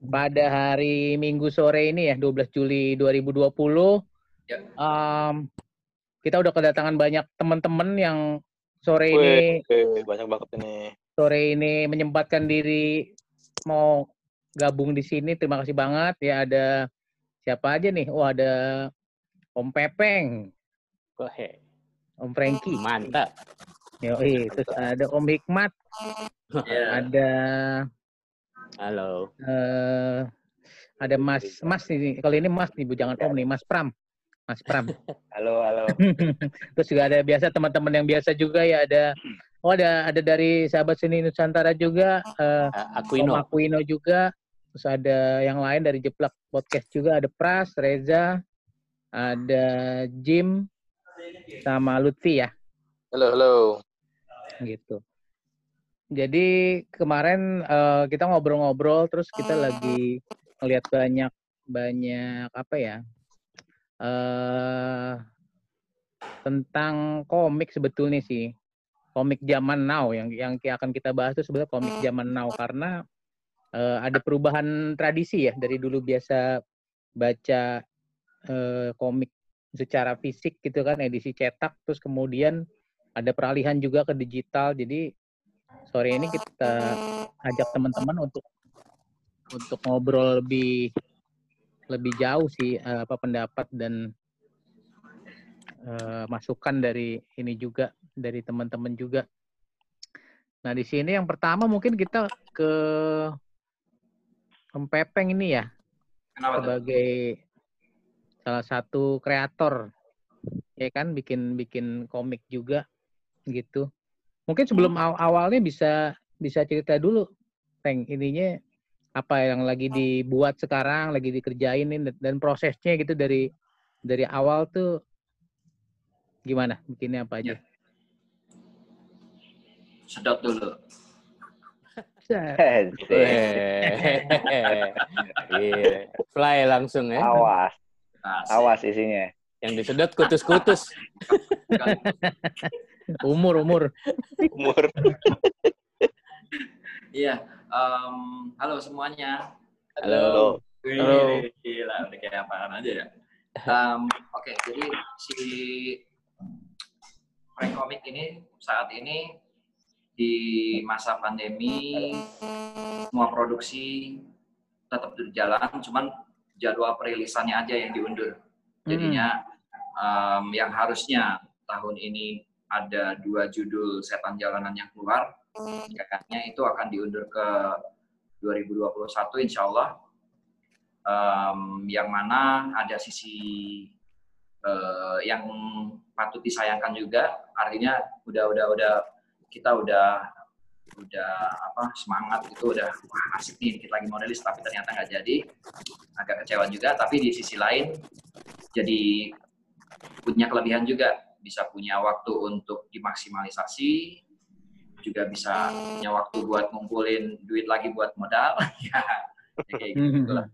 pada hari Minggu sore ini ya, 12 Juli 2020. Ya. Kita udah kedatangan banyak teman-teman yang sore ini banyak banget ini. Sore ini menyempatkan diri mau gabung di sini. Terima kasih banget ya. Ada siapa aja nih? Oh, ada Om Pepeng. Om Franky. Mantap. Yoi, terus ada Om Hikmat. Yeah. Ada Halo. ada Mas nih. Kalau ini Mas nih, Bu, jangan Om nih, Mas Pram. Halo. Terus juga ada biasa teman-teman yang biasa juga ya, ada dari sahabat seni Nusantara juga, Om Aquino juga. Terus ada yang lain dari Jeplak Podcast juga, ada Pras, Reza, ada Jim, sama Lutfi ya. Halo. Gitu. Jadi kemarin kita ngobrol-ngobrol, terus kita lagi ngeliat banyak apa ya, tentang komik sebetulnya sih. Komik zaman now yang akan kita bahas itu sebenarnya komik zaman now, karena ada perubahan tradisi ya, dari dulu biasa baca komik secara fisik gitu kan, edisi cetak, terus kemudian ada peralihan juga ke digital. Jadi sore ini kita ajak teman-teman untuk ngobrol lebih jauh sih, pendapat dan masukan dari ini juga, dari teman-teman juga. Nah, di sini yang pertama mungkin kita ke Om Pepeng ini ya. Kenapa sebagai salah satu kreator, ya kan, bikin komik juga gitu. Mungkin sebelum awalnya bisa cerita dulu, Peng, ininya apa yang lagi dibuat sekarang, lagi dikerjain, dan prosesnya gitu dari awal tuh gimana, bikinnya apa aja? Sedot dulu. Fly langsung ya. Awas isinya. Yang disedot kutus-kutus. Umur. Iya. Halo semuanya. Halo. Gila, udah kayak apaan aja ya. Oke, jadi si Frank Comic ini saat ini di masa pandemi semua produksi tetap berjalan, cuman jadwal perilisannya aja yang diundur. Jadinya yang harusnya tahun ini ada 2 judul setan jalanan yang keluar, katanya itu akan diundur ke 2021 insya Allah. Yang mana ada sisi yang patut disayangkan juga, artinya kita udah semangat, itu udah asik nih, kita lagi mau rilis tapi ternyata nggak jadi, agak kecewa juga. Tapi di sisi lain jadi punya kelebihan juga, bisa punya waktu untuk dimaksimalisasi, juga bisa punya waktu buat ngumpulin duit lagi buat modal. Ya kayak gitu lah.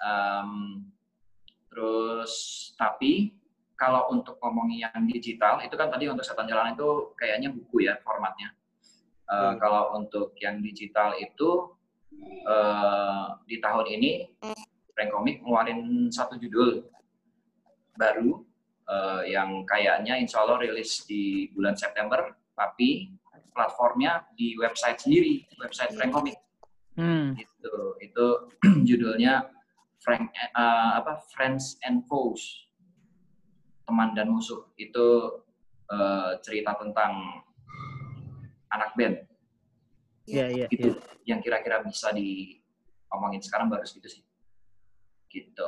Terus tapi kalau untuk ngomongin yang digital, itu kan tadi untuk setan jalanan itu kayaknya buku ya formatnya. Kalau untuk yang digital itu di tahun ini Frank Comic ngeluarin 1 judul baru yang kayaknya insya Allah rilis di bulan September, tapi platformnya di website sendiri, website Frank Comic. Gitu. Itu judulnya Friends and Foes, teman dan musuh. Itu cerita tentang anak band. Iya. Itu yang kira-kira bisa diomongin sekarang baru segitu sih. Gitu.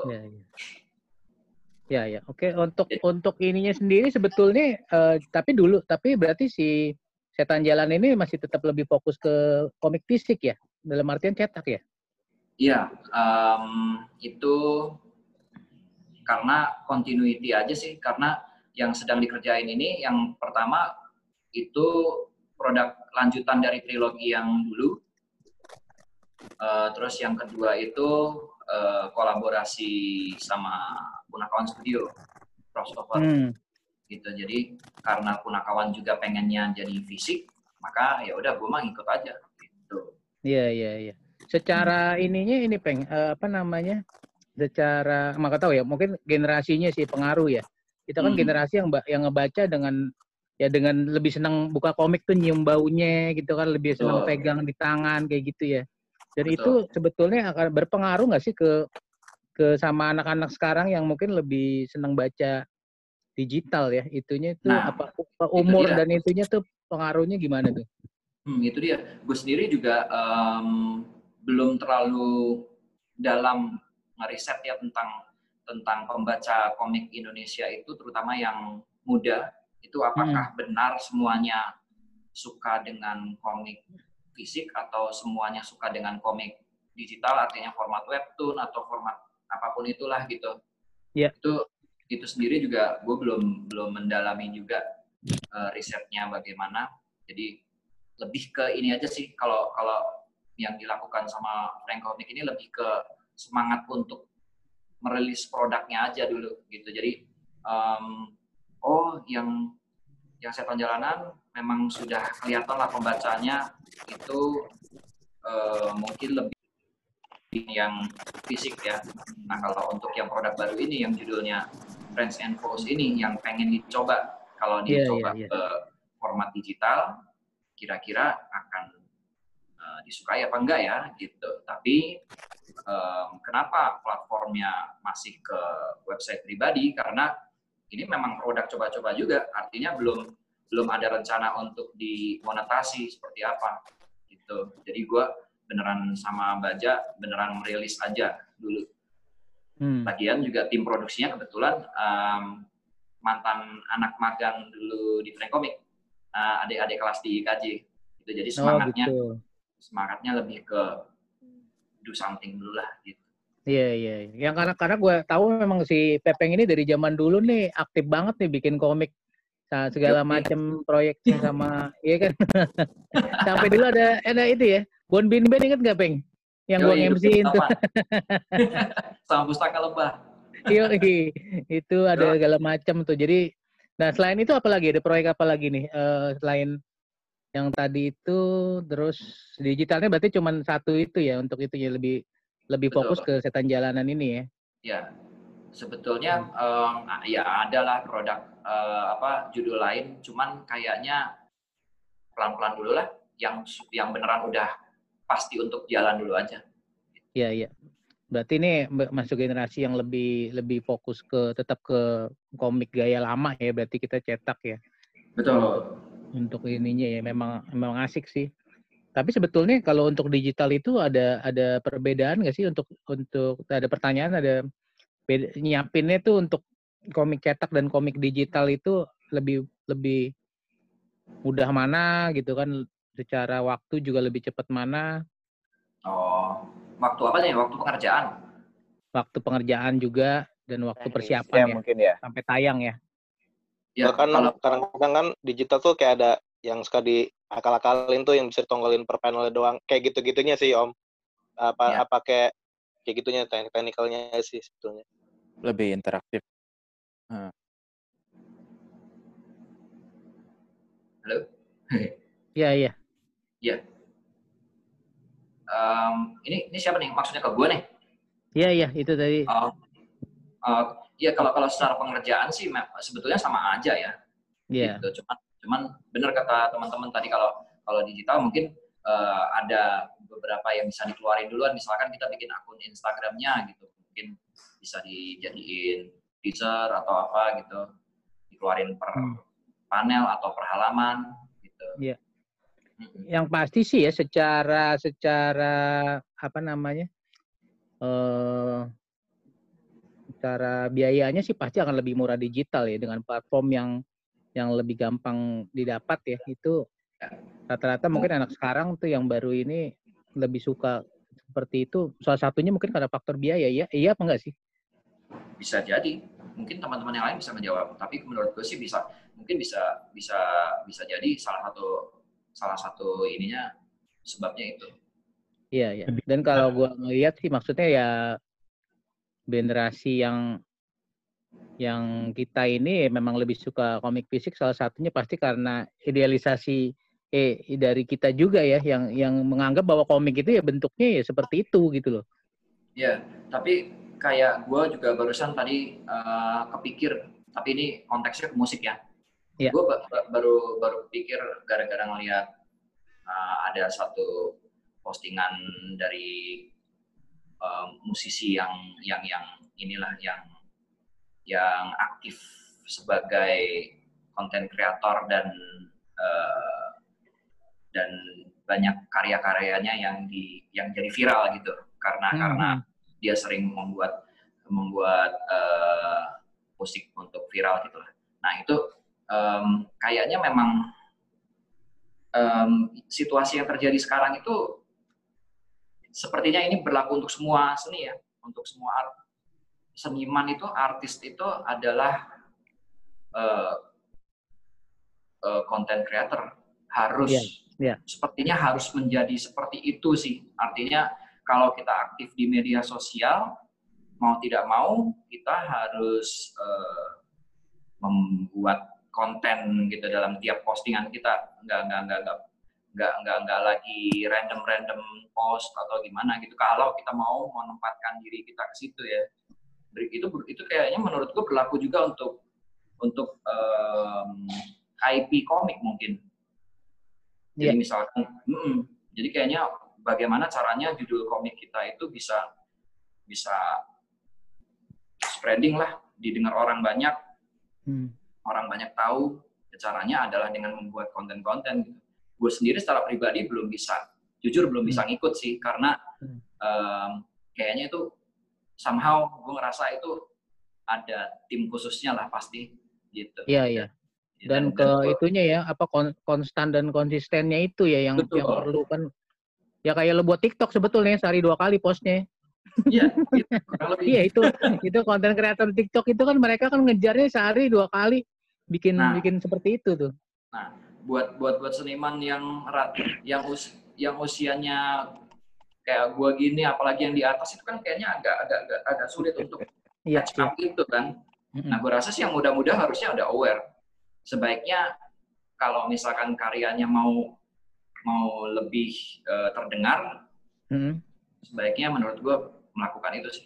Ya. Oke, untuk ininya sendiri sebetulnya tapi berarti si Setan Jalan ini masih tetap lebih fokus ke komik fisik ya, dalam artian cetak ya? Iya, itu karena continuity aja sih, karena yang sedang dikerjain ini yang pertama itu produk lanjutan dari trilogi yang dulu, terus yang kedua itu kolaborasi sama Punakawan Studio, crossover gitu. Jadi karena Punakawan juga pengennya jadi fisik, maka ya udah gue mah ngikut aja gitu. Iya. secara ininya ini apa namanya? Secara maka tahu ya, mungkin generasinya sih pengaruh ya. Kita kan generasi yang ngebaca dengan lebih senang buka komik tuh nyium baunya gitu kan, lebih senang pegang di tangan kayak gitu ya. Dan itu sebetulnya akan berpengaruh nggak sih ke sama anak-anak sekarang yang mungkin lebih senang baca digital ya? Itunya itu apa umur dan itunya tuh pengaruhnya gimana tuh? Itu dia. Gue sendiri juga belum terlalu dalam ngeriset ya tentang pembaca komik Indonesia itu, terutama yang muda, itu apakah benar semuanya suka dengan komik fisik atau semuanya suka dengan komik digital, artinya format webtoon atau format apapun itulah gitu. Yeah. Itu sendiri juga gue belum mendalami juga risetnya bagaimana. Jadi lebih ke ini aja sih, kalau yang dilakukan sama Frank Komik ini lebih ke semangat untuk merilis produknya aja dulu gitu. Jadi yang Setan Jalanan memang sudah kelihatan lah pembacanya itu mungkin lebih yang fisik ya. Nah kalau untuk yang produk baru ini yang judulnya Friends and Foes ini yang pengen dicoba, kalau dicoba ke format digital kira-kira akan disukai apa enggak ya gitu. Tapi kenapa platformnya masih ke website pribadi? Karena ini memang produk coba-coba juga, artinya belum ada rencana untuk dimonetasi seperti apa gitu. Jadi gue beneran sama Baja beneran merilis aja dulu. Lagian juga tim produksinya kebetulan mantan anak magang dulu di Frank Komik, adik-adik kelas di IKJ gitu. Jadi semangatnya lebih ke do something dulu lah gitu. Iya. Yang karena gue tahu memang si Pepeng ini dari zaman dulu nih aktif banget nih bikin komik segala macam proyeknya sama iya kan. Sampai dulu ada itu ya. Bon Bin Ben inget nggak Peng? Yang gue MC-in tuh. Sama Pustaka Lebah. Iya, itu ada segala macam tuh. Jadi, nah selain itu apa lagi? Ada proyek apa lagi nih? Selain yang tadi itu, terus digitalnya berarti cuma satu itu ya untuk itu ya lebih fokus ke Setan Jalanan ini ya? Ya, sebetulnya ya adalah produk judul lain, cuman kayaknya pelan-pelan dulu lah, yang beneran udah pasti untuk jalan dulu aja. Iya. Berarti ini masuk generasi yang lebih fokus tetap ke komik gaya lama ya, berarti kita cetak ya. Betul. Untuk ininya ya memang asik sih. Tapi sebetulnya kalau untuk digital itu ada perbedaan nggak sih untuk ada pertanyaan nyiapinnya tuh untuk komik cetak dan komik digital itu lebih mudah mana gitu kan, secara waktu juga lebih cepat mana? Waktu apa nih? Waktu pengerjaan? Waktu pengerjaan juga dan waktu persiapan ya, mungkin ya. Sampai tayang ya. Ya kan kadang-kadang kan digital tuh kayak ada yang suka diakal-akalin tuh yang bisa ditonggolin per panel doang. Kayak gitu-gitunya sih Om. Apa kayak gitunya teknikalnya sih sebetulnya. Lebih interaktif. Halo? Iya. Iya. Ini siapa nih? Maksudnya ke gue nih? Iya, itu tadi. Iya, kalau secara pengerjaan sih sebetulnya sama aja ya. Iya. Gitu. Cuman benar kata teman-teman tadi, kalau digital mungkin ada beberapa yang bisa dikeluarin duluan. Misalkan kita bikin akun Instagramnya gitu, mungkin bisa dijadiin teaser atau apa gitu, dikeluarin per panel atau per halaman gitu. Iya. Yang pasti sih ya secara apa namanya, secara biayanya sih pasti akan lebih murah digital ya, dengan platform yang lebih gampang didapat ya. Itu rata-rata mungkin anak sekarang tuh yang baru ini lebih suka seperti itu. Salah satunya mungkin karena faktor biaya ya. Iya apa enggak sih? Bisa jadi. Mungkin teman-teman yang lain bisa menjawab. Tapi menurut gue sih bisa jadi salah satu ininya sebabnya itu. Iya. Dan kalau gue ngelihat sih maksudnya ya generasi yang kita ini memang lebih suka komik fisik, salah satunya pasti karena idealisasi dari kita juga ya yang menganggap bahwa komik itu ya bentuknya ya seperti itu gitu loh. Ya, tapi kayak gue juga barusan tadi kepikir, tapi ini konteksnya ke musik ya. Ya. Gue baru kepikir gara-gara ngeliat ada satu postingan dari musisi yang inilah yang aktif sebagai konten kreator dan banyak karya-karyanya yang jadi viral gitu karena dia sering membuat musik untuk viral gitu lah. Nah itu kayaknya memang situasi yang terjadi sekarang itu sepertinya ini berlaku untuk semua seni ya, untuk semua seniman itu, artis itu adalah content creator harus sepertinya harus menjadi seperti itu sih. Artinya kalau kita aktif di media sosial, mau tidak mau kita harus membuat konten gitu dalam tiap postingan kita. Nggak lagi random post atau gimana gitu. Kalau kita mau menempatkan diri kita ke situ ya, itu kayaknya menurutku berlaku juga untuk IP komik mungkin. Jadi misalkan, jadi kayaknya bagaimana caranya judul komik kita itu bisa spreading lah, didengar orang banyak, orang banyak tahu. Caranya adalah dengan membuat konten-konten gitu. Gue sendiri secara pribadi belum bisa ngikut sih, karena kayaknya itu somehow gue ngerasa itu ada tim khususnya lah pasti gitu. Iya. Dan itunya ya, apa konstan dan konsistennya itu ya yang perlu kan. Ya kayak lo buat TikTok sebetulnya sehari 2 kali postnya. Iya, iya itu konten kreator TikTok itu kan mereka kan ngejarnya sehari 2 kali bikin seperti itu tuh. Nah, buat seniman yang usianya kayak gua gini, apalagi yang di atas itu kan kayaknya agak sulit untuk catch up itu kan. Nah, gua rasa sih yang muda-muda harusnya udah aware. Sebaiknya kalau misalkan karyanya mau lebih terdengar, sebaiknya menurut gue melakukan itu sih.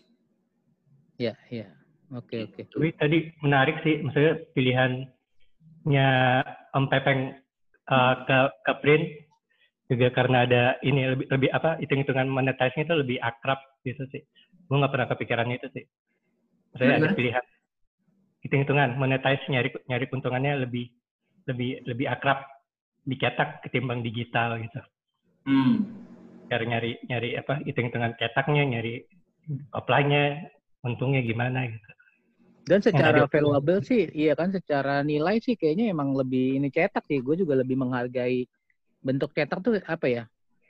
Iya. Oke. Tapi tadi menarik sih, maksudnya pilihannya Om Pepeng ke print juga karena ada ini lebih apa hitung-hitungan monetize-nya itu lebih akrab gitu sih. Gue nggak pernah kepikirannya itu sih. Maksudnya ada pilihan hitung-hitungan monetize nyari keuntungannya lebih akrab dicetak ketimbang digital gitu. Cara nyari apa hitung-hitungan cetaknya, nyari offline-nya untungnya gimana gitu. Dan secara valuable sih, iya kan, secara nilai sih kayaknya emang lebih ini cetak sih. Gue juga lebih menghargai bentuk cetak tuh apa ya?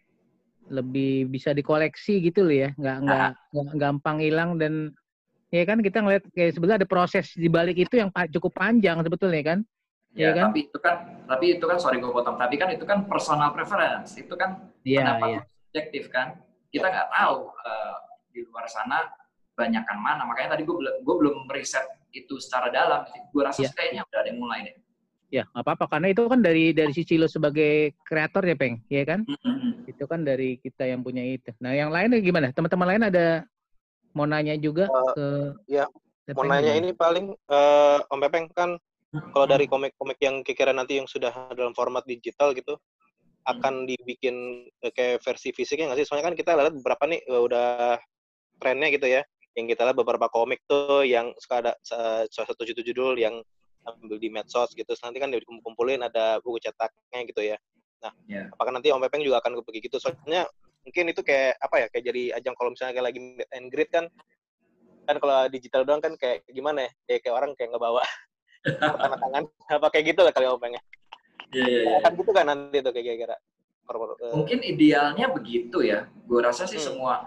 Lebih bisa dikoleksi gitu loh ya, nggak gampang hilang. Dan ya kan kita ngeliat kayak sebenarnya ada proses di balik itu yang cukup panjang sebetulnya kan. Ya, kan? Tapi itu kan sorry gue potong. Tapi kan itu kan personal preference. Itu kan pendapat subjektif kan. Kita nggak tahu di luar sana banyakan mana. Makanya tadi gue belum riset itu secara dalam. Gue rasa kayaknya udah ada yang mulai deh. Ya, nggak apa-apa. Karena itu kan dari sisi lo sebagai kreator ya, Peng. Iya kan? Itu kan dari kita yang punya itu. Nah, yang lain gimana? Teman-teman lain ada mau nanya juga ke... Ya, mau nanya ini paling Om Pepeng kan kalau dari komik-komik yang kira-kira nanti yang sudah dalam format digital gitu, akan dibikin kayak versi fisiknya nggak sih? Soalnya kan kita lihat beberapa nih udah trennya gitu ya. Yang kita lihat beberapa komik tuh yang suka ada satu judul yang ambil di medsos gitu. Nanti kan dikumpulin ada buku cetaknya gitu ya. Nah, apakah nanti Om Pepeng juga akan begitu? Soalnya mungkin itu kayak apa ya? Kayak jadi ajang kalau misalnya kayak lagi meet and greet kan kalau digital doang kan kayak gimana ya? Kayak orang kayak ngebawa tanda tangan apa kayak gitu lah kali Om Pepeng. Iya. Kan gitu kan nanti tuh kayak kira-kira. Mungkin idealnya begitu ya. Gue rasa sih semua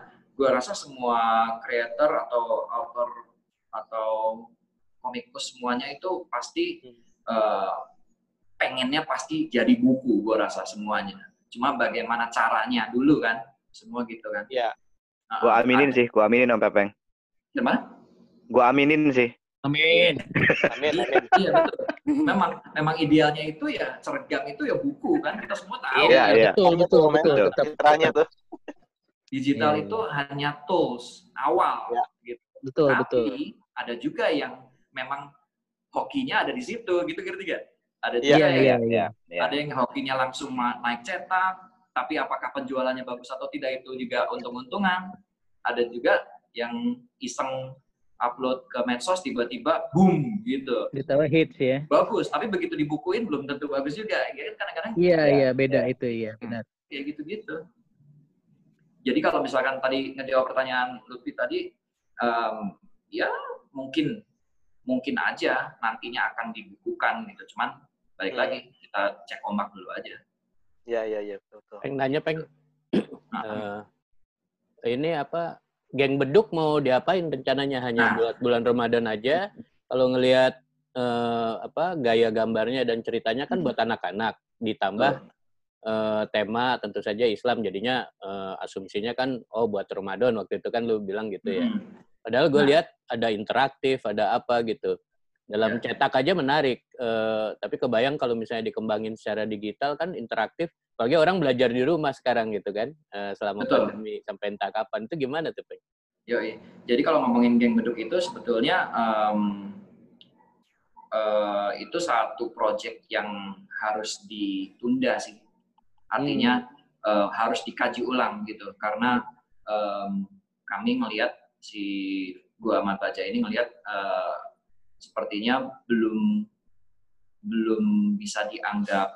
creator atau author atau komikus semuanya itu pasti pengennya pasti jadi buku. Gue rasa semuanya. Cuma bagaimana caranya dulu kan, semua gitu kan. Iya. Gue aminin Om Pepeng. Gimana? Gue aminin sih. Amin. Amin. Iya betul. Memang idealnya itu ya cergam itu ya buku kan, kita semua tahu. Iya. Betul. Tetap. Caranya tuh. Digital Iya, itu hanya tools awal gitu. Betul. Tapi ada juga yang memang hokinya ada di situ gitu ngerti gak? Ada Iya, juga iya. ada yang hokinya langsung naik cetak, tapi apakah penjualannya bagus atau tidak itu juga untung-untungan. Ada juga yang iseng upload ke medsos tiba-tiba boom gitu. Ditambah hits ya. Bagus, tapi begitu dibukuin belum tentu bagus juga. Ya kan kadang-kadang Iya, beda itu ya, benar. kayak gitu-gitu. Jadi kalau misalkan tadi ngejawab pertanyaan Lutfi tadi, ya mungkin aja nantinya akan dibukukan gitu. Cuman balik lagi kita cek ombak dulu aja. Iya, betul. Peng nanya, Peng. Ini apa? Geng Beduk mau diapain rencananya? Hanya buat bulan Ramadan aja. Kalau ngelihat gaya gambarnya dan ceritanya kan buat anak-anak. Ditambah tema tentu saja Islam, jadinya asumsinya kan buat Ramadan waktu itu kan lu bilang gitu ya. Padahal gue lihat ada interaktif, ada apa gitu. Dalam cetak aja menarik, tapi kebayang kalau misalnya dikembangin secara digital kan interaktif. Apalagi orang belajar di rumah sekarang gitu kan, selama pandemi sampai entah kapan. Itu gimana tuh, Pak? Yoi. Jadi kalau ngomongin Geng Beduk itu sebetulnya itu satu project yang harus ditunda sih. Artinya harus dikaji ulang gitu. Karena kami ngelihat gua Ahmad Baja ini ngelihat sepertinya belum bisa dianggap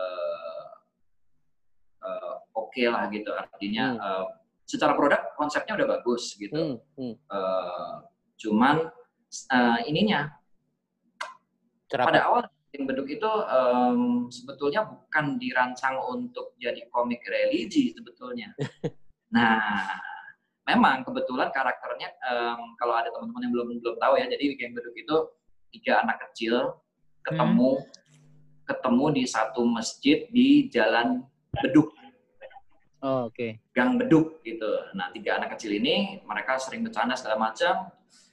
oke lah gitu. Artinya secara produk konsepnya udah bagus gitu. Cuman ininya pada awal Geng Beduk itu sebetulnya bukan dirancang untuk jadi komik religi sebetulnya. Nah, memang kebetulan karakternya kalau ada teman-teman yang belum tahu ya, jadi Geng Beduk itu 3 anak kecil ketemu di satu masjid di Jalan Beduk. Oh, oke. Gang Beduk gitu. Nah, 3 anak kecil ini mereka sering bercanda segala macam.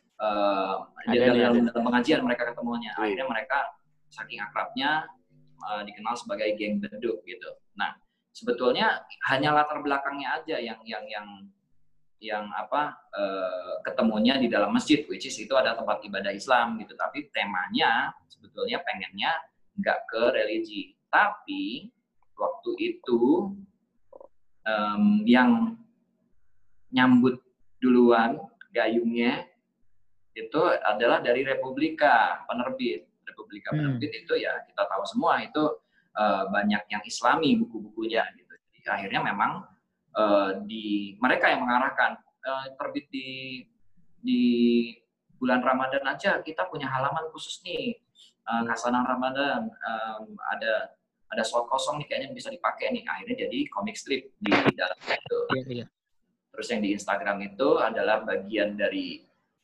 Dalam pengajian mereka ketemunya. Akhirnya mereka saking akrabnya dikenal sebagai Geng Beduk gitu. Nah, sebetulnya hanya latar belakangnya aja yang ketemunya di dalam masjid, which is itu ada tempat ibadah Islam gitu. Tapi temanya sebetulnya pengennya nggak ke religi. Tapi waktu itu yang nyambut duluan gayungnya itu adalah dari Republika penerbit. Republika penerbit itu ya kita tahu semua itu banyak yang Islami buku-bukunya gitu. Jadi akhirnya memang mereka yang mengarahkan terbit di bulan Ramadan aja kita punya halaman khusus nih, Khasanah Ramadan, ada slot kosong nih kayaknya bisa dipakai nih. Akhirnya jadi comic strip di dalam itu. Iya. Terus yang di Instagram itu adalah bagian dari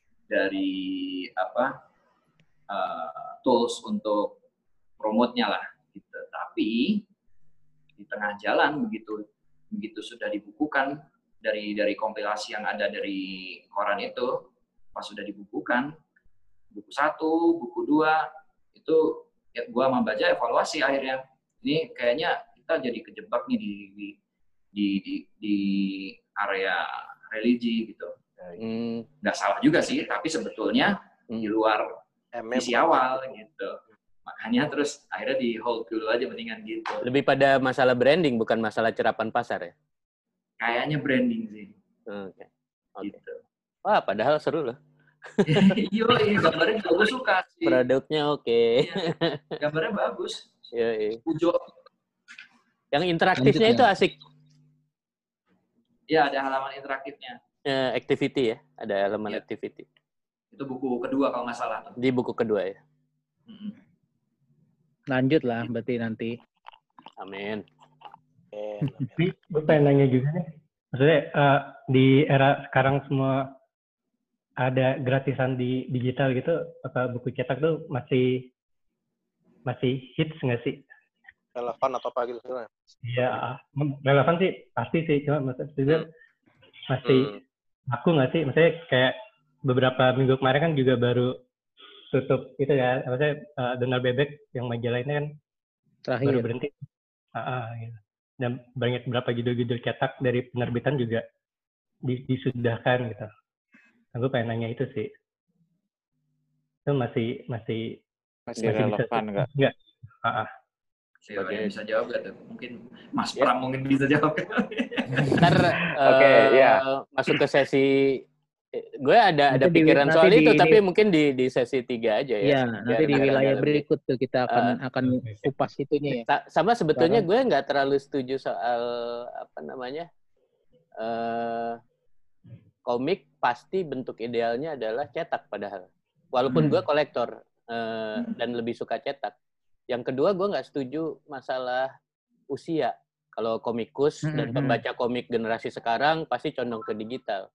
tools untuk promotnya lah gitu. Tapi di tengah jalan begitu sudah dibukukan dari kompilasi yang ada dari koran itu, pas sudah dibukukan buku 1, buku 2 itu ya gua membaca evaluasi akhirnya. Ini kayaknya kita jadi kejebak nih di area religi gitu. Nggak salah juga sih, tapi sebetulnya di luar misi awal gitu. Makanya terus akhirnya di hold dulu aja mendingan gitu. Lebih pada masalah branding, bukan masalah cerapan pasar ya? Kayaknya branding sih. Oke. Gitu. Wah, padahal seru loh. Iya, gambarnya juga gue suka sih. Produknya oke. Iya, gambarnya bagus. Iya. Ujo. Yang interaktifnya itu asik. Iya, ada halaman interaktifnya. Activity ya, ada elemen activity. Itu buku kedua kalau nggak salah. Di buku kedua ya. Lanjut lah berarti nanti. Amin. Tapi gue pengen nanya juga nih, maksudnya di era sekarang semua ada gratisan di digital gitu, apa buku cetak tuh masih hits nggak sih? Relevan atau apa gitu kan? Iya, relevan sih pasti sih, cuma maksudnya masih aku nggak sih? Maksudnya kayak beberapa minggu kemarin kan juga baru tutup itu ya, maksudnya Donald Bebek yang majalah ini kan Terakhir. baru berhenti. Gitu. Dan banyak berapa judul-judul cetak dari penerbitan juga disudahkan gitu. Aku pengen nanya itu sih. Itu masih relevan nggak? Enggak. Siapa yang bisa jawab gak tuh? Mungkin Mas Pram mungkin bisa jawab. Ntar masuk ke sesi gue ada pikiran soal itu, tapi mungkin di sesi 3 aja ya. Iya, nanti di wilayah berikut tuh kita akan kupas itunya ya. Sama sebetulnya gue nggak terlalu setuju soal komik pasti bentuk idealnya adalah cetak padahal. Walaupun gue kolektor dan lebih suka cetak. Yang kedua gue nggak setuju masalah usia. Kalau komikus dan pembaca komik generasi sekarang pasti condong ke digital.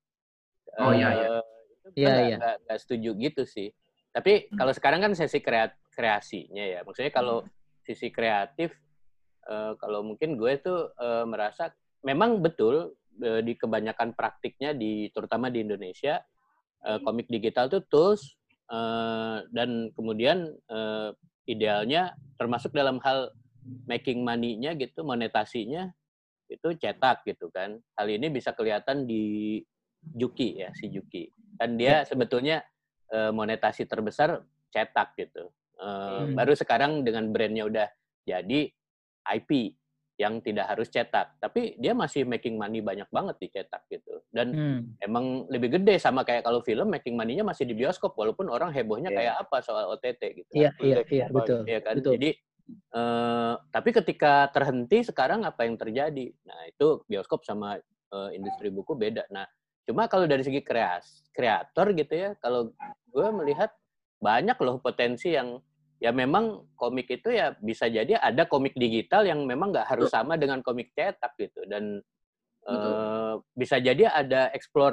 Nggak setuju gitu sih. Tapi kalau sekarang kan sesi kreasinya ya. Maksudnya kalau sisi kreatif, kalau mungkin gue tuh merasa memang betul di kebanyakan praktiknya terutama di Indonesia komik digital tuh tools dan kemudian idealnya termasuk dalam hal making money-nya gitu, monetasinya itu cetak gitu kan. Hal ini bisa kelihatan di Juki ya, si Juki. Dan dia sebetulnya monetasi terbesar cetak gitu. Baru sekarang dengan brandnya udah jadi IP yang tidak harus cetak. Tapi dia masih making money banyak banget di cetak gitu. Dan emang lebih gede sama kayak kalau film making money-nya masih di bioskop walaupun orang hebohnya kayak apa soal OTT gitu. Iya, betul. Iya kan? Betul. Jadi tapi ketika terhenti sekarang apa yang terjadi? Nah, itu bioskop sama industri buku beda. Nah, cuma kalau dari segi kreator gitu ya, kalau gue melihat banyak loh potensi yang ya memang komik itu ya bisa jadi ada komik digital yang memang nggak harus sama dengan komik cetak gitu. Dan bisa jadi ada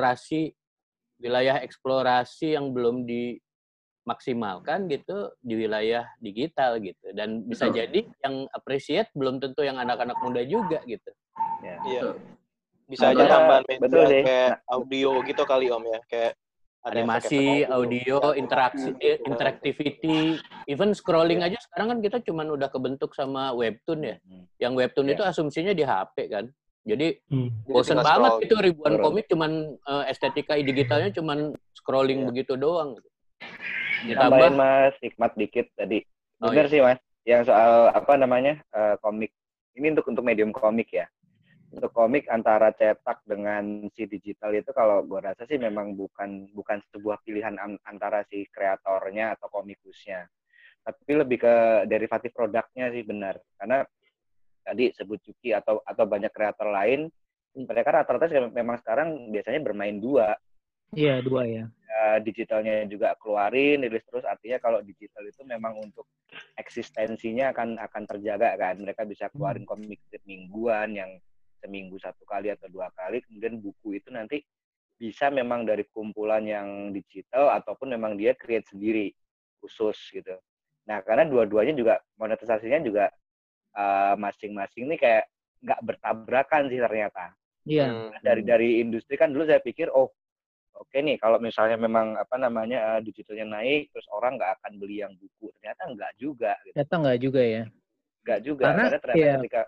wilayah eksplorasi yang belum dimaksimalkan gitu di wilayah digital gitu. Dan bisa jadi yang appreciate belum tentu yang anak-anak muda juga gitu. Iya. Bisa aja tambahan media kayak audio gitu kali Om ya, kayak animasi, audio, interactivity, even scrolling aja sekarang kan kita cuman udah kebentuk sama webtoon ya. Yang webtoon itu asumsinya di HP kan. Jadi bosen banget itu ribuan komik cuman estetika digitalnya cuman scrolling begitu doang. Tambahin Mas Hikmat dikit tadi. Benar sih Mas, yang soal komik. Ini untuk medium komik ya. Untuk komik antara cetak dengan si digital itu kalau gue rasa sih memang bukan sebuah pilihan antara si kreatornya atau komikusnya, tapi lebih ke derivatif produknya sih benar. Karena tadi sebut Juki atau banyak kreator lain, mereka rata-rata memang sekarang biasanya bermain dua. Iya, dua ya. Digitalnya juga keluarin, rilis terus. Artinya kalau digital itu memang untuk eksistensinya akan terjaga kan. Mereka bisa keluarin komik mingguan yang seminggu 1 kali atau 2 kali, kemudian buku itu nanti bisa memang dari kumpulan yang digital ataupun memang dia create sendiri khusus gitu. Nah, karena dua-duanya juga monetisasinya juga masing-masing ini kayak nggak bertabrakan sih ternyata. Iya. Dari industri kan dulu saya pikir oke nih kalau misalnya memang digitalnya naik terus orang nggak akan beli yang buku. Ternyata nggak juga gitu. Ternyata nggak juga ya. Nggak juga karena ternyata ketika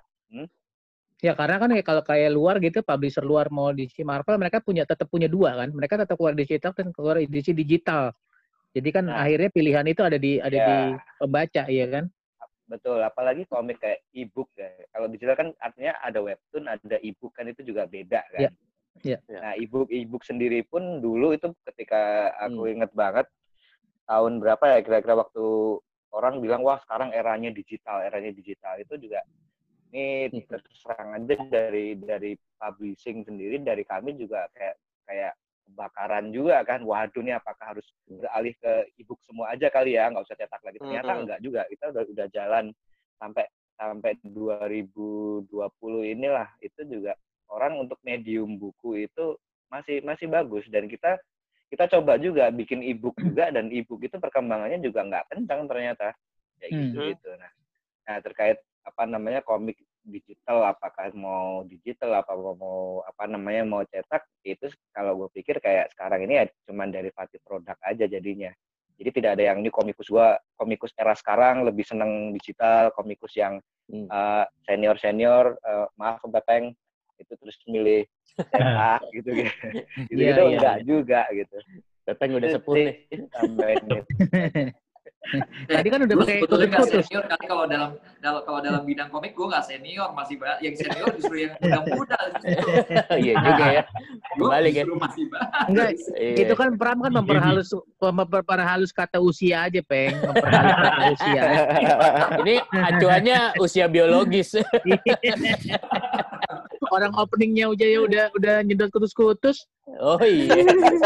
ya karena kan kalau kayak luar gitu, publisher luar mau DC Marvel, mereka tetap punya dua kan. Mereka tetap keluar digital dan keluar edisi digital. Jadi kan akhirnya pilihan itu ada di pembaca, iya kan? Betul, apalagi komik kayak e-book ya. Kalau digital kan artinya ada webtoon, ada e-book kan itu juga beda kan. Iya. Nah, e-book sendiri pun dulu itu ketika aku inget banget tahun berapa ya kira-kira waktu orang bilang wah sekarang eranya digital itu juga ini terserang aja dari publishing sendiri, dari kami juga kayak kebakaran juga kan. Waduh nih apakah harus beralih ke e-book semua aja kali ya, nggak usah cetak lagi. Ternyata enggak juga. Kita udah jalan sampai 2020 inilah itu juga orang untuk medium buku itu masih bagus, dan kita coba juga bikin e-book juga, dan e-book itu perkembangannya juga nggak kencang ternyata kayak gitu. Nah terkait komik digital, apakah mau digital mau cetak, itu kalau gue pikir kayak sekarang ini ya cuman derivatif produk aja jadinya. Jadi tidak ada yang ini komikus era sekarang lebih seneng digital, komikus yang senior, maaf Om Pepeng, itu terus milih cetak gitu. Gitu enggak juga gitu. Pepeng udah sepuh nih. Tadi kan udah pakai sebetulnya nggak kutus-kutus. senior kali kalau dalam bidang komik gue nggak senior, masih banyak yang senior justru yang muda-muda. Iya juga ya. Kembali kan. Enggak, itu kan Pram kan memperhalus kata usia aja, Peng. Memperhalus kata usia. Ini acuannya usia biologis. Orang openingnya udah nyedot kutus-kutus. Oh iya.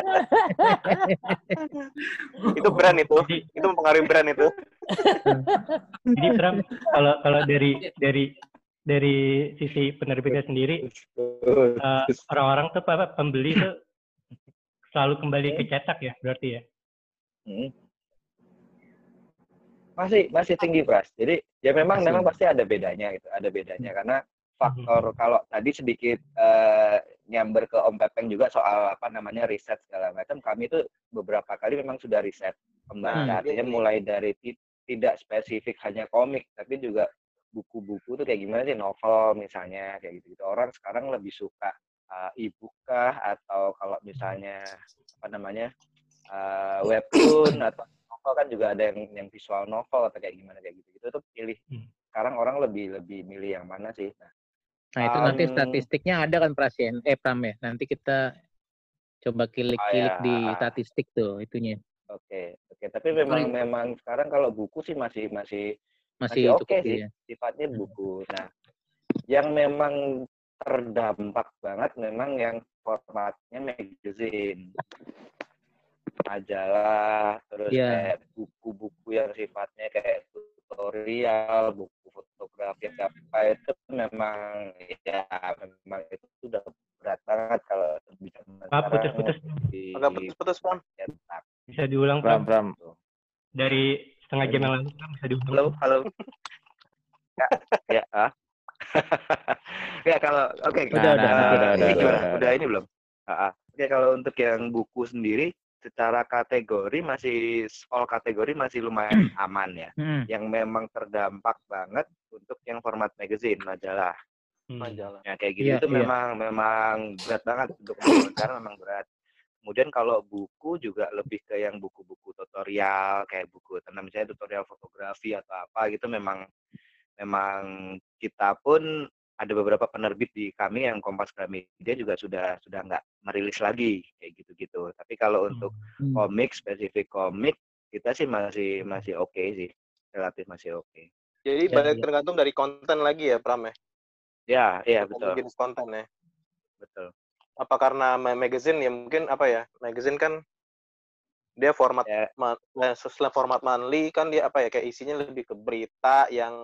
Itu brand itu mempengaruhi brand itu. Jadi Pram, kalau dari sisi penerbitnya sendiri, orang-orang tuh pembeli tuh selalu kembali ke cetak ya, berarti ya? Masih tinggi, Pras. Jadi ya memang pasti ada bedanya gitu, karena faktor kalau tadi sedikit nyamber ke Om Pepeng juga soal riset segala macam. Kami itu beberapa kali memang sudah riset membaca, artinya mulai dari tidak spesifik hanya komik, tapi juga buku-buku tuh kayak gimana sih, novel misalnya kayak gitu. Orang sekarang lebih suka e-book kah, atau kalau misalnya webtoon atau novel kan juga ada yang visual novel atau kayak gimana kayak gitu. Itu tuh pilih. Sekarang orang lebih milih yang mana sih? Nah itu nanti statistiknya ada kan Pram ya. Nanti kita coba kilik-kilik di statistik tuh itunya. Oke. Tapi memang sekarang kalau buku sih masih oke sih, ya. Sifatnya buku. Nah, yang memang terdampak banget memang yang formatnya magazine, majalah, terus kayak buku-buku yang sifatnya kayak tutorial, buku fotografi apa itu memang itu sudah berat banget kalau bisa. Putus, Pram. Bisa diulang, Pram. Dari setengah jam yang lalu, bisa diulang. Halo. Ya. Ya kalau udah ini belum? Oke, kalau untuk yang buku sendiri secara kategori all kategori masih lumayan aman ya. Yang memang terdampak banget untuk yang format magazine, majalah. Ya kayak gitu itu memang berat banget untuk sekarang, memang berat. Kemudian kalau buku juga lebih ke yang buku-buku tutorial, kayak buku misalnya tutorial fotografi atau apa gitu, memang kita pun ada beberapa penerbit di kami yang Kompas Gramedia juga sudah nggak merilis lagi kayak gitu. Tapi kalau untuk komik, spesifik komik, kita sih masih oke sih, relatif masih oke. Jadi balik tergantung dari konten lagi ya, Pram ya? Ya, betul. Jenis konten ya. Betul. Apa karena magazine ya, mungkin magazine kan dia format setelah format monthly kan dia kayak isinya lebih ke berita yang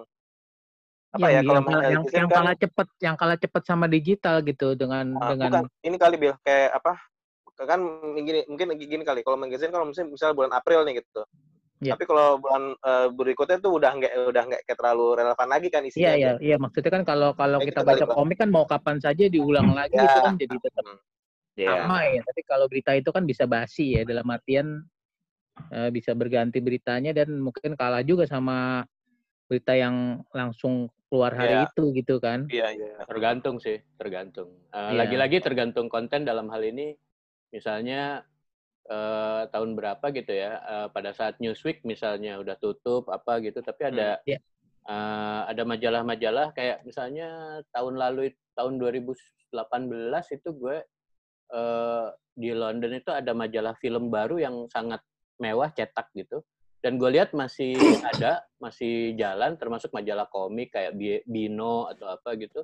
yang kalah cepet sama digital gitu dengan bukan ini kali Bil, kayak kan mungkin gini kali, kalau magazine kalau misalnya bulan April nih gitu. Tapi kalau bulan berikutnya tuh udah nggak kayak terlalu relevan lagi kan isinya. Iya, maksudnya kan kalau kita baca komik kan mau kapan saja diulang lagi itu kan jadi tetap sama ya. Tapi kalau berita itu kan bisa basi ya, dalam artian bisa berganti beritanya dan mungkin kalah juga sama berita yang langsung keluar hari itu gitu kan. Iya. Tergantung. Lagi-lagi tergantung konten dalam hal ini. Misalnya tahun berapa gitu ya, pada saat Newsweek misalnya udah tutup apa gitu, tapi ada majalah-majalah kayak misalnya tahun lalu, tahun 2018 itu gue di London itu ada majalah film baru yang sangat mewah, cetak gitu. Dan gue lihat masih jalan, termasuk majalah komik kayak Bino atau apa gitu.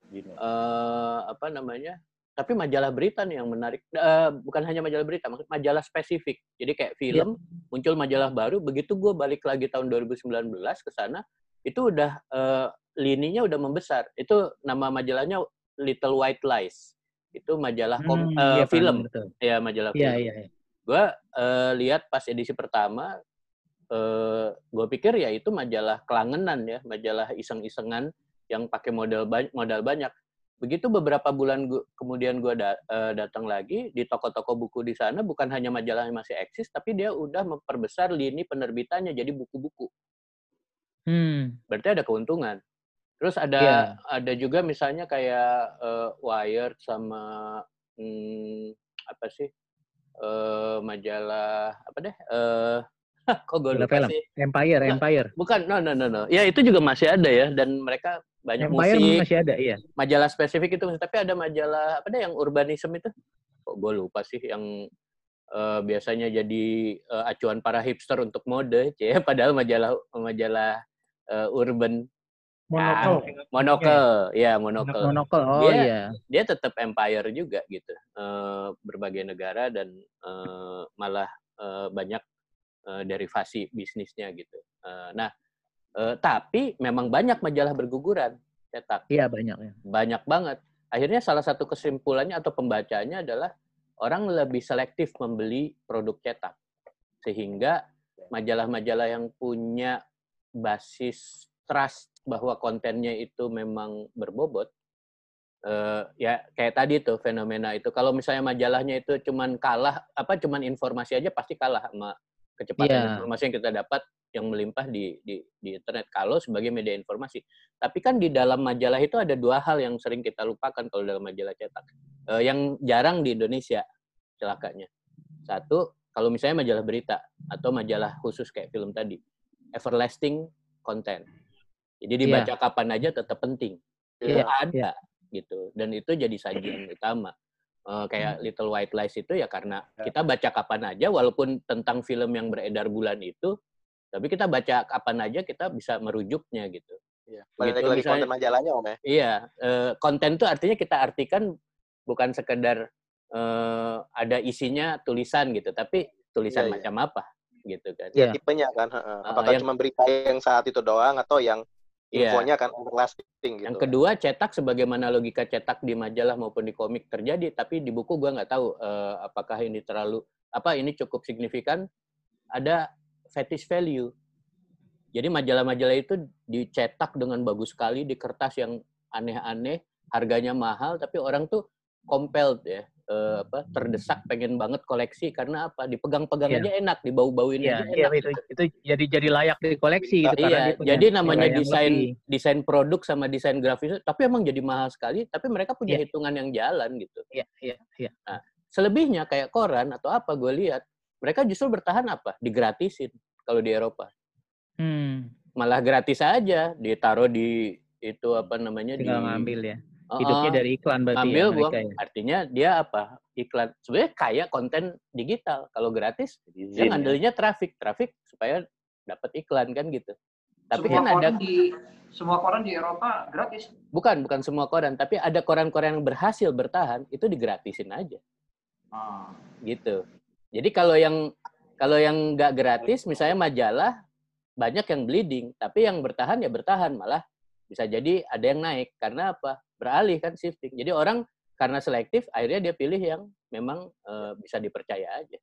Tapi majalah berita nih yang menarik. Bukan hanya majalah berita, majalah spesifik. Jadi kayak film, muncul majalah baru. Begitu gue balik lagi tahun 2019 ke sana, itu udah lininya udah membesar. Itu nama majalahnya Little White Lies. Itu majalah film. Ya, majalah film. Iya. Gue lihat pas edisi pertama, gue pikir ya itu majalah kelangenan ya, majalah iseng-isengan yang pakai modal banyak. begitu beberapa bulan kemudian gue datang lagi di toko-toko buku di sana, bukan hanya majalahnya masih eksis, tapi dia udah memperbesar lini penerbitannya jadi buku-buku. Berarti ada keuntungan. Terus ada juga misalnya kayak Wired sama apa sih majalah apa deh? Kok gue lupa film. sih? Empire. Bukan, no. Ya itu juga masih ada ya, dan mereka banyak Empire musik. Masih ada, iya. Majalah spesifik itu, tapi ada majalah apa deh yang urbanism itu? Kok gue lupa sih, yang biasanya jadi acuan para hipster untuk mode, padahal majalah urban. Monocle. Oh dia tetap empire juga gitu, berbagai negara dan malah banyak derivasi bisnisnya gitu. Tapi memang banyak majalah berguguran cetak. Iya, banyak ya. Banyak banget. Akhirnya salah satu kesimpulannya atau pembacanya adalah orang lebih selektif membeli produk cetak. Sehingga majalah-majalah yang punya basis trust bahwa kontennya itu memang berbobot, ya kayak tadi tuh fenomena itu. Kalau misalnya majalahnya itu cuman informasi aja, pasti kalah sama kecepatan informasi yang kita dapat yang melimpah di internet kalau sebagai media informasi. Tapi kan di dalam majalah itu ada dua hal yang sering kita lupakan kalau dalam majalah cetak, yang jarang di Indonesia celakanya. Satu, kalau misalnya majalah berita atau majalah khusus kayak film tadi, everlasting content. Jadi dibaca kapan aja tetap penting. Itu ada gitu. Dan itu jadi sajian utama. Kayak Little White Lies itu ya karena kita baca kapan aja, walaupun tentang film yang beredar bulan itu, tapi kita baca kapan aja kita bisa merujuknya gitu. Begitu lagi konten majalahnya, Om ya? Iya, konten itu artinya kita artikan bukan sekedar ada isinya tulisan gitu, tapi tulisan macam apa gitu kan. Iya, tipenya kan. Apakah cuma berita yang saat itu doang atau yang infonya kan everlasting gitu. Yang kedua, cetak sebagaimana logika cetak di majalah maupun di komik terjadi, tapi di buku gue nggak tahu apakah ini ini cukup signifikan. Ada fetish value. Jadi majalah-majalah itu dicetak dengan bagus sekali di kertas yang aneh-aneh, harganya mahal, tapi orang tuh compelled ya, terdesak pengen banget koleksi karena apa? Dipegang-pegang aja enak, dibau-bauin aja enak. Itu jadi layak dikoleksi gitu. Iya, jadi namanya desain produk sama desain grafis, tapi emang jadi mahal sekali, tapi mereka punya hitungan yang jalan gitu. Iya. Nah, selebihnya kayak koran atau apa gue lihat, mereka justru bertahan apa? Digratisin kalau di Eropa. Malah gratis aja, ditaruh di itu tinggal ngambil ya. Hidupnya dari iklan berarti ngambil ya, mereka ya. Artinya dia apa? Iklan. Sebenarnya kayak konten digital. Kalau gratis, dia ngandelinnya traffic supaya dapat iklan kan gitu. Tapi semua koran di Eropa gratis. Bukan semua koran, tapi ada koran-koran yang berhasil bertahan itu digratisin aja. Gitu. Jadi kalau yang nggak gratis, misalnya majalah, banyak yang bleeding, tapi yang bertahan ya bertahan, malah bisa jadi ada yang naik. Karena apa? Beralih kan, shifting. Jadi orang karena selektif, akhirnya dia pilih yang memang bisa dipercaya aja.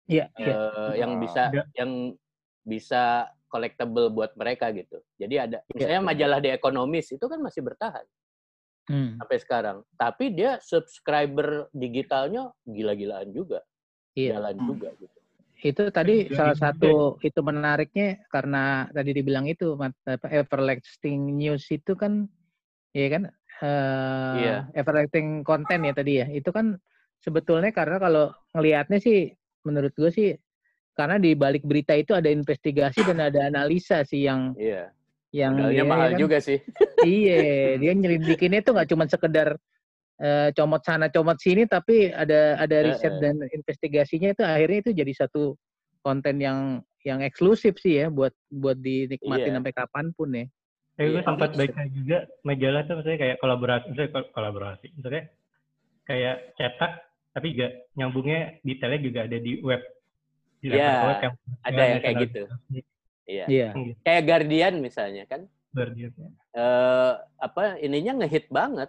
Yang bisa collectible buat mereka gitu. Jadi ada, misalnya majalah The Economist itu kan masih bertahan sampai sekarang. Tapi dia subscriber digitalnya gila-gilaan juga, jalan juga gitu. Itu tadi salah satu itu menariknya karena tadi dibilang itu everlasting news itu kan, ya kan, everlasting content ya tadi ya. Itu kan sebetulnya karena kalau ngelihatnya sih, menurut gue sih, karena di balik berita itu ada investigasi dan ada analisa sih yang modalnya mahal kan, juga sih. Iya, dia nyelidikinnya itu nggak cuma sekedar comot sana comot sini, tapi ada riset dan investigasinya, itu akhirnya itu jadi satu konten yang eksklusif sih ya buat dinikmatin sampai kapanpun ya. Gue sempat baca juga majalah tuh misalnya kayak kolaborasi, misalnya kayak cetak tapi juga nyambungnya detailnya juga ada di web. Iya, ada yang kayak gitu. Iya. Kayak Guardian misalnya kan. Guardian. Ininya ngehit banget.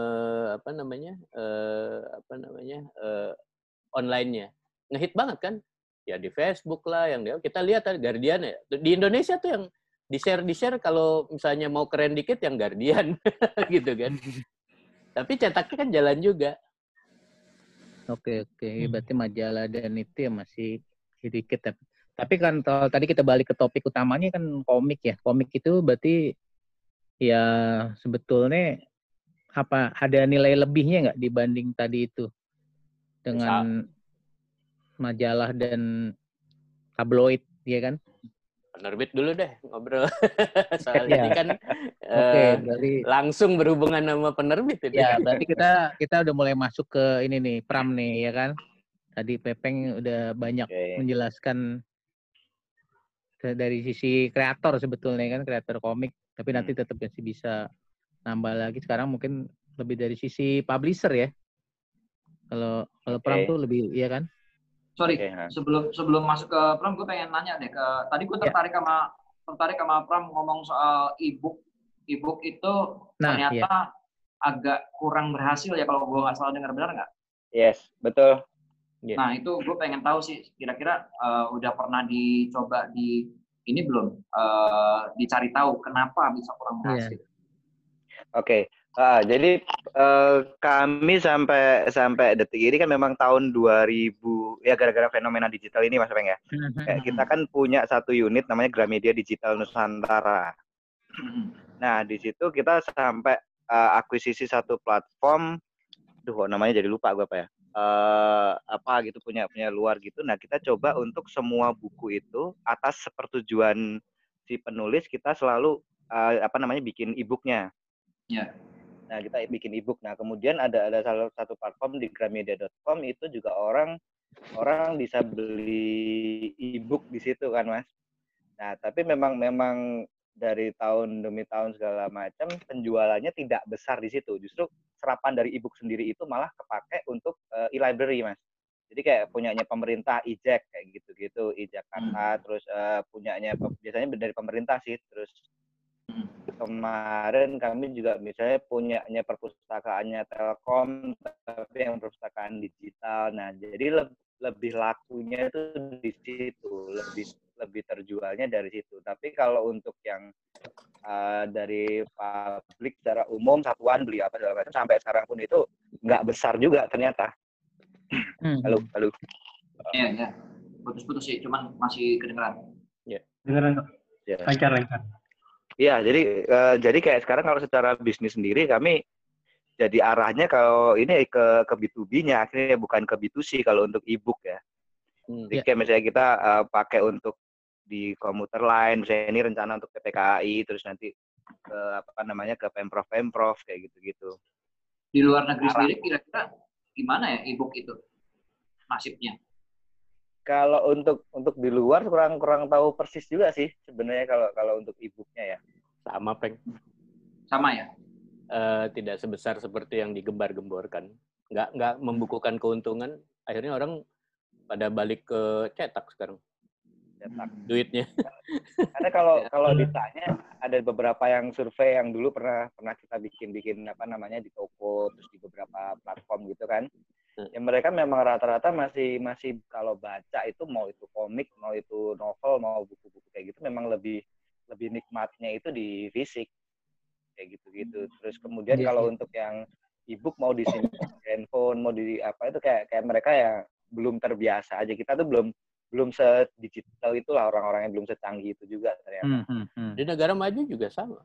Online-nya ngehit banget kan ya, di Facebook lah yang kita lihat Guardian ya di Indonesia tuh yang di share kalau misalnya mau keren dikit yang Guardian gitu kan. Tapi cetaknya kan jalan juga. Oke. Berarti majalah dan itu ya masih sedikit. Tapi kan kalau tadi kita balik ke topik utamanya kan komik ya. Komik itu berarti ya sebetulnya apa ada nilai lebihnya nggak dibanding tadi itu dengan majalah dan tabloid, ya kan? Penerbit dulu deh ngobrol. Soal Ya. ini kan berarti langsung berhubungan sama penerbit itu. ya berarti kita udah mulai masuk ke ini nih Pram nih, ya kan? Tadi Pepeng udah banyak menjelaskan dari sisi kreator sebetulnya kan, kreator komik, tapi nanti tetap masih bisa nambah lagi. Sekarang mungkin lebih dari sisi publisher ya. Kalau Pram tuh lebih, iya kan? Sorry, sebelum masuk ke Pram, gue pengen nanya deh tadi gue tertarik sama Pram ngomong soal e-book. E-book itu ternyata agak kurang berhasil ya kalau gue nggak salah dengar, benar nggak? Yes, betul. Nah itu gue pengen tahu sih, kira-kira udah pernah dicoba ini belum? Dicari tahu kenapa bisa kurang berhasil. Oke. Jadi kami sampai detik ini kan memang tahun 2000 ya, gara-gara fenomena digital ini Mas Peng ya. Kita kan punya satu unit namanya Gramedia Digital Nusantara. Nah, di situ kita sampai akuisisi satu platform, namanya jadi lupa gue apa ya. Apa gitu, punya luar gitu. Nah, kita coba untuk semua buku itu atas sepertujuan si penulis, kita selalu bikin e-booknya. Ya. Nah, kita bikin e-book. Nah, kemudian ada salah satu platform di gramedia.com, itu juga orang bisa beli e-book di situ kan, Mas. Nah, tapi memang dari tahun demi tahun segala macam penjualannya tidak besar di situ. Justru serapan dari e-book sendiri itu malah kepake untuk e-library, Mas. Jadi kayak punyanya pemerintah, e-Jack kayak gitu-gitu, e-Jakarta, terus punyanya biasanya dari pemerintah sih, terus kemarin kami juga misalnya punyanya perpustakaannya Telkom, tapi yang perpustakaan digital. Nah, jadi lebih lakunya itu di situ, lebih terjualnya dari situ. Tapi kalau untuk yang dari publik secara umum, satuan beli apa segala macam, sampai sekarang pun itu nggak besar juga ternyata. Halo. Iya. Putus-putus sih, cuman masih kedengeran. Iya. Kedengeran kok. Lancar. Iya, jadi kayak sekarang kalau secara bisnis sendiri kami jadi arahnya kalau ini ke B2B-nya akhirnya, bukan ke B2C kalau untuk e-book ya. Jadi kayak misalnya kita pakai untuk di komuter lain, misalnya ini rencana untuk PT KAI, terus nanti ke Pemprov kayak gitu-gitu. Di luar negeri sendiri kira-kira gimana ya e-book itu nasibnya? Kalau untuk di luar kurang tahu persis juga sih sebenarnya kalau untuk e-booknya ya. Sama, Peng. Sama ya? Tidak sebesar seperti yang digembar-gemborkan. Nggak membukukan keuntungan. Akhirnya orang pada balik ke cetak sekarang. Cetak. Duitnya. Karena kalau ditanya, ada beberapa yang survei yang dulu pernah kita bikin di toko, terus di beberapa platform gitu kan. Ya mereka memang rata-rata masih kalau baca itu, mau itu komik, mau itu novel, mau buku-buku kayak gitu, memang lebih nikmatnya itu di fisik kayak gitu. Terus kemudian kalau untuk yang e-book mau disimpan di handphone, mau di apa, itu kayak mereka ya belum terbiasa aja. Kita tuh belum se-digital itulah, orang-orangnya belum secanggih itu juga ternyata. Di negara maju juga sama.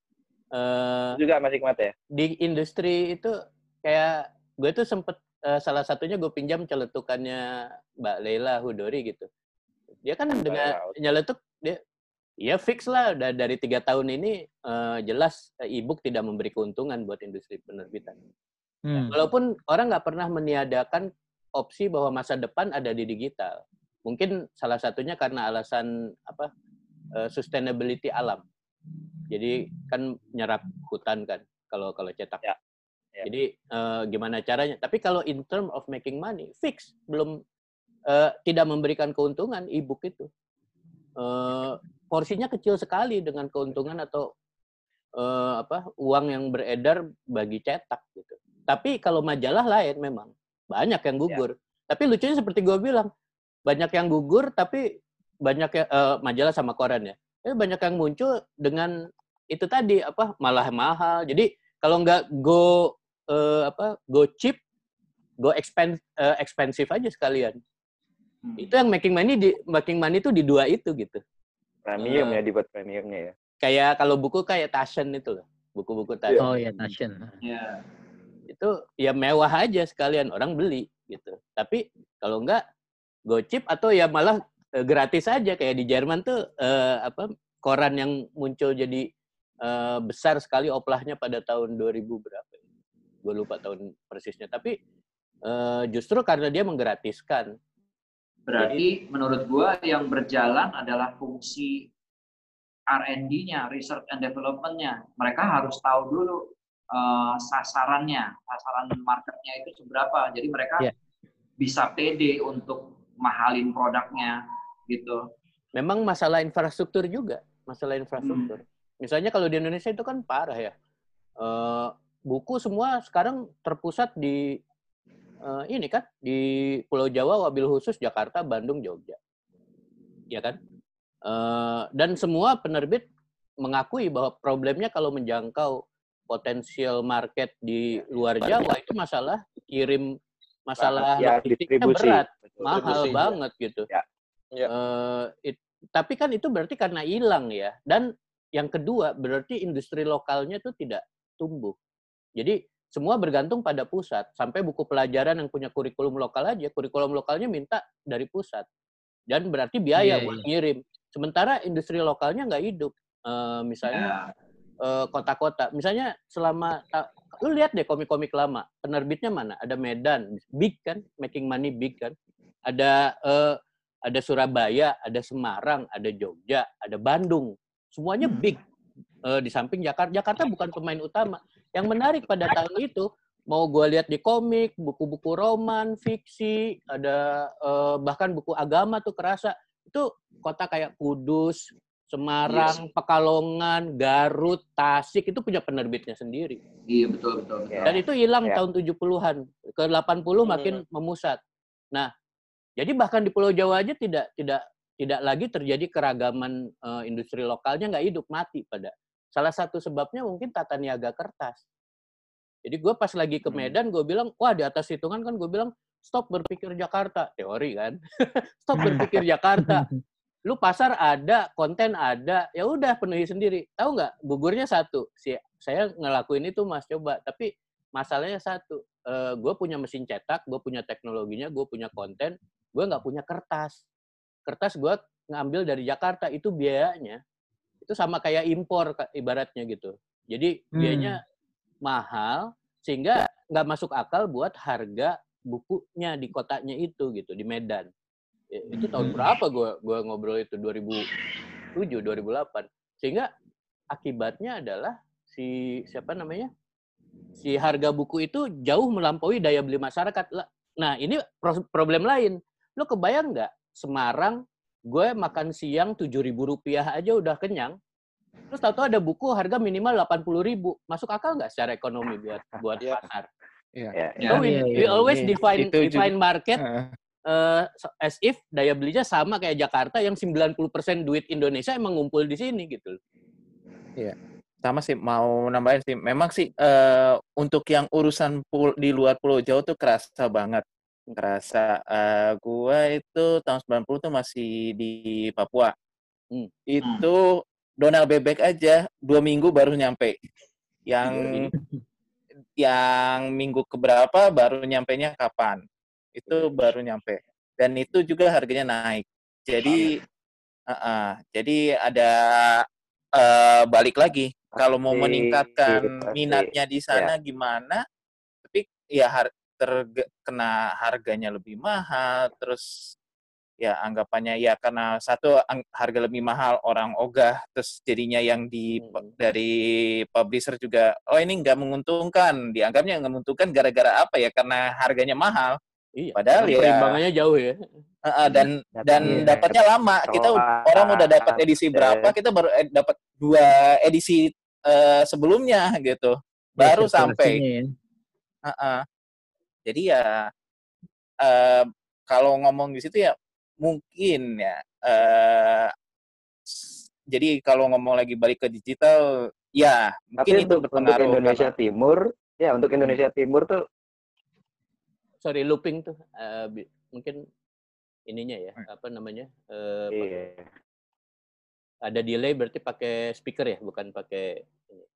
Juga masih nikmat ya? Di industri itu kayak gue tuh sempet salah satunya gue pinjam celetukannya Mbak Leila Hudori gitu. Dia kan dengan nyeletuk, dia fix lah dari 3 tahun ini jelas e-book tidak memberi keuntungan buat industri penerbitan. Walaupun orang nggak pernah meniadakan opsi bahwa masa depan ada di digital. Mungkin salah satunya karena alasan sustainability alam. Jadi kan nyerap hutan kan kalau cetak. Ya. Jadi gimana caranya? Tapi kalau in term of making money, fix belum tidak memberikan keuntungan e-book itu. Porsinya kecil sekali dengan keuntungan atau uang yang beredar bagi cetak gitu. Tapi kalau majalah lain memang banyak yang gugur. Tapi lucunya seperti gue bilang, banyak yang gugur tapi banyak majalah sama koran ya. Banyak yang muncul dengan itu tadi malah mahal. Jadi kalau nggak go go cheap, go expensive aja sekalian. Itu yang making money itu di dua itu gitu. Premium ya, dibuat premiumnya ya. Kayak kalau buku kayak Taschen itu loh. Buku-buku Taschen. Oh ya, Taschen. Iya. Itu ya mewah aja sekalian, orang beli gitu. Tapi kalau enggak go cheap atau ya malah gratis aja kayak di Jerman tuh koran yang muncul jadi besar sekali oplahnya pada tahun 2000 berapa ya? Gue lupa tahun persisnya. Tapi justru karena dia menggratiskan. Berarti menurut gua yang berjalan adalah fungsi R&D-nya, research and development-nya. Mereka harus tahu dulu sasaran marketnya itu seberapa. Jadi mereka bisa pede untuk mahalin produknya gitu. Memang masalah infrastruktur juga, Misalnya kalau di Indonesia itu kan parah ya. Buku semua sekarang terpusat di ini kan di Pulau Jawa, wabil khusus Jakarta, Bandung, Jogja. Ya kan? Dan semua penerbit mengakui bahwa problemnya kalau menjangkau potensial market di luar Jawa itu masalah kirim, masalah logistiknya berat, mahal banget gitu. Ya. Tapi kan itu berarti karena hilang ya. Dan yang kedua berarti industri lokalnya itu tidak tumbuh. Jadi semua bergantung pada pusat. Sampai buku pelajaran yang punya kurikulum lokal aja, kurikulum lokalnya minta dari pusat. Dan berarti biaya buat ngirim. Sementara industri lokalnya nggak hidup. Misalnya kota-kota. Misalnya selama lu lihat deh komik-komik lama, penerbitnya mana? Ada Medan, big kan, making money big kan. Ada Surabaya, ada Semarang, ada Jogja, ada Bandung. Semuanya big. Di samping Jakarta. Jakarta bukan pemain utama. Yang menarik pada tahun itu, mau gue lihat di komik, buku-buku roman, fiksi, ada bahkan buku agama tuh kerasa. Itu kota kayak Kudus, Semarang, Pekalongan, Garut, Tasik, itu punya penerbitnya sendiri. Iya, betul. Dan itu hilang tahun 70-an. Ke 80 makin memusat. Nah, jadi bahkan di Pulau Jawa aja tidak lagi terjadi keragaman industri lokalnya, nggak hidup, mati pada. Salah satu sebabnya mungkin tata niaga kertas. Jadi gue pas lagi ke Medan, gue bilang, wah di atas hitungan kan gue bilang, stop berpikir Jakarta. Teori kan. Stop berpikir Jakarta. Lu pasar ada, konten ada, ya udah penuhi sendiri. Tahu nggak? Gugurnya satu. Saya ngelakuin itu Mas, coba. Tapi masalahnya satu. Gue punya mesin cetak, gue punya teknologinya, gue punya konten, gue nggak punya kertas. Kertas gue ngambil dari Jakarta, itu biayanya. Itu sama kayak impor ibaratnya gitu. Jadi biayanya mahal, sehingga nggak masuk akal buat harga bukunya di kotanya itu gitu, di Medan. Itu tahun berapa gue ngobrol itu, 2007, 2008. Sehingga akibatnya adalah si harga buku itu jauh melampaui daya beli masyarakat. Nah, ini problem lain. Lo kebayang nggak, Semarang, gue makan siang Rp7.000 aja udah kenyang. Terus tahu-tahu ada buku harga minimal Rp80.000. Masuk akal nggak secara ekonomi buat pasar? So we always define market as if daya belinya sama kayak Jakarta yang 90% duit Indonesia emang ngumpul di sini gitu. Iya. Sama sih, mau nambahin sih. Memang sih untuk yang urusan di luar Pulau Jawa tuh kerasa banget. Kerasa. Gua itu tahun 90 tuh masih di Papua. Itu donal bebek aja 2 minggu baru nyampe. Yang minggu keberapa baru nyampenya kapan? Itu baru nyampe. Dan itu juga harganya naik. Jadi jadi ada balik lagi. Kalau mau meningkatkan minatnya di sana gimana? Tapi ya terkena harganya lebih mahal, terus ya anggapannya ya karena satu harga lebih mahal orang ogah, terus jadinya yang dari publisher juga ini nggak menguntungkan, dianggapnya nggak menguntungkan gara-gara apa ya, karena harganya mahal. Iya, padahal ya perimbangannya jauh ya. Dan dapatnya lama. Kita orang udah dapat edisi berapa, kita baru dapat 2 edisi sebelumnya gitu, baru sampai. Jadi ya kalau ngomong di situ ya mungkin ya. Jadi kalau ngomong lagi balik ke digital, ya mungkin itu berpengaruh. Untuk Indonesia Timur Ya, untuk Indonesia Timur tuh Sorry, looping tuh. Mungkin ininya ya, apa namanya? iya. Ada delay berarti pakai speaker ya, bukan pakai ini.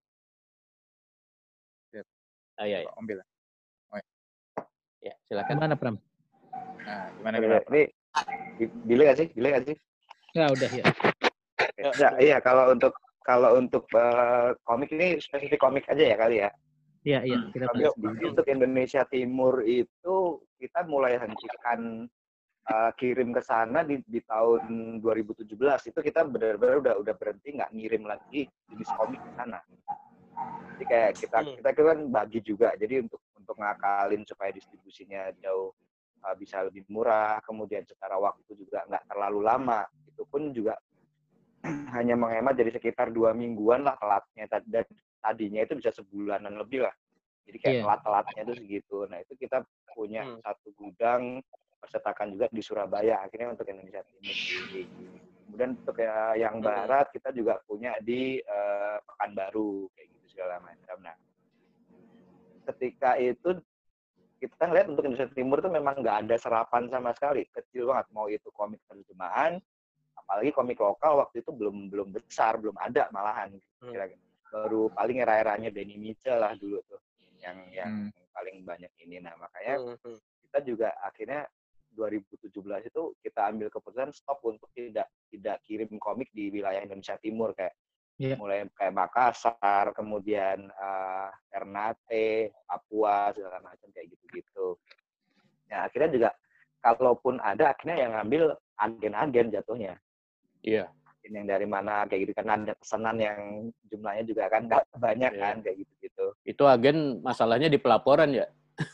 Iya, ya. Ambil. Ya, silakan. Gimana, Pram? Nah, gimana? Ini delay nggak sih? Ya udah ya. Ya, iya kalau untuk komik ini spesifik komik aja ya kali ya. Iya, iya. Kita Komik untuk Indonesia Timur itu kita mulai hentikan kirim ke sana di tahun 2017 itu kita benar-benar udah berhenti nggak ngirim lagi jenis komik ke sana. Jadi kayak kita kan bagi juga. Jadi untuk ngakalin supaya distribusinya jauh bisa lebih murah, kemudian secara waktu juga nggak terlalu lama. Itu pun juga hanya menghemat jadi sekitar 2 mingguan lah telatnya. Dan tadinya itu bisa sebulanan lebih lah. Jadi kayak telat-telatnya itu segitu. Nah itu kita punya satu gudang percetakan juga di Surabaya akhirnya untuk Indonesia Timur. Kemudian untuk yang barat kita juga punya di Pekanbaru kayak gitu segala macam. Nah ketika itu kita ngeliat untuk Indonesia Timur tuh memang nggak ada serapan sama sekali, kecil banget. Mau itu komik terjemahan, apalagi komik lokal waktu itu belum besar, belum ada malahan. Kira-kira. Baru paling era-eranya Benny Mitchell lah dulu tuh, yang paling banyak ini. Nah makanya kita juga akhirnya 2017 itu kita ambil keputusan stop untuk tidak kirim komik di wilayah Indonesia Timur kayak mulai kayak Makassar, kemudian Ternate, Papua, segala macam kayak gitu-gitu. Nah, akhirnya juga kalaupun ada, akhirnya yang ngambil agen-agen jatuhnya. Iya. Yang dari mana kayak gitu, karena ada pesanan yang jumlahnya juga kan nggak banyak kan kayak gitu-gitu. Itu agen masalahnya di pelaporan ya.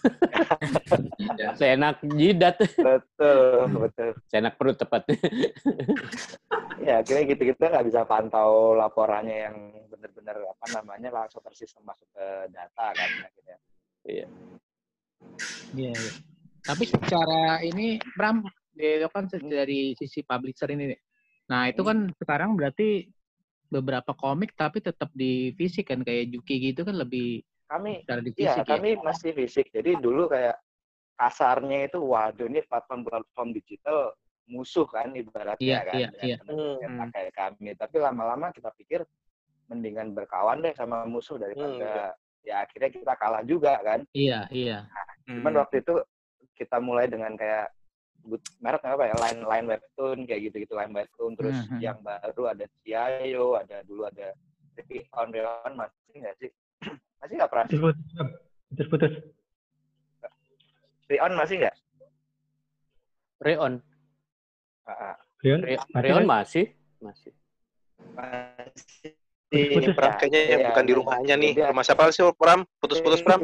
Seenak jidat. Betul. Seenak perut tepatnya. Ya, akhirnya gitu kita nggak bisa pantau laporannya yang benar-benar langsung tersistem masuk ke data kan akhirnya. Iya. Iya. Tapi secara ini Bram, itu kan dari sisi publisher ini nih. Nah, itu kan sekarang berarti beberapa komik tapi tetap di fisik kan kayak Juki gitu kan lebih kami kami masih fisik. Jadi dulu kayak kasarnya itu waduh ini platform digital musuh kan ibaratnya pakai kami, tapi lama-lama kita pikir mendingan berkawan deh sama musuh daripada ya akhirnya kita kalah juga kan. Iya. Nah, cuman waktu itu kita mulai dengan kayak merek apa ya, line webtoon kayak gitu line webtoon, terus yang baru ada Ciayo, dulu ada Reon masih nggak sih? Masih nggak pernah? Putus. Reon masih nggak? Reon masih. Ini Pram kayaknya bukan di rumahnya nih. Rumah siapa sih Pram? Putus Pram.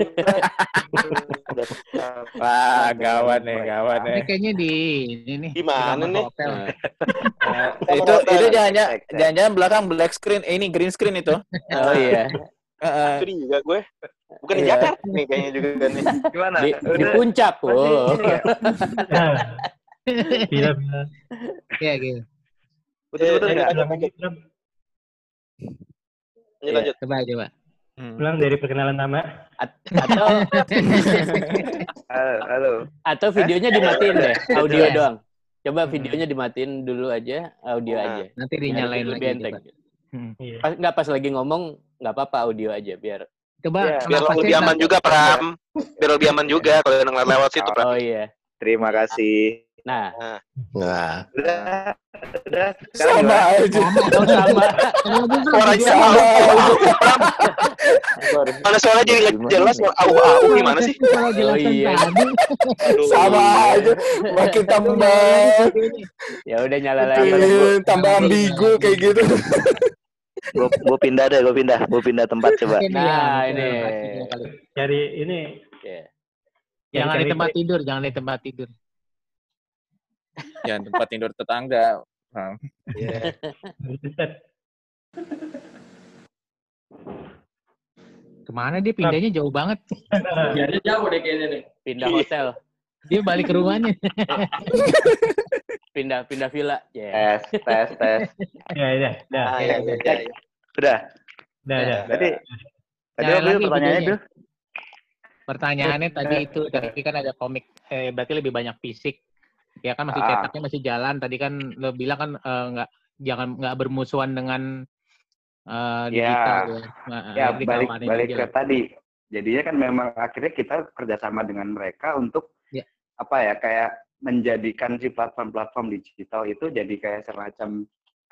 Wah, gawat nih. Ini kayaknya di ini. Di mana nih? Itu jangan-jangan belakang black screen, ini green screen itu. Oh iya. Itu juga gue. Bukan di Jakarta nih kayaknya juga nih. Gimana? Di puncak. Iya. Iya, gitu. Betul nggak? Lanjut. Coba. Pulang dari perkenalan nama. Atau videonya dimatiin deh, audio doang. Coba videonya dimatiin dulu aja, audio aja. Nanti dinyalain lagi. Nggak pas lagi ngomong, nggak apa-apa audio aja biar. Coba biar lebih aman juga Pram. Biar lebih aman juga kalau yang lewat situ Pram. Oh iya. Terima kasih. Nah. Udah. Sama aja. Suara sama. Mana suara jadi nggak jelas? Au gimana sih? Oh iya. Sama aja. Makin tambah. Ya udah nyala lagi. Tambah ambigu kayak gitu. Gue pindah tempat coba. Nah ini. Cari ini. Jangan di tempat tidur. Jangan tempat tidur tetangga. Kemana dia pindahnya jauh banget? Jadi jauh deh kayaknya nih. Pindah hotel. Dia balik ke rumahnya. Pindah villa. Tes. Ya. Udah. Udah. Tadi pertanyaannya tuh. Pertanyaannya tadi kan ada komik, berarti lebih banyak fisik. Ya kan masih cetaknya masih jalan. Tadi kan lo bilang kan nggak bermusuhan dengan digital ya. Ya balik ke tadi. Jadinya kan memang akhirnya kita kerjasama dengan mereka untuk kayak menjadikan si platform-platform digital itu jadi kayak semacam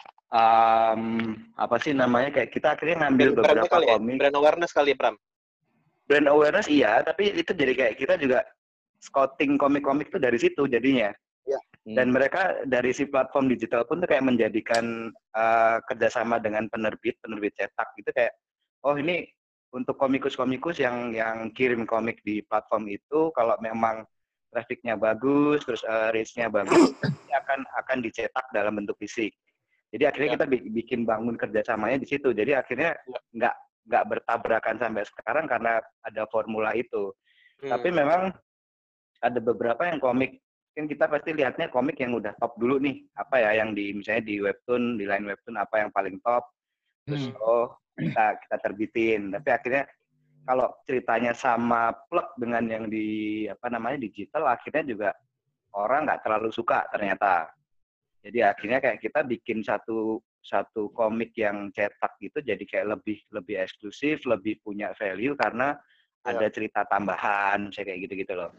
kayak kita akhirnya ngambil beberapa komik. Brand awareness kali ya, Pram? Brand awareness iya, tapi itu jadi kayak kita juga scouting komik-komik tuh dari situ jadinya. Ya. Dan mereka dari si platform digital pun tuh kayak menjadikan kerjasama dengan penerbit cetak gitu kayak, oh ini untuk komikus-komikus yang kirim komik di platform itu kalau memang trafficnya bagus, terus reach-nya bagus, ini akan dicetak dalam bentuk fisik. Jadi akhirnya kita bikin bangun kerjasamanya di situ. Jadi akhirnya nggak bertabrakan sampai sekarang karena ada formula itu. Tapi memang ada beberapa yang komik, kan kita pasti lihatnya komik yang udah top dulu nih, yang misalnya di webtoon, di line webtoon apa yang paling top, terus kita terbitin. Tapi akhirnya kalau ceritanya sama plek dengan yang di digital, akhirnya juga orang nggak terlalu suka ternyata. Jadi akhirnya kayak kita bikin satu komik yang cetak gitu jadi kayak lebih eksklusif, lebih punya value karena ada cerita tambahan, kayak gitu-gitu loh.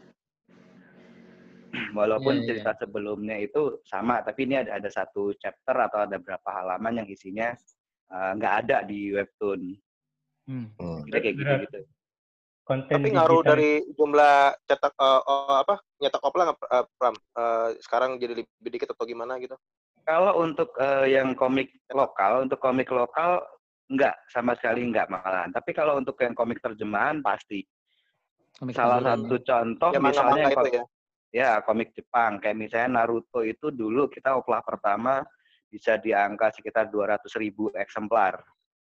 Walaupun cerita sebelumnya itu sama, tapi ini ada satu chapter atau ada berapa halaman yang isinya nggak ada di webtoon. Kayak gitu. Tapi ngaruh dari jumlah cetak nyetak opla Pram sekarang jadi lebih dikit atau gimana gitu? Kalau untuk yang komik lokal enggak, sama sekali enggak malahan. Tapi kalau untuk yang komik terjemahan pasti. Salah satu contoh misalnya komik Jepang kayak misalnya Naruto itu dulu kita oplah pertama bisa di angka sekitar 200.000 eksemplar.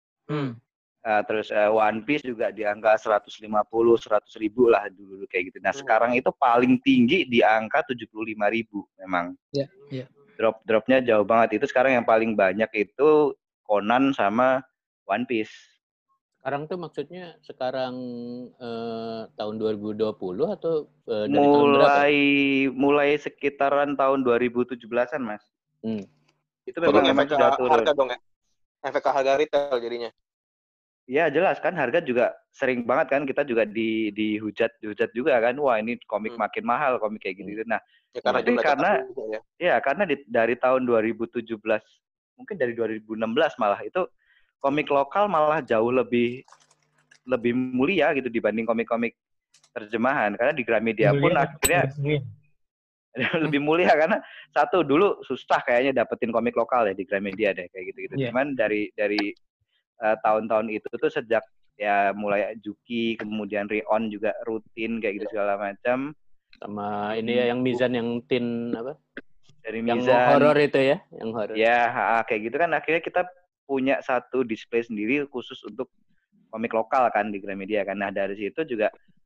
Terus One Piece juga di angka 150-100.000 lah dulu kayak gitu. Nah, sekarang itu paling tinggi di angka 75.000 memang. Iya. Dropnya jauh banget. Itu sekarang yang paling banyak itu Conan sama One Piece. Sekarang tuh maksudnya tahun 2020 atau dari tahun berapa? Mulai sekitaran tahun 2017-an, Mas. Itu memang sudah turun. Harga dong ya? Efek harga retail jadinya. Ya jelas kan, harga juga sering banget kan kita juga dihujat juga kan, wah ini komik makin mahal, komik kayak gitu. Nah, karena dari tahun 2017, mungkin dari 2016 malah itu komik lokal malah jauh lebih mulia gitu dibanding komik-komik terjemahan, karena di Gramedia pun akhirnya lebih mulia karena satu dulu susah kayaknya dapetin komik lokal ya di Gramedia deh kayak gitu. Cuman dari tahun-tahun itu tuh sejak ya mulai Juki kemudian Rion juga rutin kayak gitu segala macam, sama ini ya yang Mizan yang tin apa dari yang Mizan horor itu ya, yang horor kayak gitu kan akhirnya kita punya satu display sendiri khusus untuk komik lokal kan di Gramedia kan. Nah dari situ juga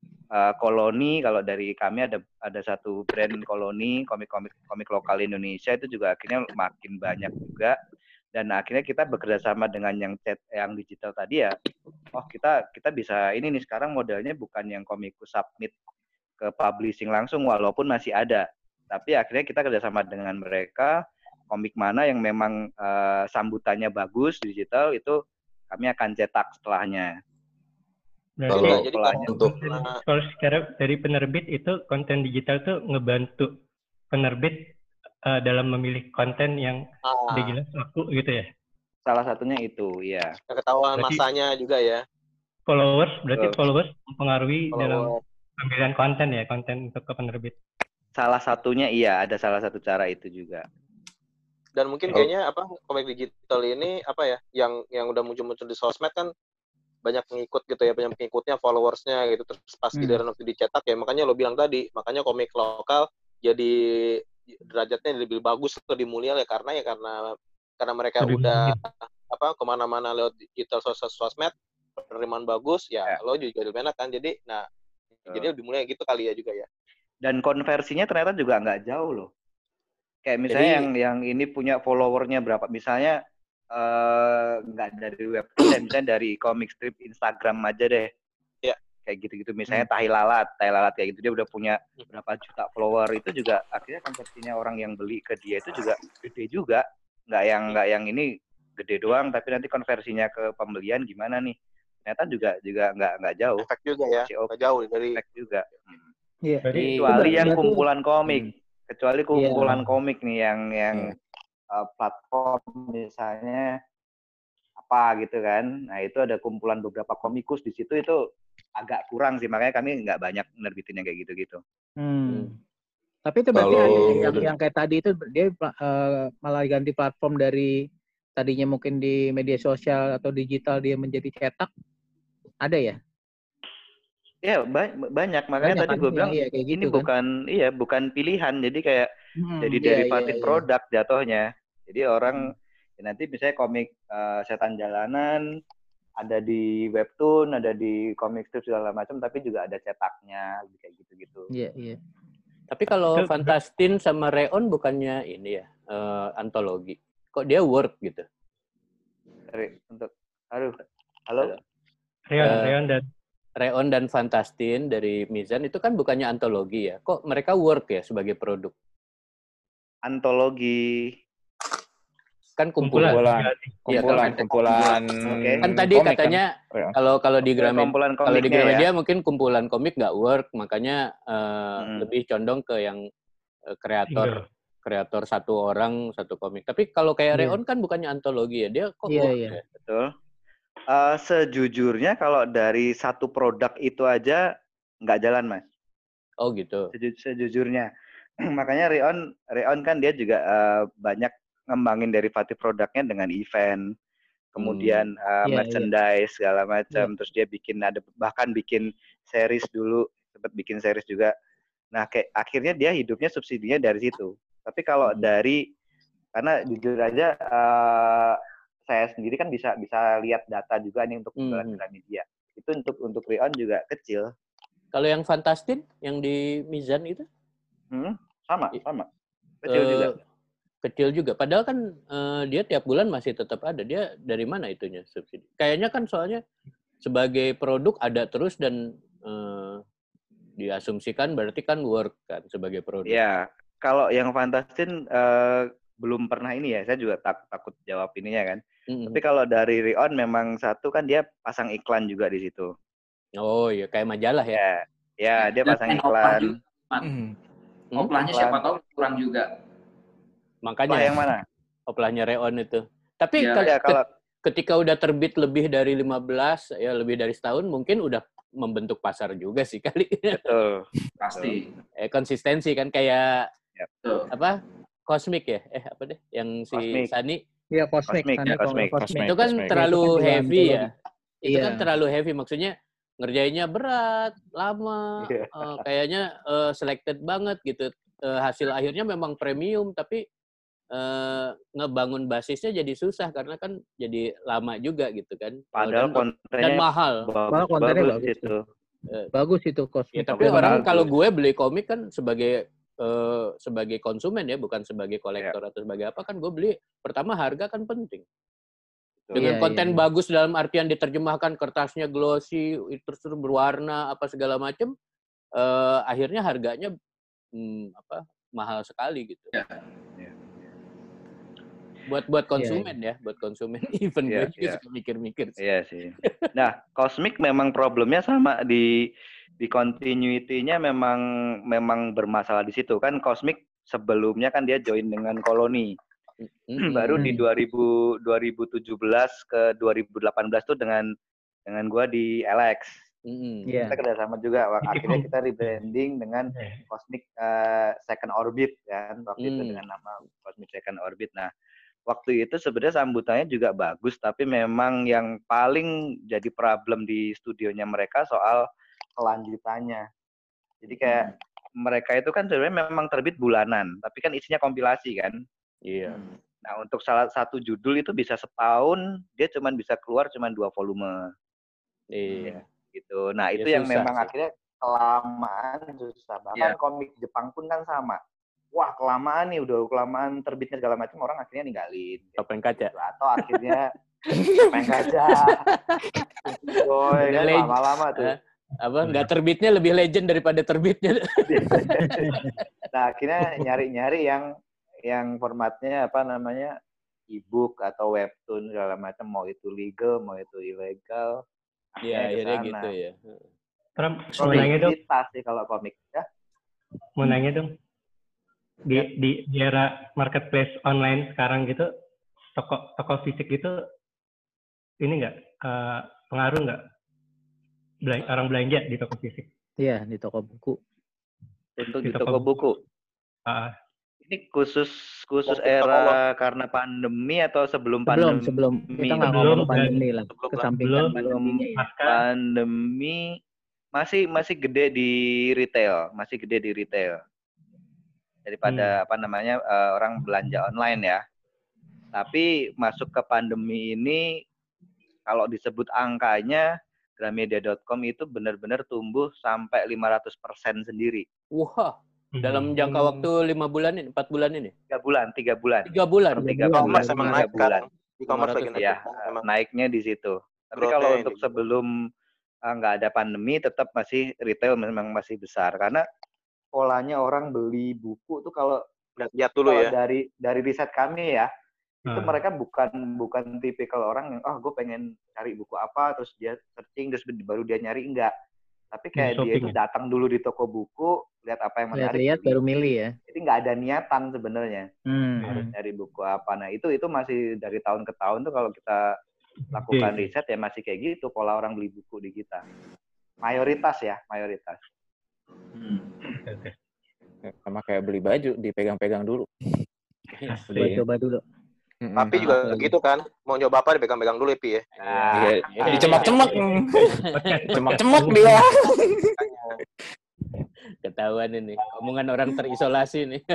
Koloni, kalau dari kami ada satu brand Koloni komik lokal Indonesia itu juga akhirnya makin banyak juga. Dan akhirnya kita bekerja sama dengan yang digital tadi ya. Oh kita bisa ini nih sekarang modelnya bukan yang komikus submit ke publishing langsung walaupun masih ada. Tapi akhirnya kita kerjasama dengan mereka, komik mana yang memang sambutannya bagus digital itu kami akan cetak setelahnya. Berarti kalau sekarang dari penerbit itu konten digital tuh ngebantu penerbit dalam memilih konten yang udah jelas laku gitu ya? Salah satunya itu, ya. Ketahuan masanya juga ya. Followers mempengaruhi dalam pemilihan konten ya, konten untuk ke penerbit. Salah satunya iya, ada salah satu cara itu juga. Dan mungkin kayaknya komik digital ini yang udah muncul-muncul di sosmed kan banyak pengikut gitu ya, banyak pengikutnya, followersnya gitu. Terus pas giliran waktu dicetak ya, makanya lo bilang tadi, makanya komik lokal jadi derajatnya lebih bagus, lebih mulia ya karena mereka udah kemana-mana lewat digital sosmed, penerimaan bagus ya, lo juga lebih enak kan, jadi jadi lebih mulia gitu kali ya juga ya. Dan konversinya ternyata juga nggak jauh loh. Kayak misalnya yang ini punya followernya berapa, misalnya nggak dari web, misalnya dari comic strip Instagram aja deh. Ya. kayak gitu-gitu, misalnya Tai Lalat kayak gitu, dia udah punya berapa juta follower, itu juga akhirnya konversinya orang yang beli ke dia itu juga gede juga, nggak yang ini gede doang, tapi nanti konversinya ke pembelian gimana nih, ternyata juga nggak jauh, Efek juga ya, nggak jauh dari efek juga. Iya. Kecuali yang kumpulan komik, Iya. komik nih yang platform misalnya apa gitu kan, nah itu ada kumpulan beberapa komikus di situ, itu agak kurang sih, makanya kami nggak banyak nerbitin yang kayak gitu-gitu. Tapi itu berarti ada yang kayak tadi itu dia malah ganti platform dari tadinya mungkin di media sosial atau digital dia menjadi cetak, ada ya? Ya banyak, makanya tadi kan? gue bilang kayak gitu, ini bukan pilihan, jadi kayak jadi derivatif produk jatuhnya. Jadi orang nanti misalnya komik Setan Jalanan ada di webtoon, ada di comic strip segala macam, tapi juga ada cetaknya kayak gitu-gitu. Iya. Tapi kalau Fantastin sama Reon bukannya ini ya, antologi. Kok dia work gitu? Halo. Reon dan Fantastin dari Mizan itu kan bukannya antologi ya? Kok mereka work ya sebagai produk? Antologi kan kumpulan. Kan tadi komik, katanya kan? kalau di Gramedia mungkin kumpulan komik nggak work, makanya lebih condong ke yang kreator satu orang satu komik. Tapi kalau kayak Reon kan bukannya antologi ya, dia kok work ya? Betul. Sejujurnya kalau dari satu produk itu aja nggak jalan, Mas. Oh gitu. Sejujurnya. Makanya Reon kan dia juga banyak ngembangin derivatif produknya dengan event, kemudian merchandise segala macam, terus dia bahkan bikin series dulu, sempat bikin series juga. Nah, kayak akhirnya dia hidupnya subsidinya dari situ. Tapi kalau karena jujur aja saya sendiri kan bisa lihat data juga nih untuk penjualan Gramedia. Itu untuk Reon juga kecil. Kalau yang Fantastin yang di Mizan itu? Sama. Kecil juga. Padahal kan dia tiap bulan masih tetap ada. Dia dari mana itunya subsidi? Kayaknya kan soalnya sebagai produk ada terus dan diasumsikan berarti kan work kan sebagai produk. Ya, kalau yang Fantastin belum pernah ini ya. Saya juga takut jawab ininya kan. Tapi kalau dari Reon memang satu kan dia pasang iklan juga di situ. Oh iya, kayak majalah ya? Ya, dia pasang iklan. Oplahnya siapa tahu kurang juga. Makanya yang mana? Oplahnya Reon itu. Tapi ketika udah terbit lebih dari 15, ya lebih dari setahun, mungkin udah membentuk pasar juga sih kali. Betul. Pasti. Konsistensi kan kayak apa? Cosmic ya? Apa deh? Yang si Sani? Iya, Cosmic. Itu kan terlalu heavy ya. Itu kan terlalu heavy, maksudnya ngerjainnya berat, lama, kayaknya selected banget gitu. Hasil akhirnya memang premium, tapi ngebangun basisnya jadi susah karena kan jadi lama juga gitu kan. Padahal kontennya dan mahal. Padahal kontennya bagus itu. Bagus itu Cosmic. Ya, tapi orang kalau gue beli komik kan sebagai konsumen ya, bukan sebagai kolektor atau sebagai apa, kan gue beli pertama harga kan penting. Dengan konten bagus dalam artian diterjemahkan, kertasnya glossy, terus berwarna apa segala macam, akhirnya harganya mahal sekali gitu. Buat konsumen buat konsumen. Even gue juga suka mikir-mikir sih. Iya sih. Nah, Cosmic memang problemnya sama di continuity-nya memang bermasalah di situ kan. Cosmic sebelumnya kan dia join dengan Koloni. Baru di 2017 ke 2018 tuh dengan gua di LX. Kita kerjasama juga. Akhirnya kita rebranding dengan Cosmic Second Orbit kan, waktu itu dengan nama Cosmic Second Orbit. Nah, waktu itu sebenarnya sambutannya juga bagus, tapi memang yang paling jadi problem di studionya mereka soal kelanjutannya. Jadi kayak mereka itu kan sebenarnya memang terbit bulanan, tapi kan isinya kompilasi kan. Iya. Nah, untuk salah satu judul itu bisa setahun, dia bisa keluar 2 volume. Iya. Gitu. Nah, itu yang memang akhirnya kelamaan susah. Bahkan komik Jepang pun kan sama. Wah, kelamaan nih, udah kelamaan terbitnya segala macam, orang akhirnya ninggalin. Topeng Kaca. Atau akhirnya Topeng Kaca. Boy, kan lama-lama tuh. nggak terbitnya lebih legend daripada terbitnya. Nah, akhirnya nyari-nyari yang formatnya apa namanya e-book atau webtoon segala macam, mau itu legal, mau itu ilegal. Iya, akhirnya gitu ya. Pram, mau nanya dong. Sih kalau komik ya. Mau nanya dong. Di era marketplace online sekarang gitu, toko fisik itu ini nggak pengaruh nggak orang belanja di toko fisik? Iya, di toko buku. Untuk di toko buku. Ini khusus era karena pandemi atau sebelum pandemi? Sebelum kita nggak ngomong pandemi lah. Kesampingkan pandeminya ya. Pandemi masih gede di retail, daripada apa namanya orang belanja online ya. Tapi masuk ke pandemi ini, kalau disebut angkanya, Gramedia.com itu benar-benar tumbuh sampai 500% sendiri. Wah, dalam jangka waktu 5 bulan ini, 4 bulan ini? 3 bulan. 3 bulan. E-commerce emang naik kan? E-commerce lagi naik. Ya, naiknya di situ. Tapi kalau untuk sebelum nggak ada pandemi, tetap masih retail memang masih besar. Karena polanya orang beli buku tuh kalau lihat dulu ya. Dari riset kami ya, itu mereka bukan tipikal orang yang gue pengen cari buku apa terus dia searching terus baru dia nyari, enggak. Tapi kayak dia itu datang dulu di toko buku, lihat apa yang menarik, lihat baru milih ya. Jadi nggak ada niatan sebenarnya harus nyari buku apa. Nah itu masih dari tahun ke tahun tuh kalau kita lakukan riset ya masih kayak gitu pola orang beli buku di kita. Mayoritas. Sama kayak beli baju, dipegang-pegang dulu. Coba dulu. Tapi juga begitu kan, mau nyoba apa dipegang-pegang dulu ya, Pi ya. Dicemak-cemak. Cemak-cemak dia. Ketahuan ini, omongan orang terisolasi nih.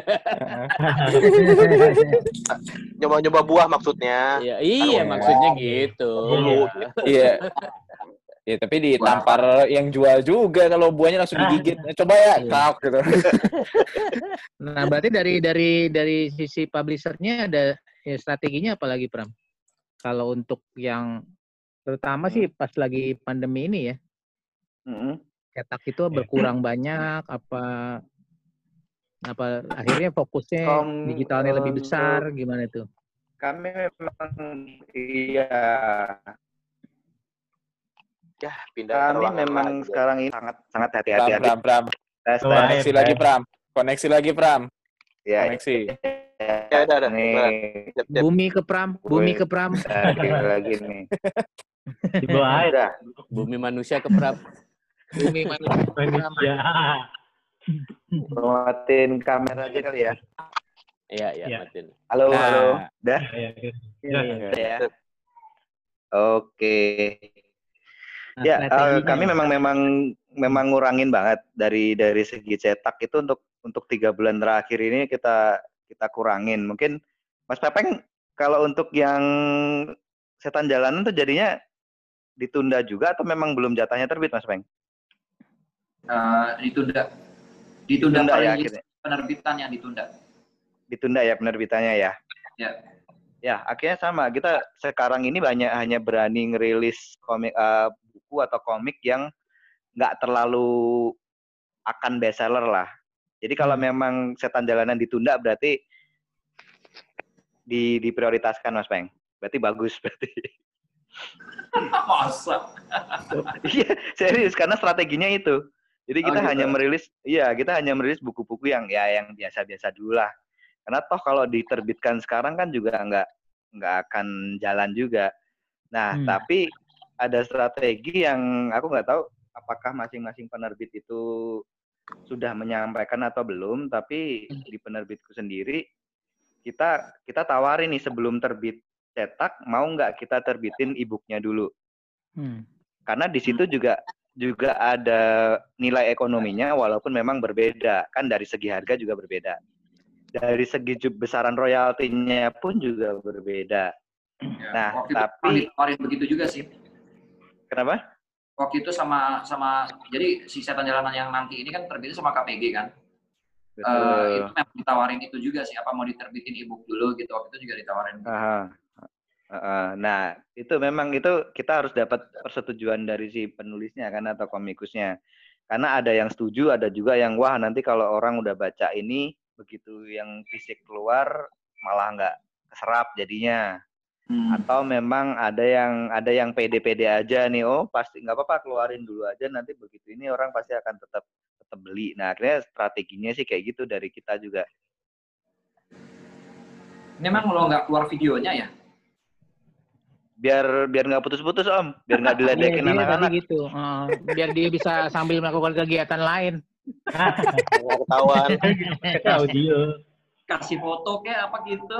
Nyoba-nyoba buah maksudnya. Iya, maksudnya gitu. Iya. Ya, tapi ditampar yang jual juga kalau buahnya langsung digigit. Coba ya, kak gitu. Nah, berarti dari sisi publisher-nya ada strateginya apa lagi, Pram? Kalau untuk yang terutama sih pas lagi pandemi ini ya. Cetak itu berkurang banyak apa akhirnya fokusnya digitalnya lebih besar, gimana itu? Kami memang kami memang sekarang ini sangat hati-hati. Pram. Koneksi lagi, Pram. Ya, koneksi. Ya, ada. Bumi ke Pram. Lagi nih. Di bawah air. Bumi manusia ke Pram. Bumi manusia. Matiin kamera aja kali ya. Iya, matiin. Halo. Dah. Ya. Oke. Ya, kami memang ngurangin banget dari segi cetak itu untuk 3 bulan terakhir ini kita kurangin. Mungkin Mas Pepeng kalau untuk yang Setan Jalanan tuh jadinya ditunda juga atau memang belum jatahnya terbit, Mas Pepeng? Ditunda ya, penerbitannya ditunda. Ditunda ya penerbitannya ya. Ya. Ya, akhirnya sama. Kita sekarang ini hanya berani ngerilis komik buku atau komik yang nggak terlalu akan bestseller lah. Jadi kalau memang Setan Jalanan ditunda berarti diprioritaskan, Mas Peng. Berarti bagus berarti. Masa? Iya, serius karena strateginya itu. Jadi kita hanya merilis buku-buku yang biasa-biasa dulu lah. Karena toh kalau diterbitkan sekarang kan juga nggak akan jalan juga. Nah, tapi ada strategi yang aku nggak tahu apakah masing-masing penerbit itu sudah menyampaikan atau belum. Tapi di penerbitku sendiri kita tawarin nih sebelum terbit cetak mau nggak kita terbitin e-booknya dulu. Karena di situ juga ada nilai ekonominya walaupun memang berbeda kan dari segi harga juga berbeda. Dari segi besaran royaltinya pun juga berbeda. Ya, nah, tapi ditawarin begitu juga sih. Kenapa? Waktu itu sama jadi si Setan Jalanan yang nanti ini kan terbitnya sama KPG kan. Itu memang ditawarin itu juga sih, apa mau diterbitin e-book dulu gitu. Waktu itu juga ditawarin. Nah, itu memang itu kita harus dapat persetujuan dari si penulisnya kan atau komikusnya. Karena ada yang setuju, ada juga yang wah nanti kalau orang udah baca ini begitu yang fisik keluar malah nggak keserap jadinya. Atau memang ada yang pede-pede aja nih, oh pasti nggak apa-apa keluarin dulu aja nanti begitu ini orang pasti akan tetap beli. Nah, akhirnya strateginya sih kayak gitu dari kita juga. Ini emang lo nggak keluar videonya ya? Biar nggak putus-putus Om, biar nggak diledekin anak-anak. Gitu. Biar dia bisa sambil melakukan kegiatan lain. Nggak ketahuan. Audio. Kasih foto kayak apa gitu?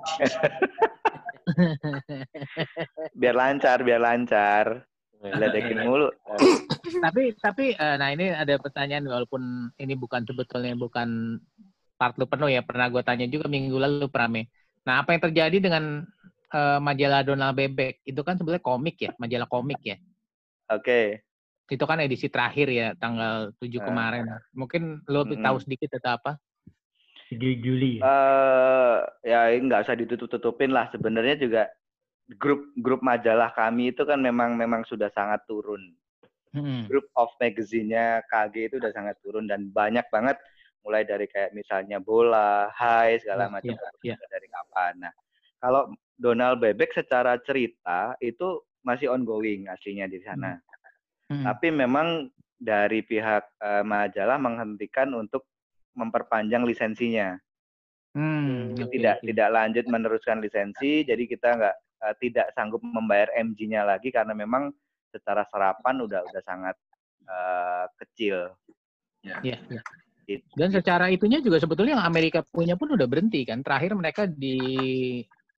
biar lancar. Ledekin mulu. Tapi nah ini ada pertanyaan walaupun ini sebetulnya bukan part lu penuh ya, pernah gue tanya juga minggu lalu Prame. Nah, apa yang terjadi dengan majalah Donald Bebek? Itu kan sebenarnya komik ya, majalah komik ya. Oke. Itu kan edisi terakhir ya, tanggal 7 kemarin. Mungkin lo tahu sedikit atau apa? Juli. Ya nggak usah ditutup-tutupin lah. Sebenarnya juga grup majalah kami itu kan memang sudah sangat turun. Group of magazine-nya KG itu udah sangat turun dan banyak banget mulai dari kayak misalnya bola, hai segala macam dari kapan. Nah, kalau Donald Bebek secara cerita itu masih ongoing aslinya di sana. Tapi memang dari pihak majalah menghentikan untuk memperpanjang lisensinya. Tidak lanjut meneruskan lisensi, jadi kita tidak sanggup membayar MG-nya lagi karena memang secara serapan udah sangat kecil. Iya. Dan secara itunya juga sebetulnya yang Amerika punya pun udah berhenti kan. Terakhir mereka di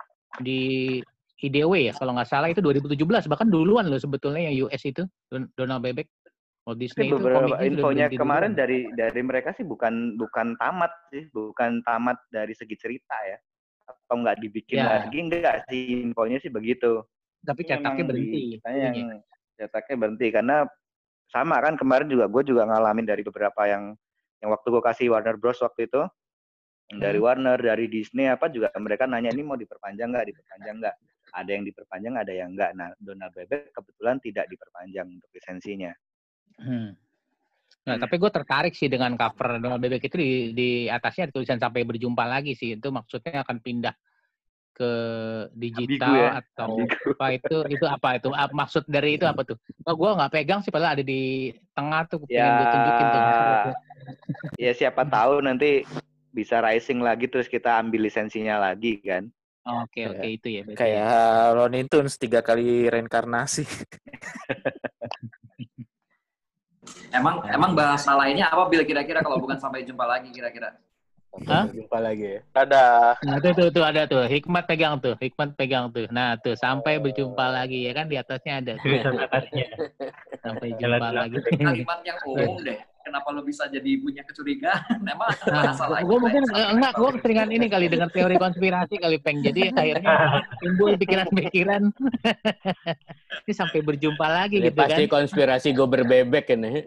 IDW ya kalau nggak salah itu 2017, bahkan duluan loh sebetulnya yang US itu Donald Bebek. Walt Disney itu beberapa infonya kemarin dari mereka sih bukan tamat sih, bukan tamat dari segi cerita ya. Atau nggak dibikin lagi, enggak sih infonya sih begitu. Tapi cetaknya berhenti. Cetaknya berhenti karena sama kan kemarin juga gue juga ngalamin dari beberapa yang waktu gue kasih Warner Bros waktu itu dari Warner, dari Disney apa juga mereka nanya ini mau diperpanjang nggak? Ada yang diperpanjang, ada yang enggak. Nah, Donald Bebek kebetulan tidak diperpanjang untuk lisensinya. Nah, tapi gue tertarik sih dengan cover Donald Bebek itu di atasnya ada tulisan sampai berjumpa lagi sih. Itu maksudnya akan pindah ke digital atau apa itu apa itu? Maksud dari itu apa tuh? Gue nggak pegang sih, padahal ada di tengah tuh. Pengen gue tunjukin tuh. Ya siapa tahu nanti bisa rising lagi terus kita ambil lisensinya lagi kan. Oke, itu ya. Kayak Looney Tunes 3 kali reinkarnasi. Emang bahasa lainnya apa Bil kira-kira kalau bukan sampai jumpa lagi kira-kira? Sampai jumpa lagi ya. Dadah. Nah, tuh ada tuh. Hikmat pegang tuh. Nah, tuh sampai berjumpa lagi ya kan di atasnya ada. Sampai jumpa lagi. Kalimat yang umum deh. Kenapa lo bisa jadi punya kecurigaan? Emang bahasa lain. Gue mungkin gue keseringan ini kali dengan teori konspirasi kali Peng. Jadi akhirnya timbul pikiran-pikiran. Ini sampai berjumpa lagi ini gitu kan. Pasti konspirasi gue berbebek ini.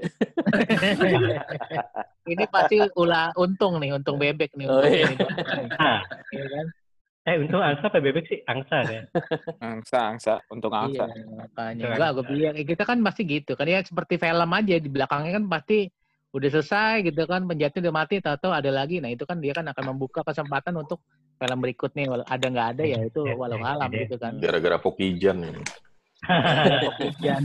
Ini pasti untung bebek nih. Oh, iya. Iya kan? Untung angsa apa bebek sih? Angsa ya. Angsa. Untung angsa. Iya, makanya. Enggak, gue bilang kita kan pasti gitu kan ya, seperti film aja di belakangnya kan pasti udah selesai gitu kan, penjahatnya udah mati, tahu-tahu ada lagi. Nah itu kan dia kan akan membuka kesempatan untuk film berikutnya. Ada nggak ada ya itu walau alam gitu kan. Gara-gara Pokijan ini. Pokijan.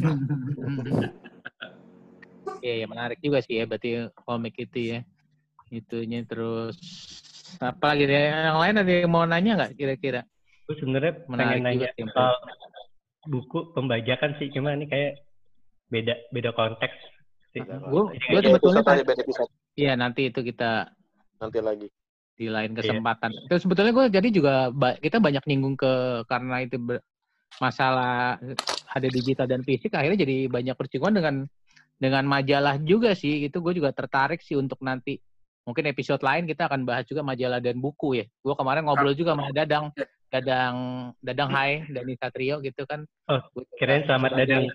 Iya, menarik juga sih ya berarti komik itu ya. Itunya terus apa lagi ya? Yang lain ada yang mau nanya nggak kira-kira? Gue sebenarnya pengen nanya soal buku pembajakan sih, cuma ini kayak beda konteks. Gue sebetulnya iya nanti itu kita lagi di lain kesempatan. Terus sebetulnya gue jadi juga kita banyak nyinggung karena itu masalah ada digital dan fisik, akhirnya jadi banyak persinggungan dengan majalah juga sih. Itu gue juga tertarik sih untuk nanti mungkin episode lain kita akan bahas juga majalah dan buku ya. Gue kemarin ngobrol juga sama Dadang Hai, Dani Satrio gitu kan. Oh, keren selamat Dadang.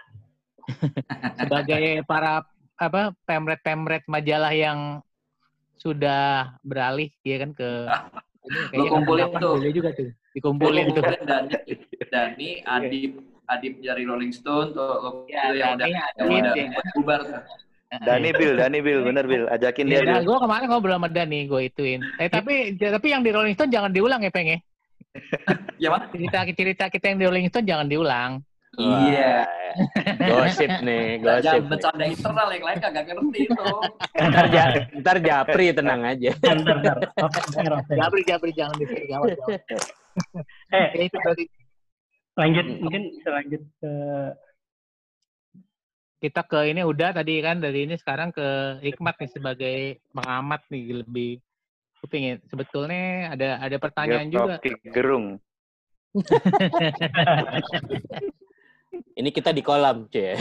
Sebagai para pemret majalah yang sudah beralih ya kan ke Ini Lo kayaknya kumpulin kapan-kapan tuh. boleh juga tuh. Lo Dikumpulin tuh. kumpulin Dani, Adip dari Rolling Stone tuh, lo Ya, itu yang Dani, udah Adip, ya. bubar tuh. Dani Bill, bener Bill, ajakin dia Nah, Bill. gue kemarin ngobrol sama Dani, gue ituin. Tapi yang di Rolling Stone jangan diulang ya, Peng ya? Ya mana? Cerita kita yang di Rolling Stone jangan diulang. Iya. Gosip nih, Jangan gosip nih. bercanda internal, yang lain kagak ngerti itu. Ntar Japri tenang aja. Bentar. Japri jangan disini, gawat. Itu tadi. Lanjut, mungkin bisa lanjut ke... Kita ke ini udah tadi kan, dari ini sekarang ke Hikmat nih sebagai pengamat nih lebih. Kupingin sebetulnya ada pertanyaan juga. Gerung. Ini kita di kolam, cuy.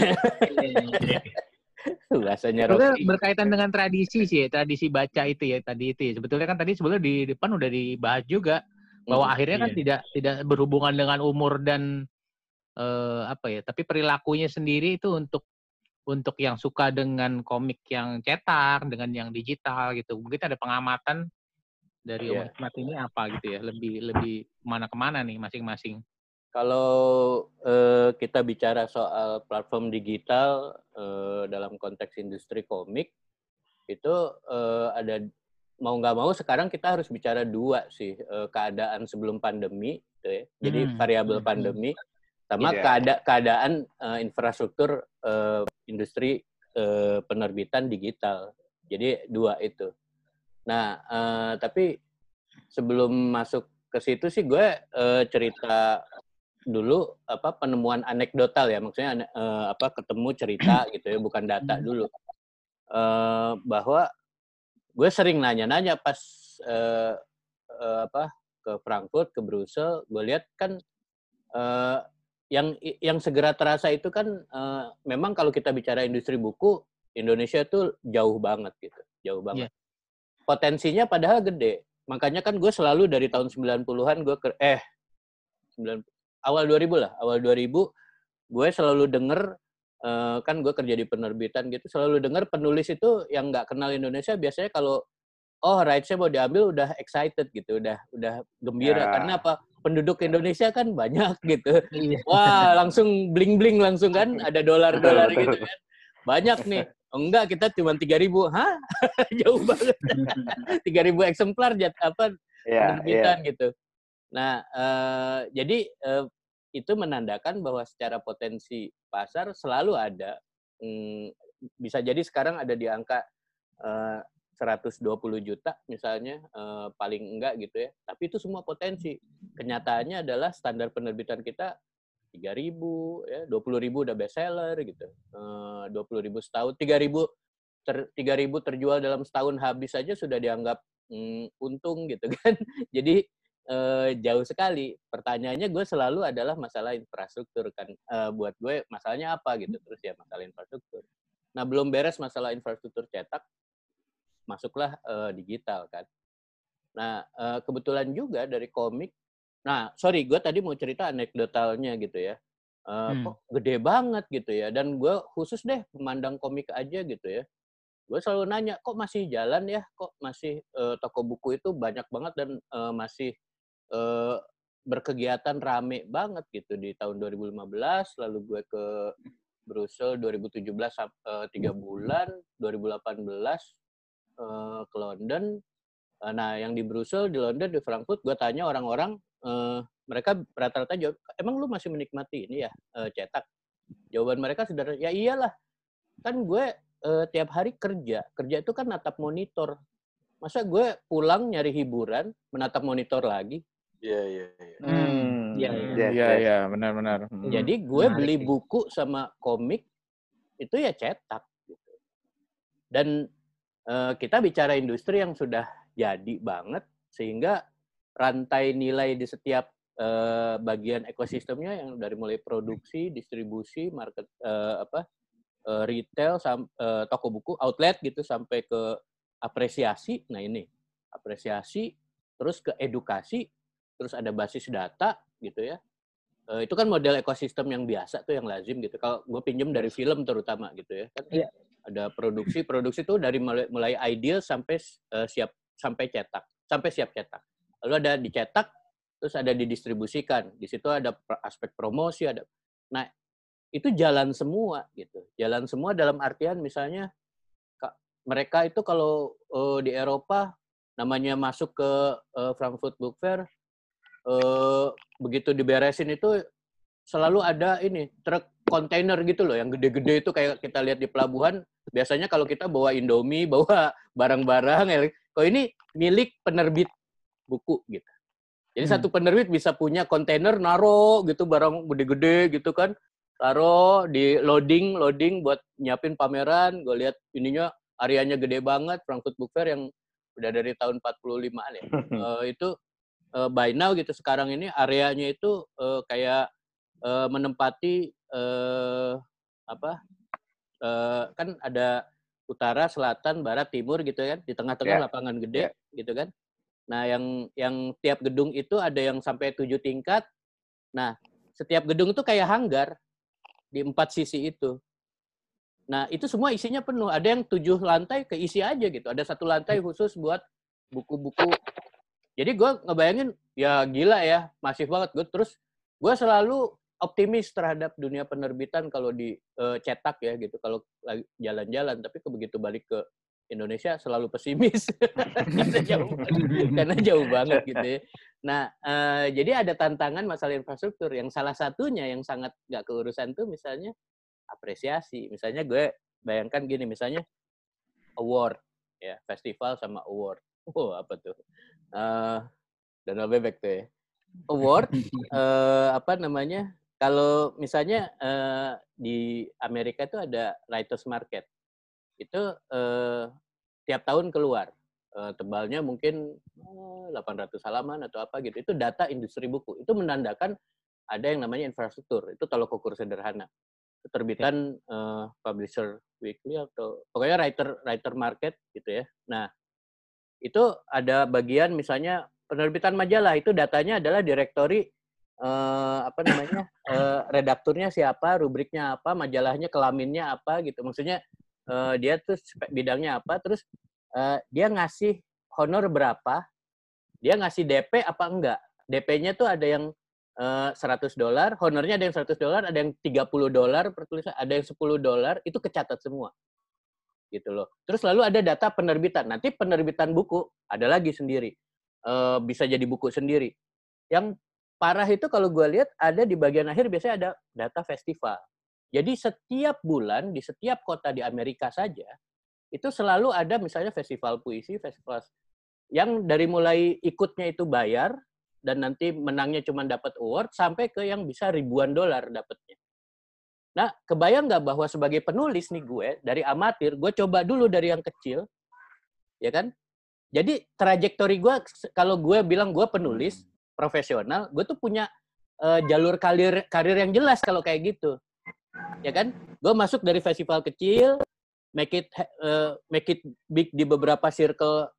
Bahasanya Rocky. Berkaitan dengan tradisi sih, tradisi baca itu ya tadi itu. Sebetulnya kan tadi sebelumnya di depan udah dibahas juga bahwa akhirnya kan tidak berhubungan dengan umur dan tapi perilakunya sendiri itu untuk yang suka dengan komik yang cetak, dengan yang digital gitu. Mungkin ada pengamatan dari Om Hikmat ini apa gitu ya, lebih kemana nih masing-masing. Kalau kita bicara soal platform digital dalam konteks industri komik, itu ada mau nggak mau sekarang kita harus bicara dua sih, keadaan sebelum pandemi, gitu ya. Jadi variabel pandemi sama keadaan infrastruktur industri penerbitan digital. Jadi dua itu. Nah, tapi sebelum masuk ke situ sih gue cerita dulu penemuan anekdotal ya, maksudnya ketemu cerita gitu ya, bukan data dulu. Bahwa gue sering nanya-nanya pas ke Frankfurt, ke Brussels, gue lihat kan yang segera terasa itu kan memang kalau kita bicara industri buku, Indonesia tuh jauh banget gitu, jauh banget. Potensinya padahal gede. Makanya kan gue selalu dari tahun 90-an awal 2000 gue selalu denger kan gue kerja di penerbitan gitu, selalu denger penulis itu yang nggak kenal Indonesia biasanya kalau rights-nya mau diambil udah excited gitu, udah gembira karena apa? Penduduk Indonesia kan banyak gitu. Wah, langsung bling-bling langsung kan, ada dolar-dolar gitu kan. Banyak nih. Enggak, kita cuma 3.000. Hah? Jauh banget. 3.000 eksemplar penerbitan gitu. Nah, jadi itu menandakan bahwa secara potensi pasar selalu ada. Bisa jadi sekarang ada di angka 120 juta misalnya, paling enggak gitu ya. Tapi itu semua potensi. Kenyataannya adalah standar penerbitan kita 3.000, ya, 20.000 udah bestseller gitu. 20.000 setahun, 3.000 terjual dalam setahun habis aja sudah dianggap untung gitu kan. Jadi jauh sekali. Pertanyaannya gue selalu adalah masalah infrastruktur kan. Buat gue masalahnya apa gitu, terus ya masalah infrastruktur. Nah, belum beres masalah infrastruktur cetak, masuklah digital kan. Nah, kebetulan juga dari komik. Nah, sorry, gue tadi mau cerita anekdotalnya gitu ya. Kok gede banget gitu ya. Dan gue khusus deh memandang komik aja gitu ya. Gue selalu nanya, kok masih jalan ya? Kok masih toko buku itu banyak banget dan masih berkegiatan rame banget gitu di tahun 2015. Lalu gue ke Brussels 2017 3 bulan, 2018 ke London. Nah, yang di Brussels, di London, di Frankfurt, gue tanya orang-orang, mereka rata-rata jawab, emang lu masih menikmati ini ya, cetak? Jawaban mereka sederhana, ya iyalah. Kan gue tiap hari kerja itu kan natap monitor. Masa gue pulang nyari hiburan, menatap monitor lagi? Iya, benar-benar. Jadi gue beli buku sama komik, itu ya cetak. Gitu. Dan kita bicara industri yang sudah jadi banget, sehingga rantai nilai di setiap bagian ekosistemnya yang dari mulai produksi, distribusi, market, retail, toko buku, outlet gitu, sampai ke apresiasi. Nah ini, apresiasi, terus ke edukasi, terus ada basis data gitu ya. Itu kan model ekosistem yang biasa tuh, yang lazim gitu. Kalau gue pinjem dari film terutama gitu ya. Kan ada produksi tuh dari mulai ideal sampai siap cetak, sampai siap cetak. lalu ada dicetak, terus ada didistribusikan. Di situ ada aspek promosi, ada. Nah, itu jalan semua gitu. Jalan semua dalam artian misalnya mereka itu kalau di Eropa namanya masuk ke Frankfurt Book Fair, begitu diberesin itu selalu ada ini truk kontainer gitu loh yang gede-gede itu kayak kita lihat di pelabuhan. Biasanya kalau kita bawa Indomie, bawa barang-barang, kalau ini milik penerbit buku gitu. Jadi satu penerbit bisa punya kontainer naro gitu barang gede-gede gitu kan, taruh di loading buat nyiapin pameran. Gue lihat ininya areanya gede banget, Frankfurt Book Fair yang udah dari tahun 45-an ya. Itu by now gitu sekarang ini areanya itu kayak menempati kan ada utara, selatan, barat, timur gitu kan, di tengah-tengah lapangan gede gitu kan. Nah, yang tiap gedung itu ada yang sampai 7 tingkat. Nah, setiap gedung itu kayak hanggar di 4 sisi itu. Nah, itu semua isinya penuh. Ada yang 7 lantai keisi aja gitu. Ada 1 lantai khusus buat buku-buku. Jadi gue ngebayangin, ya gila ya, masif banget. Gue selalu optimis terhadap dunia penerbitan kalau dicetak ya gitu. Kalau jalan-jalan, tapi begitu balik ke Indonesia selalu pesimis karena jauh banget gitu ya. Nah, jadi ada tantangan masalah infrastruktur yang salah satunya yang sangat nggak keurusan tuh misalnya apresiasi. Misalnya gue bayangkan gini, misalnya award ya, festival sama award. Apa tuh? Dana Bebek tuh ya. Award apa namanya? Kalau misalnya di Amerika itu ada writers market. Itu tiap tahun keluar. Tebalnya mungkin 800 halaman atau apa gitu. Itu data industri buku. Itu menandakan ada yang namanya infrastruktur. Itu tolok ukur sederhana. Itu terbitan Publisher Weekly atau pokoknya writer market gitu ya. Nah, itu ada bagian misalnya penerbitan majalah. Itu datanya adalah direktori redakturnya siapa, rubriknya apa, majalahnya kelaminnya apa gitu. Maksudnya dia tuh bidangnya apa, terus dia ngasih honor berapa, dia ngasih DP apa enggak. DP-nya tuh ada yang $100, honornya ada yang $100, ada yang $30 per tulisan, ada yang $10, itu kecatat semua. Gitu loh. Terus lalu ada data penerbitan. Nanti penerbitan buku ada lagi sendiri. Bisa jadi buku sendiri. Yang parah itu kalau gue lihat ada di bagian akhir biasanya ada data festival. Jadi setiap bulan di setiap kota di Amerika saja itu selalu ada misalnya festival puisi, festival yang dari mulai ikutnya itu bayar dan nanti menangnya cuma dapat award sampai ke yang bisa ribuan dolar dapatnya. Nah, kebayang nggak bahwa sebagai penulis nih gue dari amatir, gue coba dulu dari yang kecil, ya kan? Jadi trajektori gue kalau gue bilang gue penulis profesional, gue tuh punya jalur karir yang jelas kalau kayak gitu. Ya kan, gue masuk dari festival kecil, make it big di beberapa circle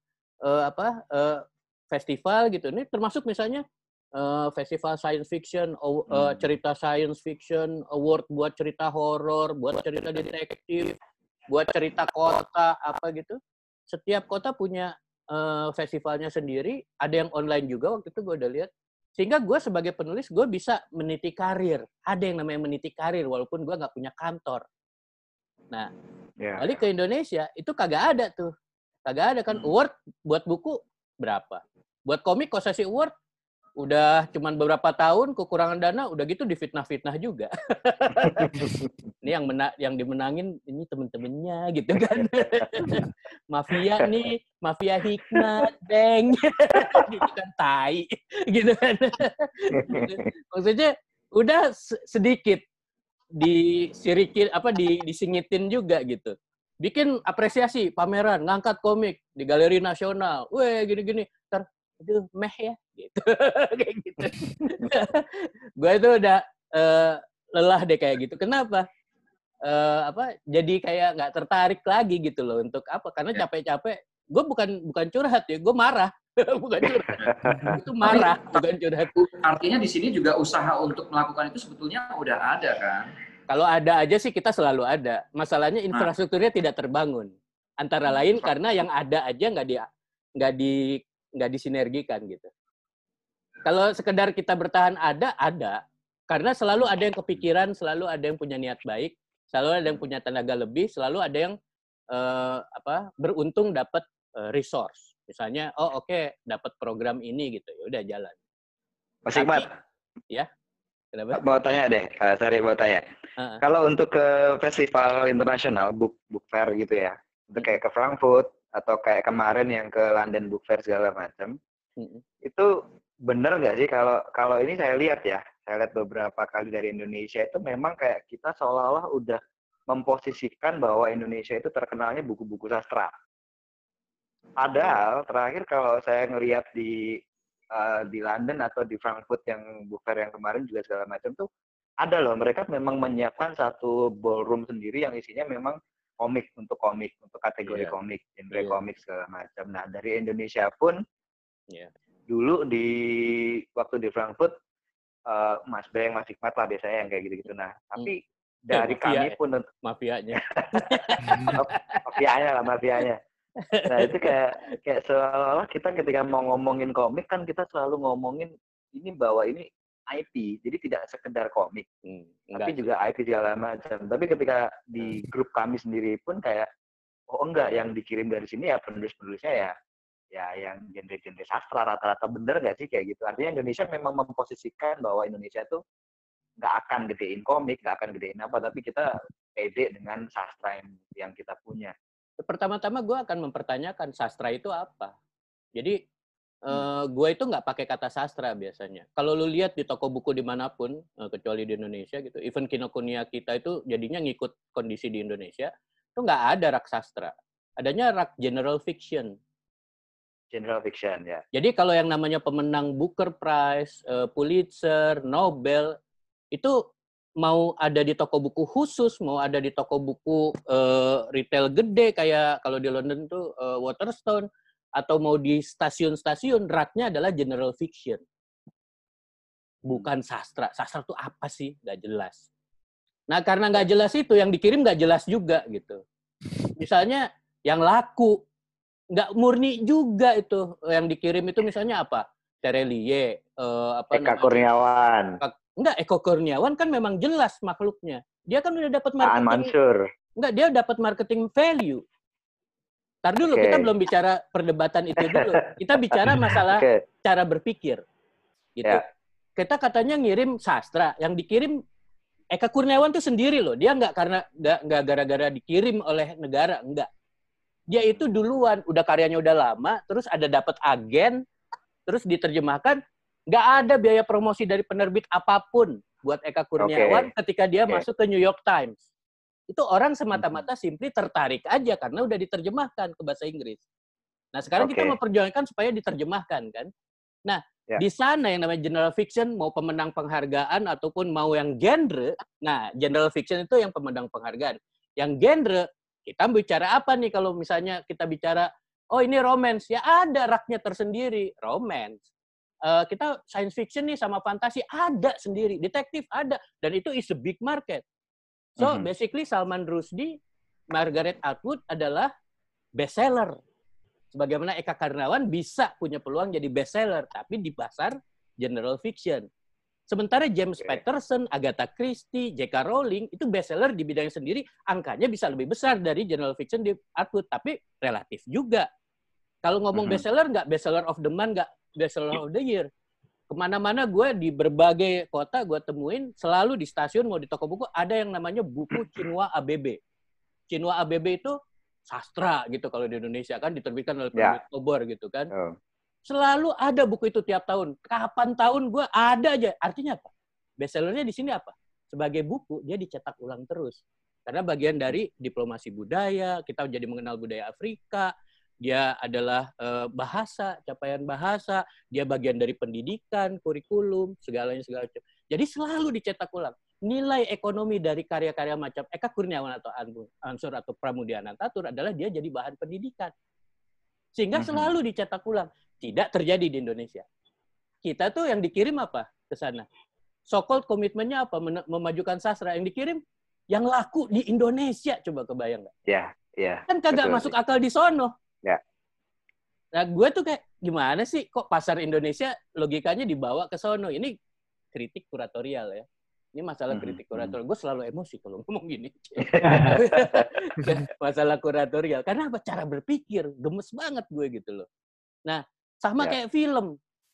festival gitu. Ini termasuk misalnya festival science fiction, cerita science fiction, award buat cerita horor, buat cerita detektif, buat cerita kota apa gitu. Setiap kota punya festivalnya sendiri. Ada yang online juga waktu itu gue udah lihat. Sehingga gue sebagai penulis, gue bisa meniti karir. Ada yang namanya meniti karir, walaupun gue nggak punya kantor. Nah, balik ke Indonesia, itu kagak ada tuh. Kagak ada kan. Award buat buku berapa? Buat komik, Kosasi Award, udah cuman beberapa tahun, kekurangan dana, udah gitu difitnah-fitnah juga. Ini yang dimenangin, ini temen-temennya gitu kan. Mafia nih, mafia hikmat, deng. Gitu kan, tai. Gitu kan. Maksudnya, udah sedikit disirikin, disingitin juga gitu. Bikin apresiasi, pameran, ngangkat komik di Galeri Nasional. Weh, gini-gini. Ntar, aduh, meh ya. Gitu. Kayak gitu. Gue itu udah lelah deh kayak gitu. Kenapa? Jadi kayak nggak tertarik lagi gitu loh. Untuk apa? Karena capek-capek. Gue bukan curhat ya, gue marah. Bukan curhat. Itu marah, bukan curhat. Artinya di sini juga usaha untuk melakukan itu sebetulnya udah ada kan? Kalau ada aja sih kita selalu ada. Masalahnya infrastrukturnya tidak terbangun. Antara lain karena yang ada aja nggak disinergikan gitu. Kalau sekedar kita bertahan ada. Karena selalu ada yang kepikiran, selalu ada yang punya niat baik, selalu ada yang punya tenaga lebih, selalu ada yang beruntung dapat resource. Misalnya, oke, dapat program ini gitu, ya udah jalan. Mas Hikmat. Ya. Kenapa? Mau tanya deh, mau tanya. Kalau untuk ke festival internasional, book fair gitu ya, untuk kayak ke Frankfurt atau kayak kemarin yang ke London Book Fair segala macam, itu bener nggak sih kalau ini saya lihat beberapa kali dari Indonesia itu memang kayak kita seolah-olah udah memposisikan bahwa Indonesia itu terkenalnya buku-buku sastra. Padahal terakhir kalau saya ngelihat di London atau di Frankfurt yang book fair yang kemarin juga segala macam tuh ada loh, mereka memang menyiapkan satu ballroom sendiri yang isinya memang komik untuk kategori komik, genre komik segala macam. Nah dari Indonesia pun dulu waktu di Frankfurt Mas Beng, Mas Hikmat lah biasanya yang kayak gitu-gitu. Nah tapi dari kami pun mafianya Nah itu kayak seolah-olah kita ketika mau ngomongin komik kan kita selalu ngomongin ini bahwa ini IP, jadi tidak sekedar komik, tapi juga IP segala macam. Tapi ketika di grup kami sendiri pun kayak enggak, yang dikirim dari sini ya penulis-penulisnya ya yang genre-genre sastra rata-rata, bener nggak sih kayak gitu? Artinya Indonesia memang memposisikan bahwa Indonesia tuh nggak akan gedein komik, nggak akan gedein apa, tapi kita pede dengan sastra yang kita punya. Pertama-tama gue akan mempertanyakan sastra itu apa. Jadi gue itu nggak pakai kata sastra biasanya. Kalau lu lihat di toko buku dimanapun, kecuali di Indonesia gitu, even Kinokuniya kita itu jadinya ngikut kondisi di Indonesia, itu nggak ada rak sastra. Adanya rak general fiction. General fiction, ya. Jadi kalau yang namanya pemenang Booker Prize, Pulitzer, Nobel, itu mau ada di toko buku khusus, mau ada di toko buku retail gede kayak kalau di London tuh Waterstone, atau mau di stasiun-stasiun, raknya adalah general fiction. Bukan sastra. Sastra tuh apa sih? Nggak jelas. Nah, karena nggak jelas itu, yang dikirim nggak jelas juga gitu. Misalnya yang laku, nggak murni juga itu. Yang dikirim itu misalnya apa? Terelie, Eka Kurniawan. Enggak, Eko Kurniawan kan memang jelas makhluknya. Dia kan udah dapat marketing. Mansur. Enggak, dia dapat marketing value. Tar dulu, kita belum bicara perdebatan itu dulu. Kita bicara masalah cara berpikir. Gitu. Yeah. Kita katanya ngirim sastra, yang dikirim Eka Kurniawan tuh sendiri loh. Dia nggak gara-gara dikirim oleh negara, enggak. Dia itu duluan, udah karyanya udah lama, terus ada dapat agen, terus diterjemahkan. Nggak ada biaya promosi dari penerbit apapun buat Eka Kurniawan ketika dia masuk ke New York Times. Itu orang semata-mata simply tertarik aja karena udah diterjemahkan ke bahasa Inggris. Nah, sekarang kita memperjuangkan supaya diterjemahkan kan. Nah, di sana yang namanya general fiction, mau pemenang penghargaan ataupun mau yang genre, nah general fiction itu yang pemenang penghargaan. Yang genre, kita bicara apa nih kalau misalnya kita bicara, oh ini romance, ya ada raknya tersendiri, romance. Kita science fiction nih sama fantasi ada sendiri, detektif ada, dan itu is a big market. So basically Salman Rushdie, Margaret Atwood adalah bestseller. Sebagaimana Eka Kurniawan bisa punya peluang jadi bestseller, tapi di pasar general fiction. Sementara James Patterson, Agatha Christie, J.K. Rowling itu bestseller di bidang sendiri, angkanya bisa lebih besar dari general fiction di Atwood, tapi relatif juga. Kalau ngomong bestseller, nggak bestseller of the month, nggak bestseller of the year. Kemana-mana gue di berbagai kota gue temuin, selalu di stasiun mau di toko buku ada yang namanya buku Chinua ABB. Chinua ABB itu sastra gitu kalau di Indonesia kan, diterbitkan oleh penerbit Obor gitu kan. Selalu ada buku itu tiap tahun. Kapan tahun gue ada aja. Artinya apa? Bestsellernya di sini apa? Sebagai buku dia dicetak ulang terus. Karena bagian dari diplomasi budaya, kita jadi mengenal budaya Afrika. Dia adalah bahasa, capaian bahasa, dia bagian dari pendidikan, kurikulum, segala macam. Jadi selalu dicetak ulang. Nilai ekonomi dari karya-karya macam Eka Kurniawan atau Ansor atau Pramudia Anantatur adalah dia jadi bahan pendidikan. Sehingga selalu dicetak ulang. Tidak terjadi di Indonesia. Kita tuh yang dikirim apa ke sana? So-called komitmennya apa? Memajukan sastra. Yang dikirim yang laku di Indonesia. Coba kebayang nggak? Ya. Kan kagak masuk akal di sono. Ya. Nah, gue tuh kayak gimana sih kok pasar Indonesia logikanya dibawa ke sono. Ini kritik kuratorial ya. Ini masalah kritik kuratorial. Gue selalu emosi kalau ngomong gini. Masalah kuratorial. Karena apa? Cara berpikir. Gemes banget gue gitu loh. Nah, sama kayak film.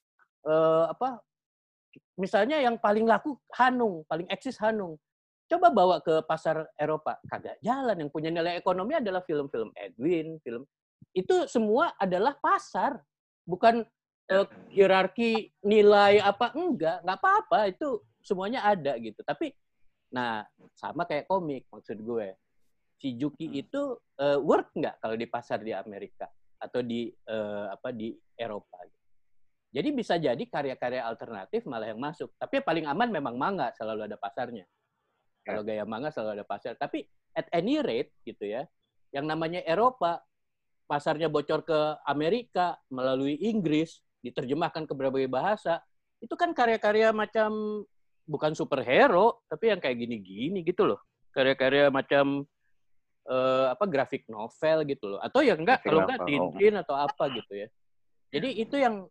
Misalnya yang paling laku Hanung. Paling eksis Hanung. Coba bawa ke pasar Eropa. Kagak jalan. Yang punya nilai ekonomi adalah film-film Edwin. Itu semua adalah pasar. Bukan hierarki nilai apa. Nggak apa-apa. Itu semuanya ada gitu. Tapi, nah sama kayak komik maksud gue. Si Juki itu worth nggak kalau di pasar di Amerika atau di Eropa. Jadi bisa jadi karya-karya alternatif malah yang masuk. Tapi yang paling aman memang manga, selalu ada pasarnya. Kalau gaya manga selalu ada pasar. Tapi at any rate gitu ya, yang namanya Eropa, pasarnya bocor ke Amerika melalui Inggris, diterjemahkan ke berbagai bahasa, itu kan karya-karya macam bukan superhero, tapi yang kayak gini-gini gitu loh. Karya-karya macam grafik novel gitu loh. Atau ya enggak, kalau enggak Tintin atau apa gitu ya. Jadi itu yang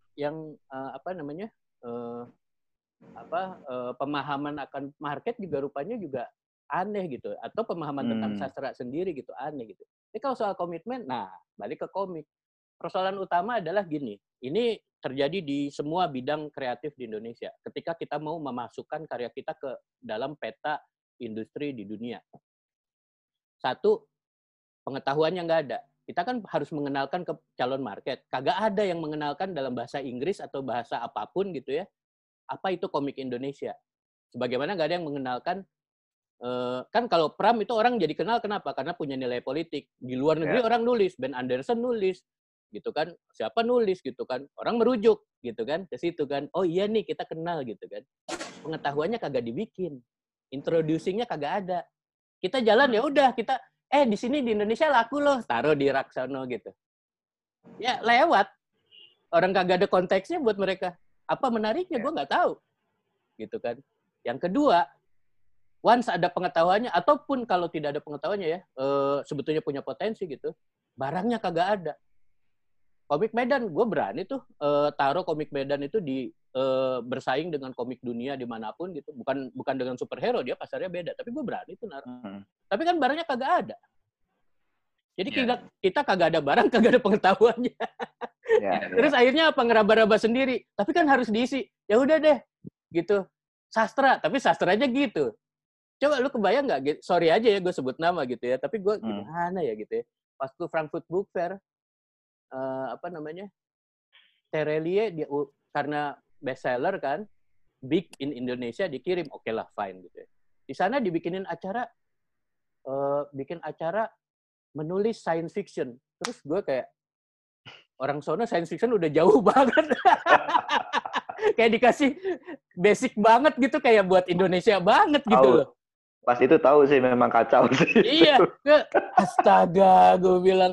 pemahaman akan market juga rupanya juga aneh gitu. Atau pemahaman tentang sastra sendiri gitu, aneh gitu. Tapi kalau soal komitmen, nah balik ke komik. Persoalan utama adalah gini, ini terjadi di semua bidang kreatif di Indonesia. Ketika kita mau memasukkan karya kita ke dalam peta industri di dunia. Satu, pengetahuannya nggak ada. Kita kan harus mengenalkan ke calon market. Kagak ada yang mengenalkan dalam bahasa Inggris atau bahasa apapun gitu ya. Apa itu komik Indonesia? Sebagaimana nggak ada yang mengenalkan, kan kalau Pram itu orang jadi kenal kenapa? Karena punya nilai politik. Di luar negeri orang nulis, Ben Anderson nulis, gitu kan? Siapa nulis gitu kan? Orang merujuk gitu kan ke situ kan? Oh iya nih kita kenal gitu kan? Pengetahuannya kagak dibikin, introducingnya kagak ada. Kita jalan ya udah kita di sini di Indonesia laku loh, taruh di rak sono gitu. Ya lewat. Orang kagak ada konteksnya buat mereka. Apa menariknya gue nggak tahu. Gitu kan. Yang kedua, once ada pengetahuannya, ataupun kalau tidak ada pengetahuannya ya, sebetulnya punya potensi gitu, barangnya kagak ada. Komik Medan, gue berani tuh taruh komik Medan itu di bersaing dengan komik dunia dimanapun gitu. Bukan dengan superhero, dia pasarnya beda. Tapi gue berani tuh naruh. Tapi kan barangnya kagak ada. Jadi kita kagak ada barang, kagak ada pengetahuannya. Terus akhirnya apa? Ngeraba-raba sendiri. Tapi kan harus diisi. Ya udah deh, gitu. Sastra, tapi sastranya gitu. Coba lu kebayang nggak? Sorry aja ya gue sebut nama gitu ya. Tapi gue gimana ya gitu ya. Pas ke Frankfurt Book Fair, Terelie dia karena bestseller kan, big in Indonesia dikirim, oke lah fine gitu ya. Di sana dibikinin acara, bikin acara menulis science fiction. Terus gue kayak orang sono science fiction udah jauh banget. Kayak dikasih basic banget gitu, kayak buat Indonesia banget gitu loh. Pas itu tahu sih memang kacau sih. Iya, astaga, gue bilang.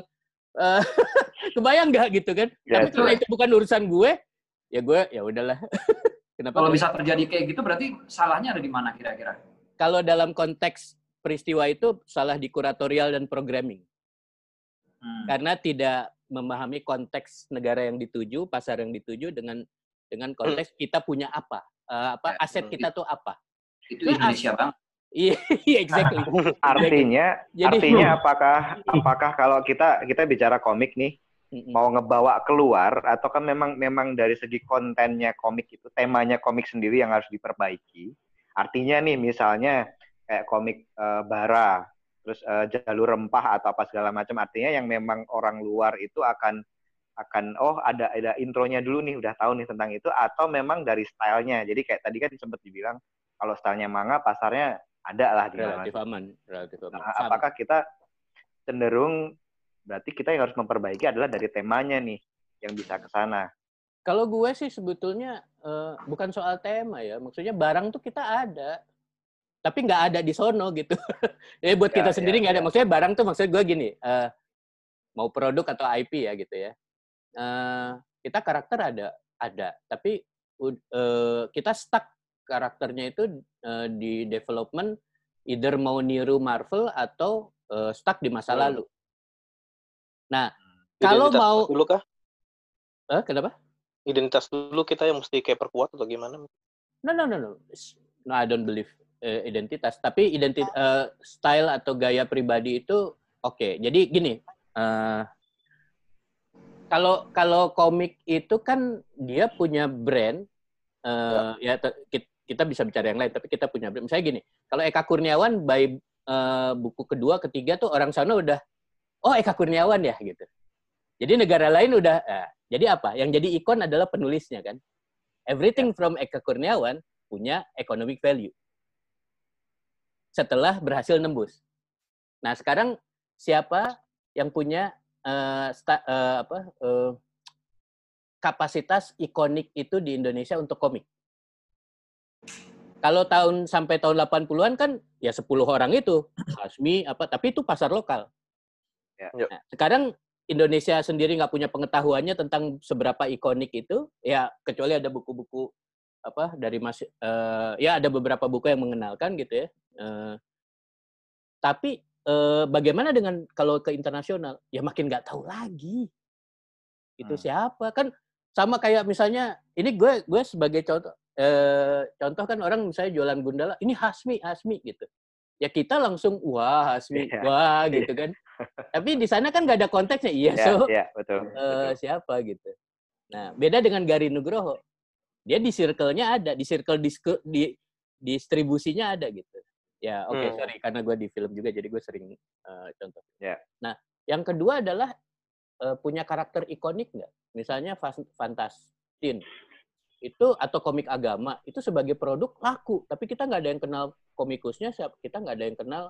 Kebayang nggak gitu kan? Tapi karena itu bukan urusan gue, ya udahlah. Kenapa? Kalau bisa terjadi kayak gitu, berarti salahnya ada di mana kira-kira? Kalau dalam konteks peristiwa itu salah di kuratorial dan programming. Karena tidak memahami konteks negara yang dituju, pasar yang dituju dengan konteks kita punya apa, aset kita tuh apa. Itu Indonesia banget. Iya, exactly. Artinya apakah kalau kita bicara komik nih, mau ngebawa keluar atau kan memang dari segi kontennya komik itu, temanya komik sendiri yang harus diperbaiki. Artinya nih misalnya kayak komik Bara, terus Jalur Rempah atau apa segala macam, artinya yang memang orang luar itu akan ada intronya dulu nih, udah tahu nih tentang itu, atau memang dari stylenya. Jadi kayak tadi kan sempat dibilang kalau stylenya manga pasarnya ada lah di mana. Relatif aman. Nah, apakah kita cenderung berarti kita yang harus memperbaiki adalah dari temanya nih yang bisa ke sana? Kalau gue sih sebetulnya bukan soal tema ya, maksudnya barang tuh kita ada, tapi nggak ada di sono gitu. Jadi buat kita sendiri nggak ada. Maksudnya barang tuh maksud gue gini, mau produk atau IP ya gitu ya. Kita karakter ada, tapi kita stuck karakternya itu di development, either mau niru Marvel atau stuck di masa lalu. Nah, kalau mau dulu kah? Kenapa? Identitas dulu kita yang mesti kayak perkuat atau gimana? No, I don't believe identitas. Tapi style atau gaya pribadi itu oke. Jadi gini, kalau komik itu kan dia punya brand. Kita bisa bicara yang lain, tapi kita punya brand. Misalnya gini, kalau Eka Kurniawan by buku kedua, ketiga tuh orang sana udah, oh Eka Kurniawan ya gitu. Jadi negara lain udah, jadi apa? Yang jadi ikon adalah penulisnya kan. Everything from Eka Kurniawan punya economic value. Setelah berhasil nembus. Nah sekarang siapa yang punya kapasitas ikonik itu di Indonesia untuk komik? Kalau sampai tahun 80-an kan ya 10 orang itu, Hasmi tapi itu pasar lokal. Nah, sekarang Indonesia sendiri nggak punya pengetahuannya tentang seberapa ikonik itu, ya kecuali ada buku-buku dari ada beberapa buku yang mengenalkan gitu ya. Tapi bagaimana dengan kalau ke internasional? Ya makin nggak tahu lagi. Itu siapa? Kan sama kayak misalnya ini gue sebagai contoh kan orang misalnya jualan Gundala, ini Hasmi gitu. Ya kita langsung wah Hasmi, wah gitu kan. Tapi di sana kan nggak ada konteksnya. Betul. Siapa gitu. Nah, beda dengan Gari Nugroho. Dia di circle-nya ada, di circle distribusinya ada gitu. Ya, sorry karena gue di film juga jadi gue sering contoh. Nah, yang kedua adalah punya karakter ikonik nggak? Misalnya Fantastin itu atau komik agama itu sebagai produk laku, tapi kita nggak ada yang kenal komikusnya, kita nggak ada yang kenal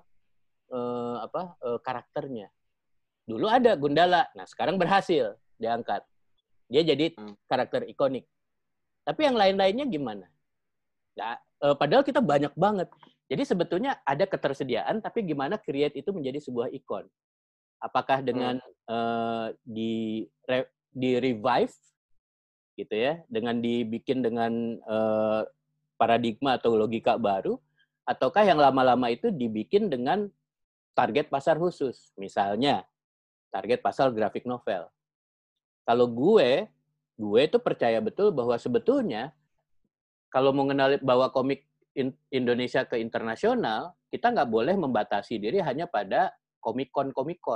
karakternya. Dulu ada Gundala, nah sekarang berhasil diangkat, dia jadi karakter ikonik. Tapi yang lain-lainnya gimana? Nah, padahal kita banyak banget. Jadi sebetulnya ada ketersediaan, tapi gimana create itu menjadi sebuah ikon? Apakah dengan di revive gitu ya, dengan dibikin dengan paradigma atau logika baru, ataukah yang lama-lama itu dibikin dengan target pasar khusus, misalnya target pasar grafik novel. Kalau gue itu percaya betul bahwa sebetulnya kalau mau bawa komik Indonesia ke internasional, kita nggak boleh membatasi diri hanya pada komik-kon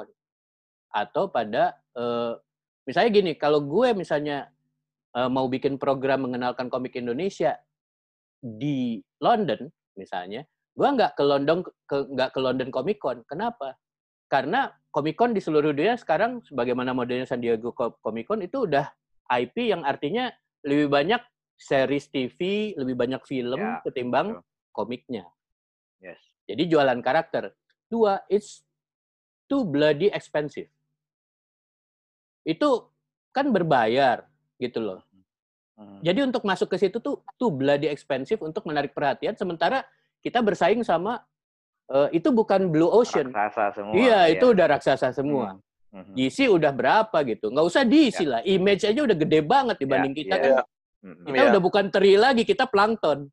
atau pada misalnya gini, kalau gue misalnya mau bikin program mengenalkan komik Indonesia di London misalnya, gue nggak ke London Comic Con. Kenapa? Karena Comic Con di seluruh dunia sekarang, sebagaimana modelnya San Diego Comic Con, itu udah IP yang artinya lebih banyak series TV, lebih banyak film ketimbang komiknya. Yes. Jadi jualan karakter. Dua, it's too bloody expensive. Itu kan berbayar gitu loh. Jadi untuk masuk ke situ tuh bloody expensive untuk menarik perhatian, sementara kita bersaing sama itu bukan Blue Ocean. Raksasa semua. Iya, itu udah raksasa semua. DC udah berapa gitu. Nggak usah DC lah. Image aja udah gede banget dibanding kita kan. Kita udah bukan teri lagi, kita plankton.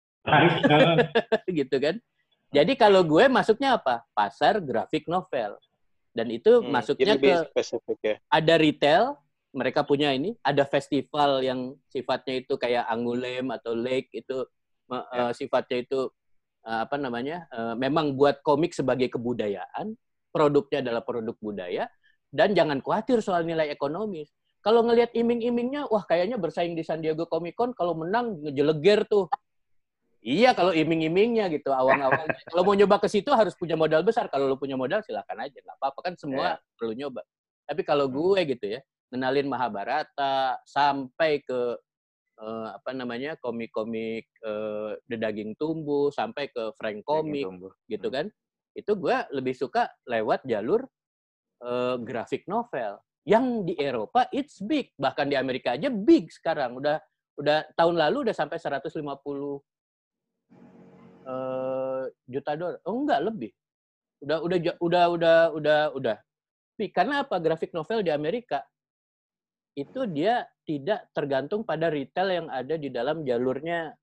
Gitu kan. Jadi kalau gue masuknya apa? Pasar grafik novel. Dan itu masuknya ke spesifik, ya. Ada retail, mereka punya ini, ada festival yang sifatnya itu kayak Angoulême atau Lake itu sifatnya itu memang buat komik sebagai kebudayaan, produknya adalah produk budaya, dan jangan khawatir soal nilai ekonomis. Kalau ngelihat iming-imingnya, wah kayaknya bersaing di San Diego Comic Con, kalau menang ngejeleger tuh. Iya, kalau iming-imingnya gitu, awang-awangnya. Kalau mau nyoba ke situ harus punya modal besar. Kalau lu punya modal silakan aja, nggak apa-apa kan semua perlu nyoba. Tapi kalau gue gitu ya, kenalin Mahabharata sampai ke komik-komik The Daging Tumbuh sampai ke Frank Comic gitu kan. Itu gue lebih suka lewat jalur grafik novel. Yang di Eropa it's big, bahkan di Amerika aja big sekarang. Udah tahun lalu udah sampai 150 juta dolar. Oh enggak, lebih. Udah. Karena apa? Grafik novel di Amerika itu dia tidak tergantung pada retail yang ada di dalam jalurnya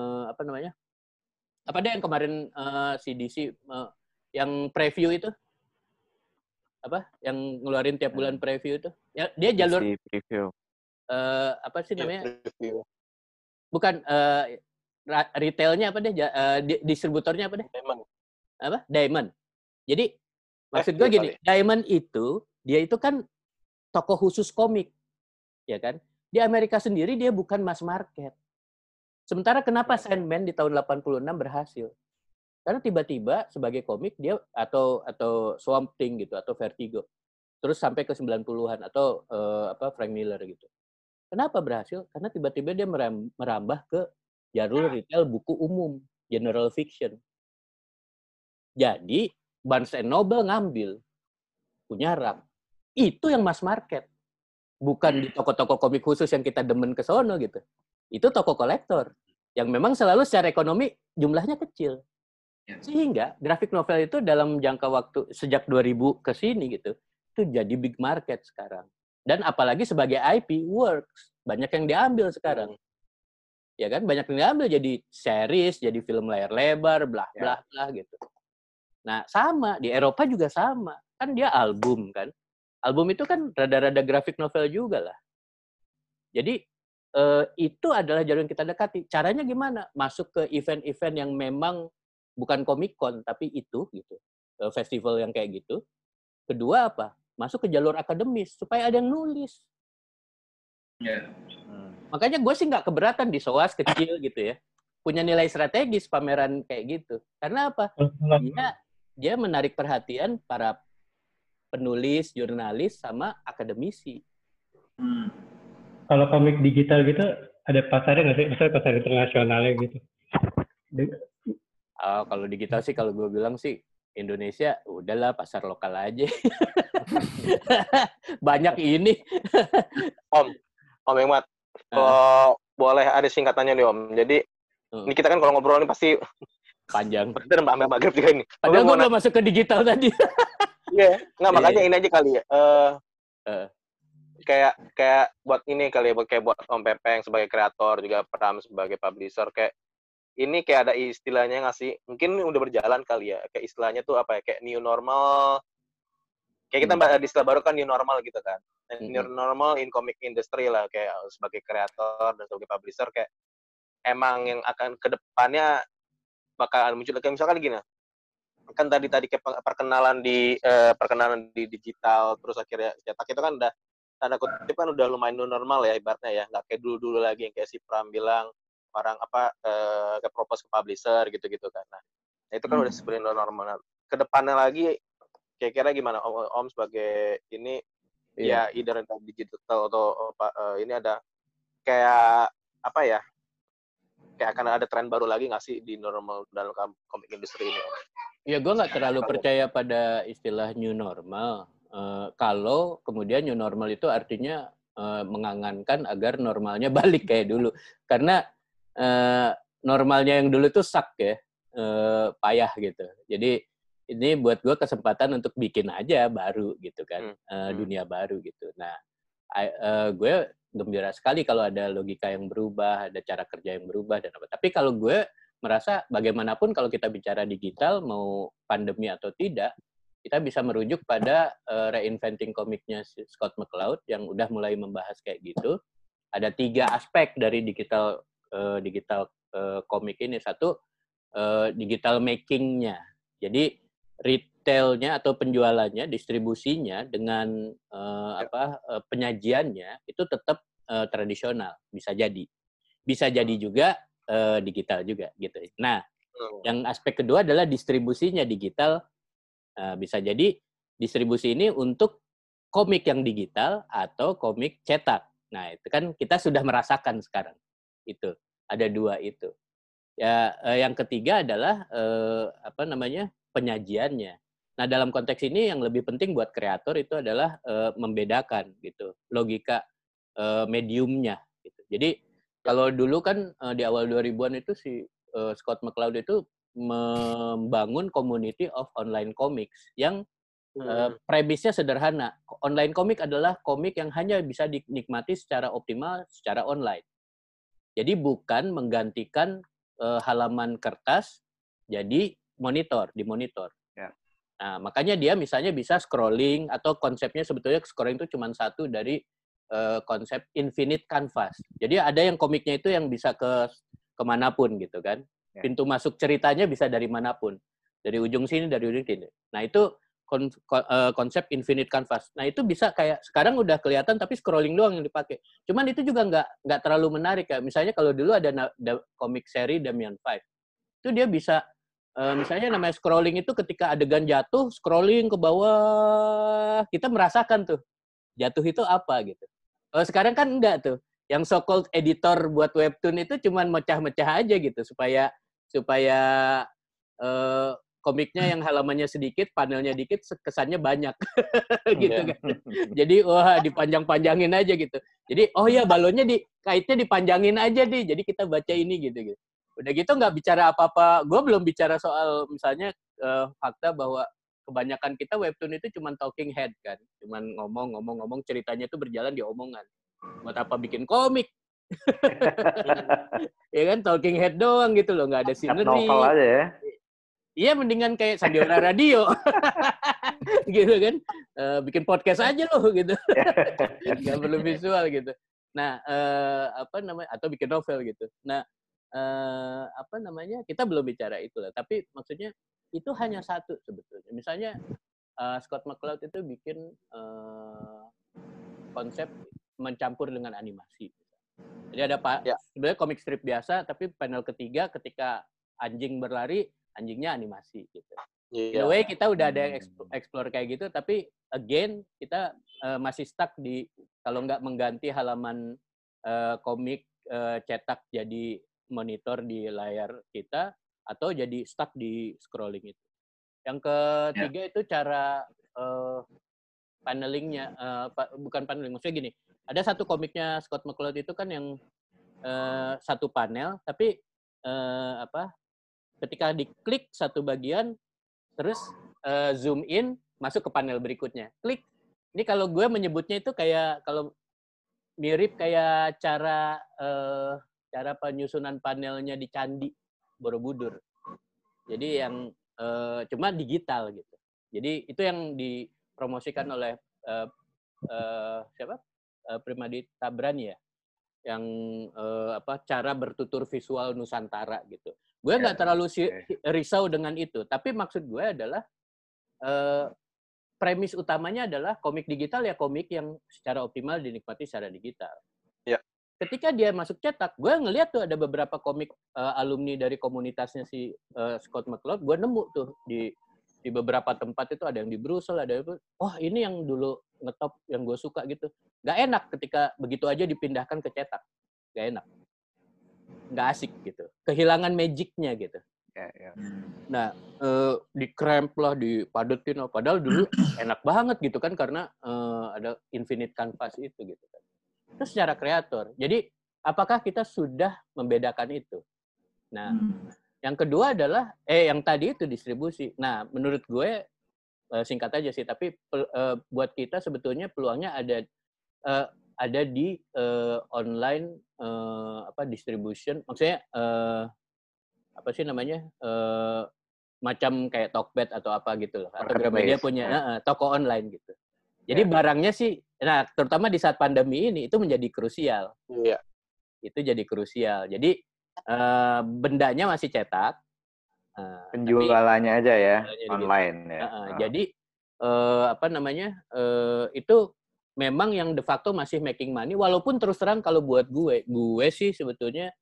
apa deh yang kemarin CDC yang preview itu apa yang ngeluarin tiap bulan preview itu ya, dia jalur preview apa sih namanya? Review. Bukan retailnya apa deh? Distributornya apa deh? Diamond. Apa? Diamond. Jadi maksud gue Iya gini, kali. Diamond itu dia itu kan toko khusus komik, ya kan? Di Amerika sendiri dia bukan mass market. Sementara kenapa Sandman di tahun 86 berhasil? Karena tiba-tiba sebagai komik dia atau Swamp Thing gitu atau Vertigo. Terus sampai ke 90-an atau Frank Miller gitu. Kenapa berhasil? Karena tiba-tiba dia merambah ke jalur retail buku umum, general fiction. Jadi Barnes & Noble ngambil, punya rak. Itu yang mass market. Bukan di toko-toko komik khusus yang kita demen ke sono gitu. Itu toko kolektor. Yang memang selalu secara ekonomi jumlahnya kecil. Sehingga graphic novel itu dalam jangka waktu sejak 2000 ke sini gitu, itu jadi big market sekarang. Dan apalagi sebagai IP, works. Banyak yang diambil sekarang. Ya kan? Banyak yang diambil jadi series, jadi film layar lebar, blah gitu. Nah, sama. Di Eropa juga sama. Kan dia album kan. Album itu kan rada-rada graphic novel juga lah. Jadi, itu adalah jalur yang kita dekati. Caranya gimana? Masuk ke event-event yang memang bukan Comic-Con, tapi itu gitu. Festival yang kayak gitu. Kedua apa? Masuk ke jalur akademis, supaya ada yang nulis. Makanya gue sih nggak keberatan di SOAS kecil gitu ya. Punya nilai strategis pameran kayak gitu. Karena apa? Dia menarik perhatian para penulis, jurnalis, sama akademisi. Kalau komik digital gitu, ada pasarnya nggak sih? Misalnya pasar internasionalnya gitu. Kalau digital sih, kalau gue bilang sih, Indonesia udahlah pasar lokal aja. Banyak ini. Om Engmat, kalau boleh ada singkatannya nih Om. Jadi ini kita kan kalau ngobrol ini pasti panjang. Kita sampai maghrib juga ini. Padahal gue belum masuk ke digital tadi. Iya, nggak makanya ini aja kali ya. Kayak buat ini kali ya, kayak buat Om Pepeng sebagai kreator, juga Pram sebagai publisher, kayak ini kayak ada istilahnya nggak sih? Mungkin udah berjalan kali ya. Kayak istilahnya tuh apa ya? Kayak new normal. Kayak kita ada istilah baru kan new normal gitu kan. New normal in comic industry lah, kayak sebagai kreator dan sebagai publisher, kayak emang yang akan ke depannya bakal muncul kayak misalkan gini. Kan tadi kayak perkenalan di digital, terus akhirnya cetak itu kan udah tanda kutip kan udah lumayan new normal ya ibaratnya ya, nggak kayak dulu lagi yang kayak si Pram bilang orang kayak propose ke publisher gitu kan. Nah itu kan udah sebenarnya new normal. Kedepannya lagi kira-kira gimana Om sebagai ini ya either digital atau ini ada kayak apa ya, kayak akan ada tren baru lagi nggak sih di normal dalam komik industri ini Om? Ya, gue nggak terlalu percaya pada istilah new normal. Kalau kemudian new normal itu artinya mengangankan agar normalnya balik kayak dulu. Karena normalnya yang dulu tuh suck ya, payah gitu. Jadi ini buat gue kesempatan untuk bikin aja baru gitu kan, dunia baru gitu. Nah, gue gembira sekali kalau ada logika yang berubah, ada cara kerja yang berubah dan apa. Tapi kalau gue merasa bagaimanapun kalau kita bicara digital, mau pandemi atau tidak, kita bisa merujuk pada reinventing komiknya Scott McCloud yang udah mulai membahas kayak gitu. Ada 3 aspek dari digital komik ini. Satu, digital making-nya. Jadi retailnya atau penjualannya, distribusinya dengan penyajiannya itu tetap tradisional, bisa jadi. Bisa jadi juga digital juga gitu. Nah, yang aspek kedua adalah distribusinya digital. Bisa jadi distribusi ini untuk komik yang digital atau komik cetak. Nah, itu kan kita sudah merasakan sekarang. Itu ada 2 itu. Ya, yang ketiga adalah penyajiannya. Nah, dalam konteks ini yang lebih penting buat kreator itu adalah membedakan gitu logika mediumnya. Gitu. Jadi kalau dulu kan di awal 2000-an itu si Scott McCloud itu membangun community of online comics yang premisnya sederhana. Online comic adalah komik yang hanya bisa dinikmati secara optimal secara online. Jadi bukan menggantikan halaman kertas jadi di monitor. Ya. Nah, makanya dia misalnya bisa scrolling atau konsepnya sebetulnya scrolling itu cuma satu dari konsep infinite canvas. Jadi ada yang komiknya itu yang bisa kemanapun gitu kan. Pintu masuk ceritanya bisa dari manapun. Dari ujung sini, dari ujung sini. Nah itu konsep infinite canvas. Nah itu bisa kayak sekarang udah kelihatan tapi scrolling doang yang dipakai. Cuman itu juga nggak terlalu menarik ya. Misalnya kalau dulu ada komik seri Damian 5. Itu dia bisa misalnya namanya scrolling itu ketika adegan jatuh, scrolling ke bawah, kita merasakan tuh jatuh itu apa gitu. Sekarang kan enggak tuh. Yang so-called editor buat webtoon itu cuman mecah-mecah aja gitu supaya komiknya yang halamannya sedikit, panelnya dikit, kesannya banyak gitu kan. Jadi wah dipanjang-panjangin aja gitu. Jadi oh ya balonnya kaitnya dipanjangin aja deh. Jadi kita baca ini gitu. Udah gitu nggak bicara apa-apa. Gue belum bicara soal misalnya fakta bahwa kebanyakan kita webtoon itu cuman talking head kan. Cuman ngomong ceritanya itu berjalan di omongan. Buat apa bikin komik? Ya kan talking head doang gitu loh, nggak ada scenery. Novel aja ya. Iya mendingan kayak Sandiwara Radio. Gitu kan. Bikin podcast aja loh gitu. Nggak perlu visual gitu. Nah, atau bikin novel gitu. Nah, kita belum bicara itu lah. Tapi maksudnya itu hanya satu sebetulnya. Misalnya Scott McCloud itu bikin konsep mencampur dengan animasi. Jadi ada sebenarnya komik strip biasa, tapi panel ketiga ketika anjing berlari, anjingnya animasi gitu. In a way kita udah ada explore kayak gitu, tapi again kita masih stuck di kalau nggak mengganti halaman komik cetak jadi monitor di layar kita, atau jadi stuck di scrolling itu. Yang ketiga itu cara panelingnya, bukan paneling, maksudnya gini, ada satu komiknya Scott McCloud itu kan yang satu panel, tapi ketika diklik satu bagian, terus zoom in, masuk ke panel berikutnya. Klik. Ini kalau gue menyebutnya itu kayak, kalau mirip kayak cara penyusunan panelnya di Candi Borobudur. Jadi yang cuma digital gitu. Jadi itu yang dipromosikan oleh Primadi Tabrani ya, yang cara bertutur visual Nusantara gitu. Gue nggak terlalu risau dengan itu, tapi maksud gue adalah premis utamanya adalah komik digital ya komik yang secara optimal dinikmati secara digital. Ya. Ketika dia masuk cetak, gue ngeliat tuh ada beberapa komik alumni dari komunitasnya si Scott McCloud, gue nemu tuh di beberapa tempat itu, ada yang di Brussels, ada yang ini yang dulu ngetop yang gue suka gitu. Gak enak ketika begitu aja dipindahkan ke cetak. Gak enak. Gak asik gitu. Kehilangan magicnya gitu. Ya. Nah, di-cramp lah, dipadetin. Padahal dulu enak banget gitu kan, karena ada infinite canvas itu gitu kan. Itu secara kreator. Jadi, apakah kita sudah membedakan itu? Nah, yang kedua adalah, yang tadi itu distribusi. Nah, menurut gue, singkat aja sih, tapi buat kita sebetulnya peluangnya ada di online distribution. Maksudnya, macam kayak Tokped atau apa gitu loh. Atau Gramedia punya toko online gitu. Jadi barangnya sih, nah terutama di saat pandemi ini, itu menjadi krusial. Iya. Itu jadi krusial. Jadi, bendanya masih cetak. Penjualannya aja ya, online ya. Jadi itu memang yang de facto masih making money, walaupun terus terang kalau buat gue sih sebetulnya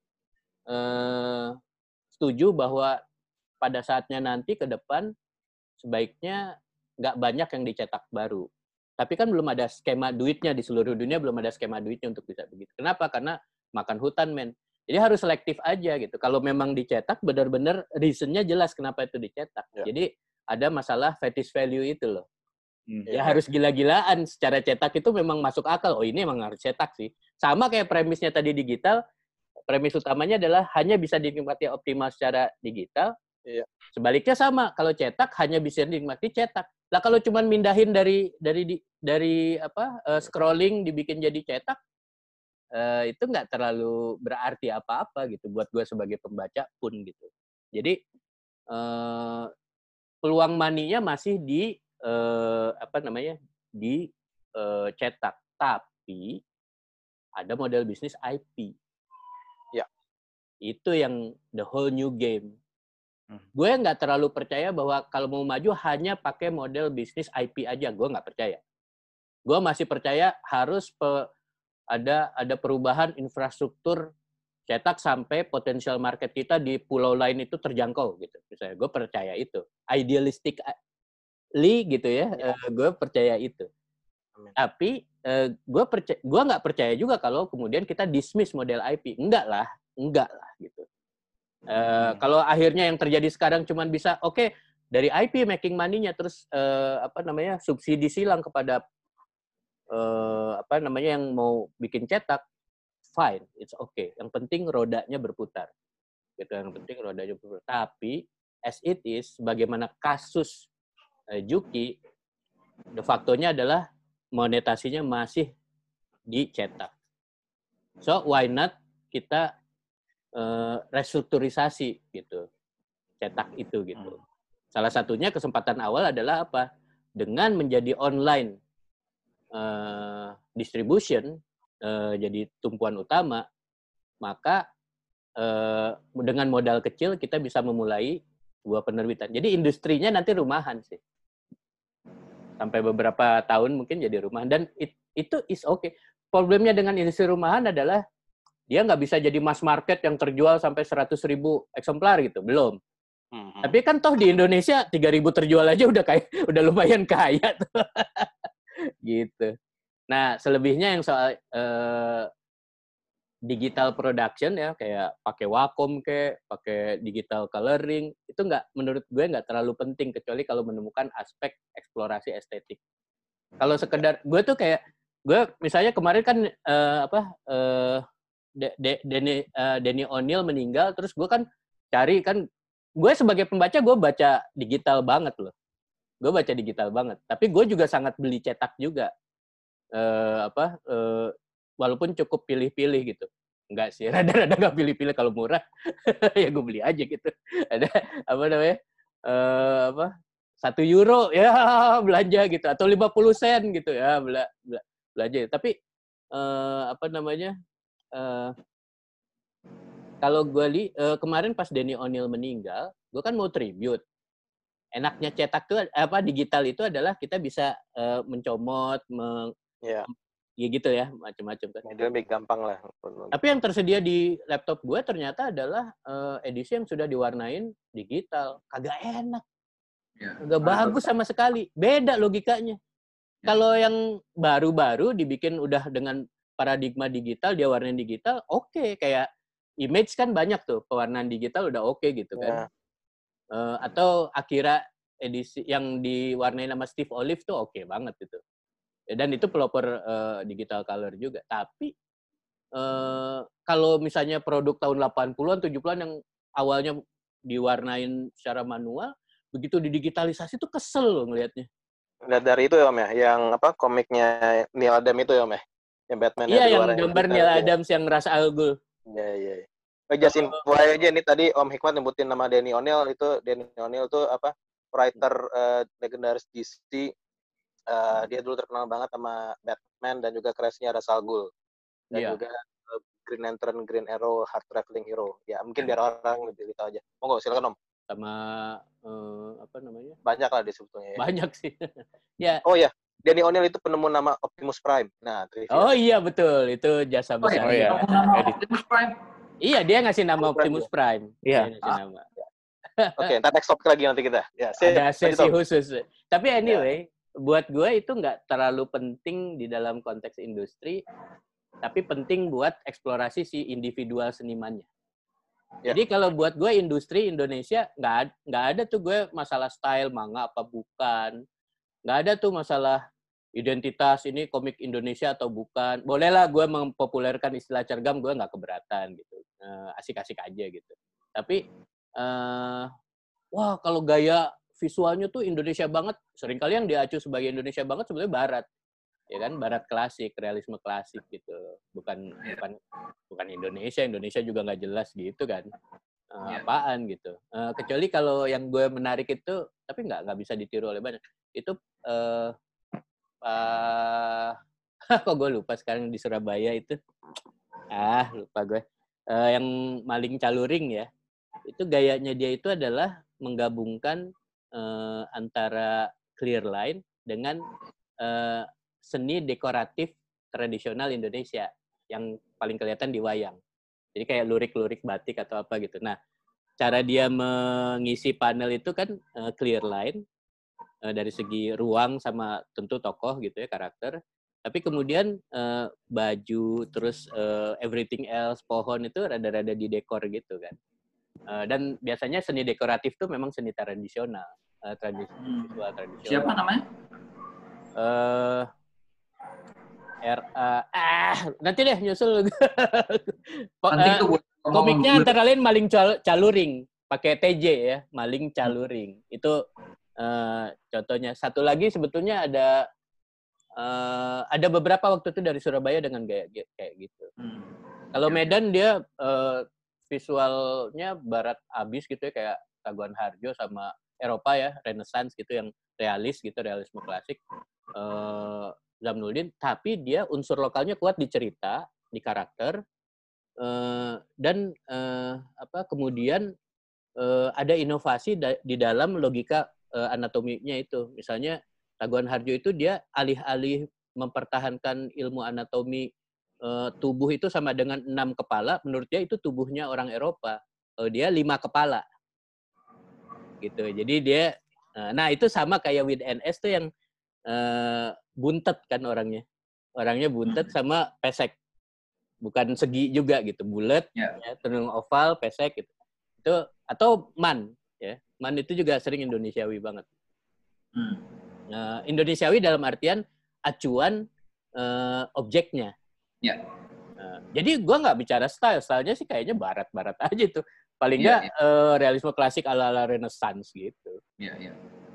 setuju bahwa pada saatnya nanti ke depan sebaiknya nggak banyak yang dicetak baru. Tapi kan belum ada skema duitnya di seluruh dunia, belum ada skema duitnya untuk bisa begitu. Kenapa? Karena makan hutan, men. Jadi harus selektif aja gitu. Kalau memang dicetak, benar-benar reason-nya jelas kenapa itu dicetak. Ya. Jadi ada masalah fetish value itu loh. Ya harus gila-gilaan. Secara cetak itu memang masuk akal. Oh ini emang harus cetak sih. Sama kayak premisnya tadi digital. Premis utamanya adalah hanya bisa dinikmati optimal secara digital. Iya. Sebaliknya sama. Kalau cetak hanya bisa dinikmati cetak. Lah kalau cuma mindahin dari scrolling dibikin jadi cetak, itu nggak terlalu berarti apa-apa gitu buat gue sebagai pembaca pun gitu. Jadi peluang maninya masih di cetak. Tapi ada model bisnis IP. Ya. Itu yang the whole new game. Gue nggak terlalu percaya bahwa kalau mau maju hanya pakai model bisnis IP aja. Gue nggak percaya. Gue masih percaya harus ada perubahan infrastruktur cetak sampai potensial market kita di pulau lain itu terjangkau gitu. Misalnya gue percaya itu. Idealistically gitu ya. Gue percaya itu. Amin. Tapi gue nggak percaya juga kalau kemudian kita dismiss model IP. Enggak lah gitu. Kalau akhirnya yang terjadi sekarang cuma bisa dari IP making money-nya terus subsidi silang kepada yang mau bikin cetak, fine, it's okay. Yang penting rodanya berputar. Gitu, yang penting rodanya berputar. Tapi as it is, bagaimana kasus Juki, de facto-nya adalah monetasinya masih dicetak. So why not kita restrukturisasi gitu, cetak itu gitu. Salah satunya kesempatan awal adalah apa? Dengan menjadi online distribution, jadi tumpuan utama, maka dengan modal kecil kita bisa memulai sebuah penerbitan. Jadi industrinya nanti rumahan sih. Sampai beberapa tahun mungkin jadi rumahan. Dan itu is okay. Problemnya dengan industri rumahan adalah dia nggak bisa jadi mass market yang terjual sampai 100.000 eksemplar gitu, belum. Tapi kan toh di Indonesia 3.000 terjual aja udah lumayan kaya tuh. Gitu. Nah, selebihnya yang soal digital production ya, kayak pakai Wacom pakai digital coloring, itu menurut gue nggak terlalu penting kecuali kalau menemukan aspek eksplorasi estetik. Kalau sekedar gue misalnya kemarin kan Denny O'Neil meninggal, terus gue kan cari kan, gue sebagai pembaca gue baca digital banget loh, tapi gue juga sangat beli cetak juga, walaupun cukup pilih-pilih gitu, enggak sih, rada-rada nggak pilih-pilih, kalau murah ya gue beli aja gitu, ada €1 ya belanja gitu, atau 50 sen gitu ya belanja, tapi kalau gue kemarin pas Denny O'Neil meninggal, gue kan mau tribute. Enaknya cetak tuh digital itu adalah kita bisa mencomot, ya gitu ya, macam-macam kan. Jadi lebih gampang lah. Tapi yang tersedia di laptop gue ternyata adalah edisi yang sudah diwarnain digital, kagak enak, kagak bagus sama sekali, beda logikanya. Kalau yang baru-baru dibikin udah dengan paradigma digital, dia warnain digital, oke. Kayak Image kan banyak tuh, pewarnaan digital udah oke gitu kan. Atau Akira edisi yang diwarnain sama Steve Olive tuh oke banget gitu. Dan itu pelopor digital color juga. Tapi kalau misalnya produk tahun 80-an, 70-an yang awalnya diwarnain secara manual, begitu didigitalisasi tuh kesel loh ngelihatnya. Dari itu ya Om ya, yang komiknya Neil Adams itu ya Om ya, yang Batman. Iya, yang gambar Neil Adams yang Ra's al Ghul. Iya. Just info aja, ini tadi Om Hikmat nyebutin nama Denny O'Neil, itu Denny O'Neil tuh writer legendaris DC. Dia dulu terkenal banget sama Batman dan juga kreasinya Ra's al Ghul. Dan juga Green Lantern, Green Arrow, Hard Traveling Hero. Ya, mungkin biar orang lebih tahu aja. Monggo, silakan Om. Sama banyak lah disebutnya ya. Banyak sih. Ya. Oh ya, Denny O'Neil itu penemu nama Optimus Prime. Nah, oh iya betul, itu jasa besar. Optimus Prime. Iya, dia ngasih nama Optimus Prime. Iya. Nama. Oke, ntar next topic lagi nanti kita. Ya, ada sesi khusus. Tapi anyway, buat gue itu nggak terlalu penting di dalam konteks industri, tapi penting buat eksplorasi si individual senimannya. Jadi kalau buat gue industri Indonesia nggak ada tuh gue masalah style manga apa bukan, nggak ada tuh masalah identitas ini komik Indonesia atau bukan. Bolehlah gue mempopulerkan istilah cergam, gue nggak keberatan gitu, asik-asik aja gitu. Tapi wah kalau gaya visualnya tuh Indonesia banget, seringkali yang diacu sebagai Indonesia banget sebenarnya Barat. Ya kan, Barat klasik, realisme klasik gitu, bukan Indonesia juga nggak jelas gitu kan, apaan gitu. Kecuali kalau yang gue menarik itu, tapi nggak bisa ditiru oleh banyak, itu kok gue lupa sekarang di Surabaya itu. Lupa gue. Yang Maling Caluring ya. Itu gayanya dia itu adalah menggabungkan antara clear line dengan seni dekoratif tradisional Indonesia yang paling kelihatan di wayang. Jadi kayak lurik-lurik batik atau apa gitu. Nah, cara dia mengisi panel itu kan clear line dari segi ruang sama tentu tokoh gitu ya, karakter. Tapi kemudian baju terus everything else, pohon itu rada-rada didekor gitu kan. Dan biasanya seni dekoratif tuh memang seni tradisional, visual tradisional. Siapa namanya? Nanti deh nyusul. Penting tuh buat komiknya antara lain Maling Caluring, pakai TJ ya, Maling Caluring. Itu contohnya. Satu lagi sebetulnya ada beberapa waktu itu dari Surabaya dengan gaya kayak gitu. Kalau Medan dia visualnya barat abis gitu ya, kayak Taguan Harjo sama Eropa ya, Renaissance gitu yang realis gitu, realisme klasik. Zamnuddin, tapi dia unsur lokalnya kuat di cerita, di karakter, dan kemudian ada inovasi di dalam logika anatominya itu. Misalnya Taguan Harjo itu dia alih-alih mempertahankan ilmu anatomi tubuh itu sama dengan 6 kepala, menurut dia itu tubuhnya orang Eropa. Dia 5 kepala. Gitu. Jadi dia, nah itu sama kayak with NS tuh yang buntet kan orangnya. Orangnya buntet sama pesek. Bukan segi juga gitu, bulat, ya, tenung oval, pesek gitu. Itu atau man, ya. Man itu juga sering Indonesiawi banget. Indonesiawi dalam artian acuan objeknya. Ya. Jadi gue nggak bicara stylenya sih kayaknya barat-barat aja tuh. Paling nggak realisme klasik ala-ala Renaissance gitu. Iya.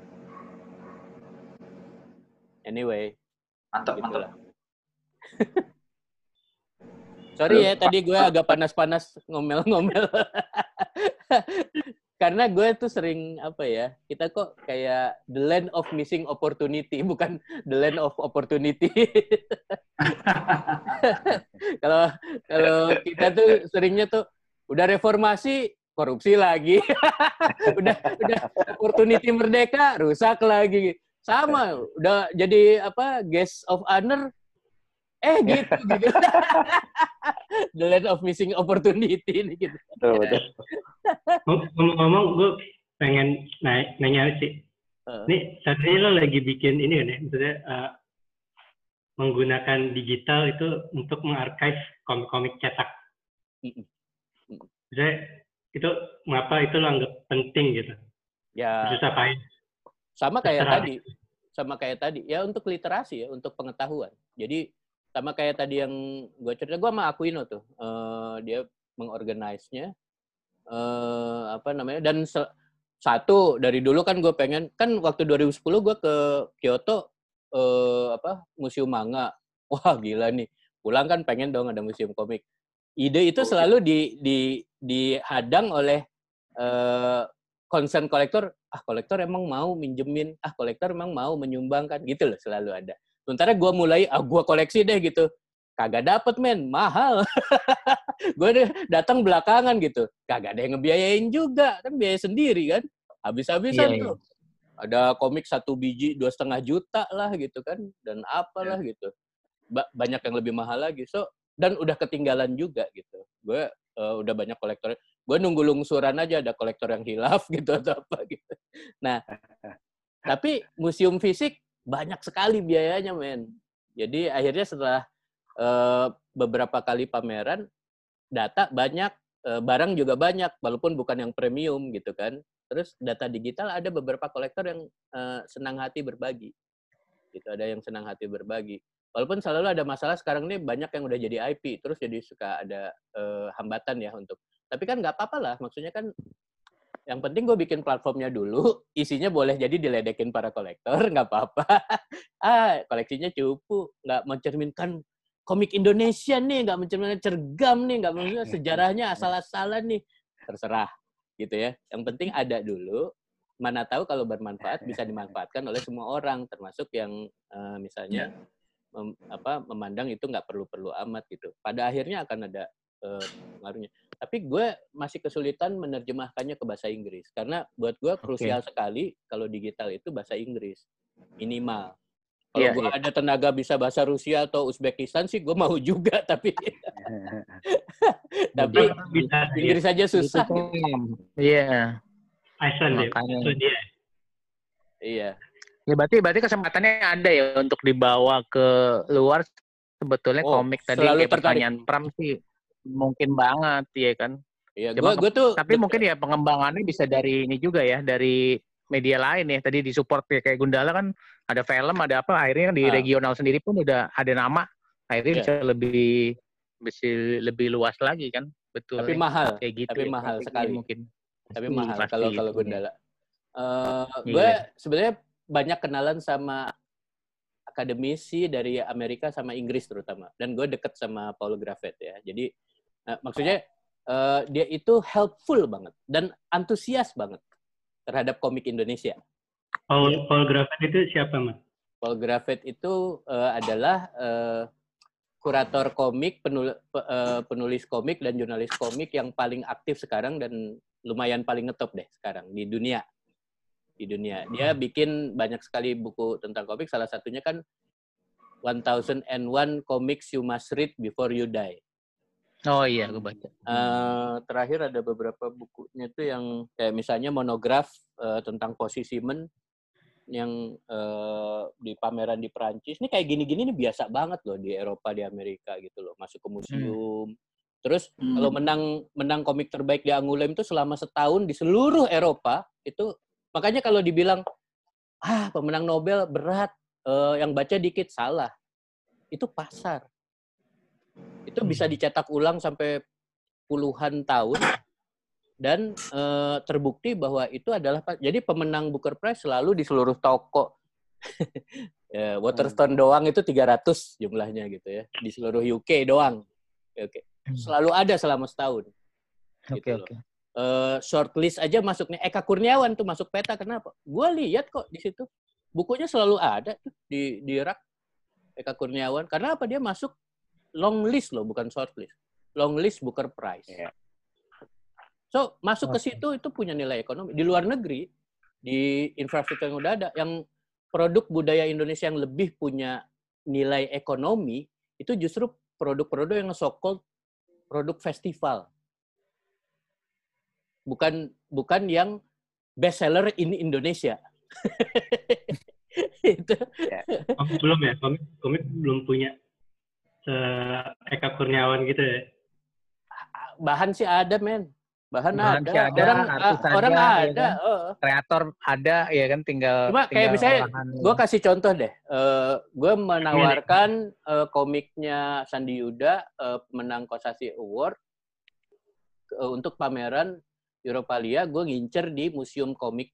Anyway. Mantap. Sorry ya, tadi gue agak panas-panas ngomel-ngomel. Karena gue tuh sering, kita kok kayak the land of missing opportunity, bukan the land of opportunity. Kalau kita tuh seringnya tuh, udah reformasi, korupsi lagi. udah opportunity merdeka, rusak lagi. Sama, udah jadi guest of honor, gitu. The land of missing opportunity ini gitu. Betul. Ngomong-ngomong, gue pengen nanya sih. Nih, saat ini lo lagi bikin ini kan ya, maksudnya menggunakan digital itu untuk mengarchive komik-komik cetak. Maksudnya itu mengapa itu lo anggap penting gitu? Ya. Terus apain? Sama kayak tadi. Ya untuk literasi ya, untuk pengetahuan. Jadi sama kayak tadi yang gue cerita, gue sama Aquino tuh, dia mengorganize-nya, dan satu dari dulu kan gue pengen, kan waktu 2010 gue ke Kyoto, museum manga, wah gila nih, pulang kan pengen dong ada museum komik. Ide itu selalu dihadang oleh concern kolektor, kolektor emang mau minjemin, kolektor emang mau menyumbangkan, gitu loh selalu ada. Sementara gue mulai, gue koleksi deh gitu. Kagak dapet, men. Mahal. Gue datang belakangan gitu. Kagak ada yang ngebiayain juga. Kan biaya sendiri kan. Habis-habisan tuh. Ada komik 1 biji 2,5 juta lah gitu kan. Dan apalah gitu. Banyak yang lebih mahal lagi. Dan udah ketinggalan juga gitu. Gue udah banyak kolektor. Gue nunggu lungsuran aja ada kolektor yang hilaf gitu atau apa gitu. Nah, tapi museum fisik banyak sekali biayanya, men. Jadi akhirnya setelah beberapa kali pameran, data banyak, barang juga banyak, walaupun bukan yang premium gitu kan. Terus data digital ada beberapa kolektor yang senang hati berbagi. Gitu, ada yang senang hati berbagi. Walaupun selalu ada masalah sekarang ini banyak yang udah jadi IP, terus jadi suka ada hambatan ya untuk. Tapi kan nggak apa-apa lah, maksudnya kan yang penting gue bikin platformnya dulu, isinya boleh jadi diledekin para kolektor, nggak apa-apa. Koleksinya cupu, nggak mencerminkan komik Indonesia nih, nggak mencerminkan cergam nih, nggak mencerminkan sejarahnya asal-asalan nih. Terserah, gitu ya. Yang penting ada dulu, mana tahu kalau bermanfaat bisa dimanfaatkan oleh semua orang, termasuk yang misalnya memandang itu nggak perlu-perlu amat gitu. Pada akhirnya akan ada pengaruhnya. Tapi gue masih kesulitan menerjemahkannya ke bahasa Inggris karena buat gue krusial sekali kalau digital itu bahasa Inggris minimal. Kalau gue ada tenaga bisa bahasa Rusia atau Uzbekistan sih gue mau juga, tapi Inggris aja susah. Iya. Iceland dia. Iya. Ya berarti kesempatannya ada ya untuk dibawa ke luar. Sebetulnya komik tadi kayak pertanyaan Pram sih mungkin banget ya kan. Iya, gue tuh. Tapi mungkin ya pengembangannya bisa dari ini juga ya, dari media lain ya. Tadi disupport kayak Gundala kan ada film, ada apa, akhirnya di regional sendiri pun udah ada nama, akhirnya bisa lebih luas lagi kan. Betul. Tapi mahal. Kayak gitu. Tapi mahal sekali mungkin. Tapi mahal kalau Gundala. Gue sebenarnya banyak kenalan sama akademisi dari Amerika sama Inggris terutama, dan gue deket sama Paul Gravett ya. Jadi maksudnya dia itu helpful banget dan antusias banget terhadap komik Indonesia. Paul Gravett itu siapa, Mas? Paul Gravett itu adalah kurator komik, penulis komik dan jurnalis komik yang paling aktif sekarang dan lumayan paling ngetop deh sekarang di dunia. Dia bikin banyak sekali buku tentang komik, salah satunya kan 1001 Comics You Must Read Before You Die. Oh iya, gue baca. Terakhir ada beberapa bukunya tuh yang kayak misalnya monograf tentang posisimen yang di pameran di Perancis. Ini kayak gini-gini nih biasa banget loh di Eropa, di Amerika gitu loh, masuk ke museum. Terus kalau menang komik terbaik di Angoulême itu selama setahun di seluruh Eropa itu. Makanya kalau dibilang, pemenang Nobel berat, yang baca dikit, salah. Itu pasar. Itu bisa dicetak ulang sampai puluhan tahun, dan terbukti bahwa itu adalah, jadi pemenang Booker Prize selalu di seluruh toko. Waterstone doang itu 300 jumlahnya gitu ya. Di seluruh UK doang. Selalu ada selama setahun. Gitu loh. Shortlist aja masuknya Eka Kurniawan tuh masuk peta. Kenapa? Gue lihat kok di situ bukunya selalu ada tuh di rak Eka Kurniawan. Karena apa? Dia masuk long list loh, bukan shortlist. Long list Booker Prize. So masuk ke situ itu punya nilai ekonomi. Di luar negeri di infrastruktur yang udah ada, yang produk budaya Indonesia yang lebih punya nilai ekonomi itu justru produk-produk yang so-called produk festival. Bukan yang best seller in Indonesia. Itu. Belum ya, komik belum punya Eka Kurniawan gitu ya. Bahan sih ada, men. Bahan ada. Orang ada. Ya kan? Kreator ada, ya kan, tinggal. Cuma kayak misalnya, gue kasih contoh deh. Gue menawarkan komiknya Sandi Yuda menang Kosasi Award untuk pameran Europalia. Gue ngincer di museum komik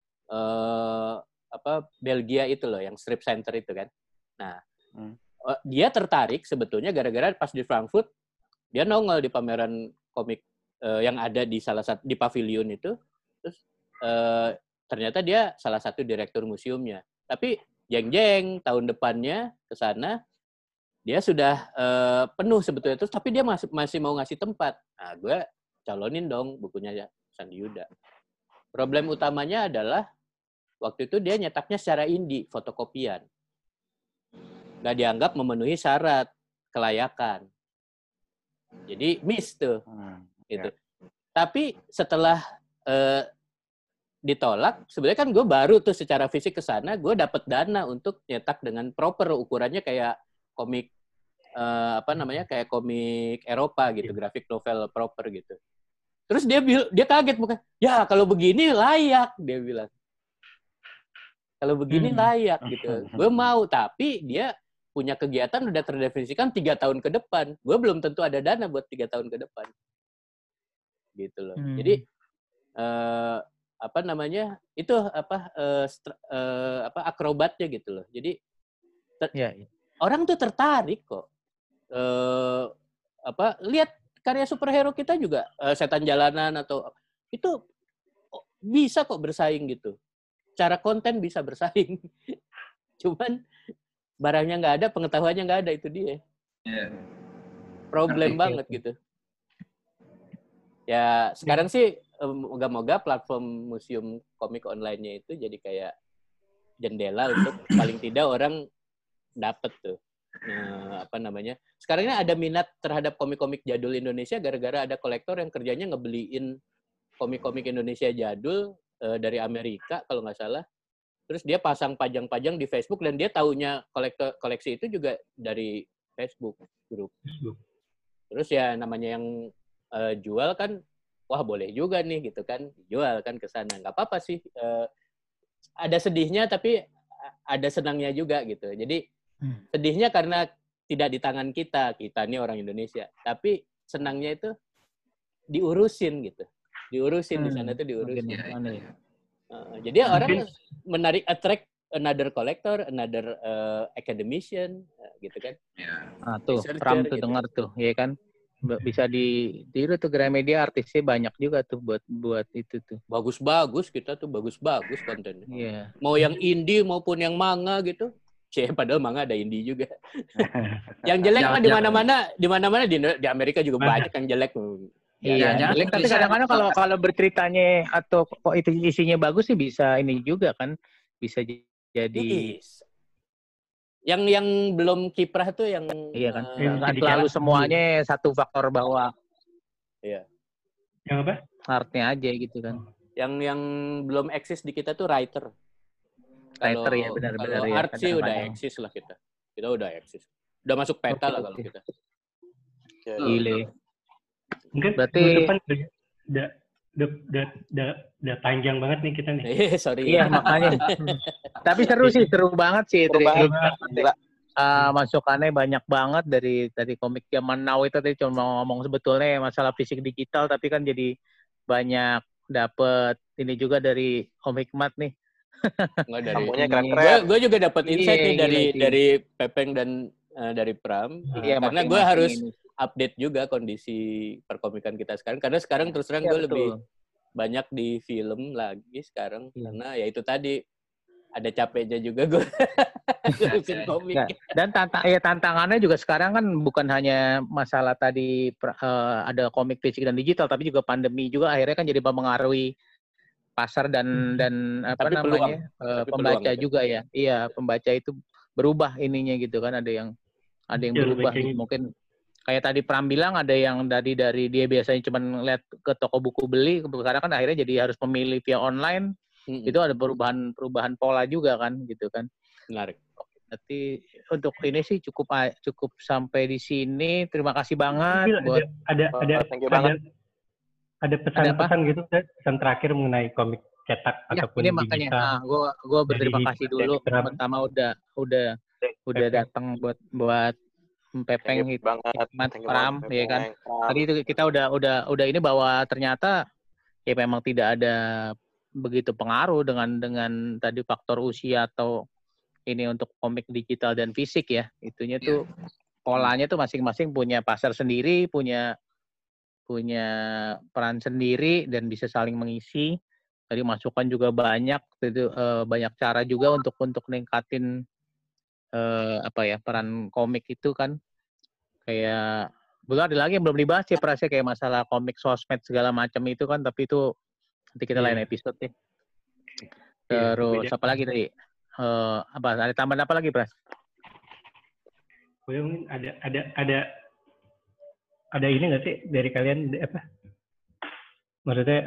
Belgia itu loh, yang Strip Center itu kan. Nah, dia tertarik sebetulnya gara-gara pas di Frankfurt dia nongol di pameran komik yang ada di salah satu di pavilion itu. Terus ternyata dia salah satu direktur museumnya. Tapi jeng-jeng tahun depannya ke sana dia sudah penuh sebetulnya, terus tapi dia masih mau ngasih tempat. Nah, gue calonin dong bukunya Sandi Yuda. Problem utamanya adalah waktu itu dia nyetaknya secara indie, fotokopian. Nggak dianggap memenuhi syarat kelayakan. Jadi miss tuh. Gitu. Tapi setelah ditolak, sebenarnya kan gue baru tuh secara fisik ke sana, gue dapet dana untuk nyetak dengan proper, ukurannya kayak komik kayak komik Eropa gitu, grafik novel proper gitu. Terus dia kaget, bukan? Ya kalau begini layak, dia bilang. Kalau begini layak gitu. Gue mau, tapi dia punya kegiatan udah terdefinisikan 3 tahun ke depan. Gue belum tentu ada dana buat 3 tahun ke depan. Gitu loh. Jadi itu akrobatnya gitu loh. Jadi orang tuh tertarik kok. Lihat karya superhero kita juga, Setan Jalanan atau itu bisa kok bersaing gitu. Cara konten bisa bersaing. Cuman barangnya nggak ada, pengetahuannya nggak ada, itu dia. Iya. Problem Ngerti. banget gitu. Ya sekarang sih moga-moga platform museum komik online-nya itu jadi kayak jendela untuk paling tidak orang dapet tuh. Apa namanya? Sekarang ini ada minat terhadap komik-komik jadul Indonesia gara-gara ada kolektor yang kerjanya ngebeliin komik-komik Indonesia jadul dari Amerika kalau nggak salah. Terus dia pasang pajang-pajang di Facebook dan dia taunya koleksi itu juga dari Facebook grup. Terus ya namanya yang jual kan, wah boleh juga nih gitu kan, jual kan ke sana. Nggak apa-apa sih. Ada sedihnya tapi ada senangnya juga gitu. Jadi sedihnya karena tidak di tangan kita ini orang Indonesia. Tapi senangnya itu diurusin gitu. Diurusin di sana tuh diurusin. Jadi orang menarik, attract another collector, another academician, gitu kan. Tuh, Pram tuh gitu. Dengar tuh, ya kan. Bisa ditiru tuh Gramedia, artisnya banyak juga tuh buat itu tuh. Bagus-bagus kita tuh, bagus-bagus kontennya. Iya. Mau yang indie maupun yang manga gitu. Padahal manga ada indie juga. Yang jelek mah di mana-mana di Amerika juga banyak yang jelek. Iya, jelek, tapi kadang-kadang kalau berceritanya atau kok itu isinya bagus sih bisa ini juga kan. Bisa jadi yang belum kiprah tuh yang iya kan. Nggak selalu semuanya satu faktor bahwa iya. Yang apa? Artnya aja gitu kan. Yang belum eksis di kita tuh writer. Writer ya benar-benar ya. Art sih udah eksis lah kita. Kita udah eksis. Udah masuk peta lah kalau kita. Gile. Mungkin berarti depan udah panjang banget nih kita nih. Sorry. Iya makanya. Tapi seru banget sih. Masukannya banyak banget dari komik zaman now itu tadi cuma ngomong sebetulnya masalah fisik digital, tapi kan jadi banyak dapet ini juga dari Om Hikmat nih. Gue juga dapat insight nih dari Pepeng dan dari Pram. Iya, karena gue harus update juga kondisi perkomikan kita sekarang. Karena sekarang terus terang gue lebih banyak di film lagi sekarang. Karena ya itu tadi ada capeknya juga gue ngurusin komik. Dan tantangannya juga sekarang kan bukan hanya masalah tadi ada komik fisik dan digital, tapi juga pandemi juga akhirnya kan jadi mempengaruhi pasar dan apa namanya pembaca juga ya. Iya, pembaca itu berubah ininya gitu kan, ada yang berubah gitu. Mungkin kayak tadi Pram bilang ada yang dari dia biasanya cuma ngeliat ke toko buku beli, sekarang kan akhirnya jadi harus memilih via online. Itu ada perubahan pola juga kan gitu kan. Menarik. Berarti untuk ini sih cukup sampai di sini. Terima kasih banget buat ada pesan-pesan gitu, pesan terakhir mengenai komik cetak ataupun ini makanya digital. Gue berterima kasih dulu pertama udah datang buat Pepeng Hikmat Pram ya kan. Tadi itu kita udah ini bahwa ternyata ya memang tidak ada begitu pengaruh dengan tadi faktor usia atau ini untuk komik digital dan fisik ya. Itunya tuh polanya tuh masing-masing punya pasar sendiri, punya peran sendiri dan bisa saling mengisi. Tadi masukan juga banyak, itu banyak cara juga untuk ningkatin peran komik itu kan. Kayak belum ada lagi yang belum dibahas ya perasaan kayak masalah komik sosmed segala macam itu kan, tapi itu nanti kita lain episode deh. Terus apa lagi tadi? Ada tambahan apa lagi, Pras? Mungkin ada ini nggak sih dari kalian apa? Maksudnya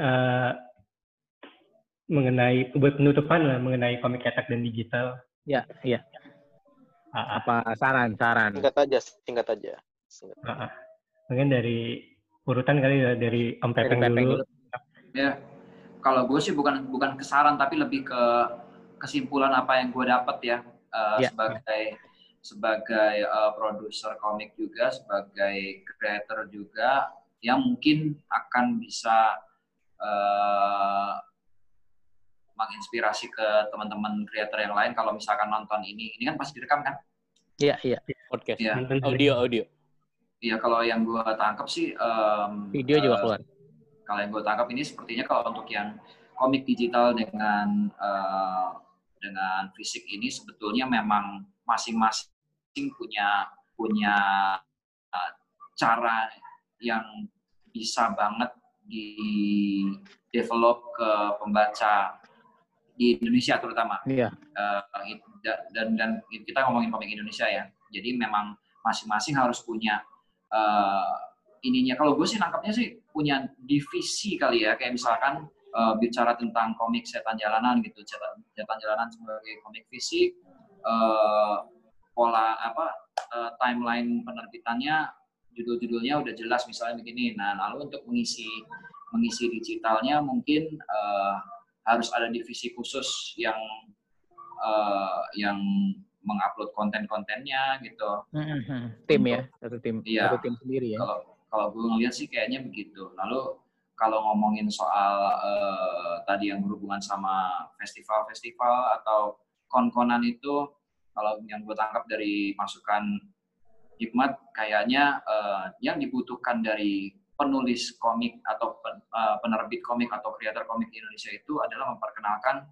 mengenai buat penutupan lah mengenai komik cetak dan digital. Iya. Apa saran? Singkat aja. Mungkin dari urutan kali ya, dari Om Pepeng dulu. Ya, kalau gue sih bukan kesaran tapi lebih ke kesimpulan apa yang gue dapat ya, sebagai produser komik juga, sebagai creator juga yang mungkin akan bisa menginspirasi ke teman-teman creator yang lain kalau misalkan nonton ini kan pasti direkam kan? Iya. Podcast. Ya. Audio. Iya, kalau yang gue tangkap sih video juga keluar. Kalau yang gue tangkap ini sepertinya kalau untuk yang komik digital dengan fisik ini sebetulnya memang masing-masing punya cara yang bisa banget di develop ke pembaca di Indonesia terutama. Iya. Dan kita ngomongin komik Indonesia ya. Jadi memang masing-masing harus punya ininya. Kalau gue sih nangkapnya sih punya divisi kali ya. Kayak misalkan bicara tentang komik Setan Jalanan gitu. Setan Jalanan sebagai komik fisik, pola timeline penerbitannya, judul-judulnya udah jelas misalnya begini. Nah, lalu untuk mengisi digitalnya mungkin harus ada divisi khusus yang mengupload konten-kontennya gitu. Tim ya, satu tim sendiri ya. Kalau gue ngeliat sih kayaknya begitu. Lalu kalau ngomongin soal tadi yang berhubungan sama festival-festival atau kon-konan itu, kalau yang gue tangkap dari masukan Hikmat, kayaknya yang dibutuhkan dari penulis komik atau penerbit komik atau kreator komik di Indonesia itu adalah memperkenalkan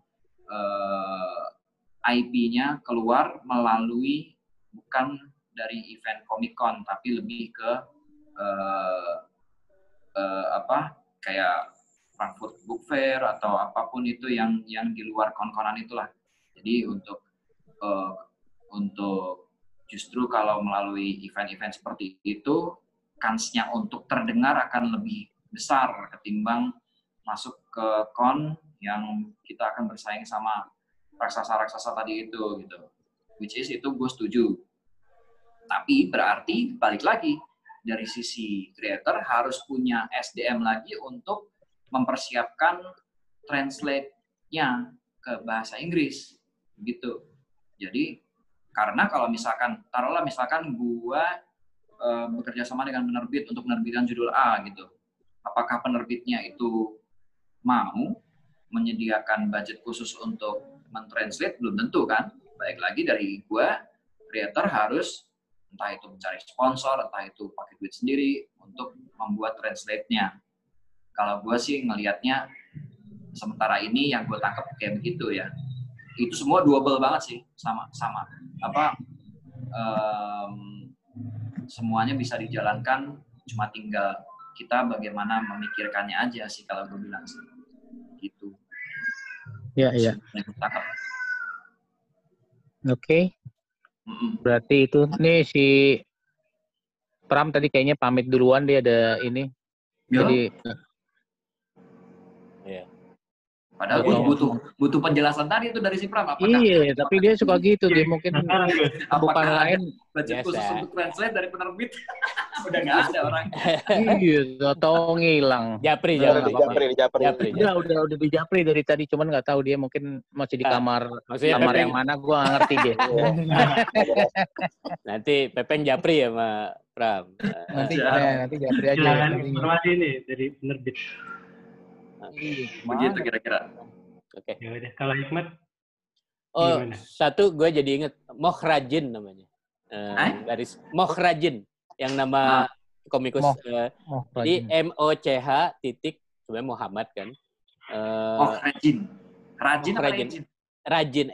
IP-nya keluar melalui bukan dari event Comic Con, tapi lebih ke kayak Frankfurt Book Fair atau apapun itu yang di luar kon-konan itulah. Jadi untuk justru kalau melalui event-event seperti itu, kansnya untuk terdengar akan lebih besar ketimbang masuk ke kon yang kita akan bersaing sama raksasa-raksasa tadi itu gitu. Which is itu gue setuju. Tapi berarti balik lagi dari sisi creator harus punya SDM lagi untuk mempersiapkan translate-nya ke bahasa Inggris gitu. Jadi karena kalau misalkan taruhlah misalkan gue bekerja sama dengan penerbit untuk menerbitkan judul A gitu. Apakah penerbitnya itu mau menyediakan budget khusus untuk mentranslate? Belum tentu kan. Baik lagi dari gua, creator harus entah itu mencari sponsor, entah itu pakai duit sendiri untuk membuat translate-nya. Kalau gua sih ngelihatnya sementara ini yang gua tangkap kayak begitu ya. Itu semua doable banget sih sama semuanya bisa dijalankan, cuma tinggal kita bagaimana memikirkannya aja sih kalau gue bilang sih gitu. Iya. Oke. Berarti itu nih si Pram tadi kayaknya pamit duluan, dia ada ini. Yo. Jadi padahal butuh penjelasan tadi itu dari si Pram. Iya, tapi dia suka gitu. Dia mungkin bukan lain. Budget khusus untuk translate dari penerbit. Udah nggak ada orang. Iya, atau ngilang. Japri. Udah di Japri dari tadi, cuman nggak tahu dia mungkin masih di kamar yang mana, gue nggak ngerti deh. Nanti Pepeng Japri ya, Mbak Pram. Nanti Japri aja. Informasi ini dari penerbit. Begitu kira-kira. Oke. Ya udah, kalau Hikmat. Gimana? Satu gue jadi inget Mokhrajin namanya. Garis Mokhrajin yang nama komikus. Jadi MOCH titik sebenarnya Muhammad kan. Rajin. Rajin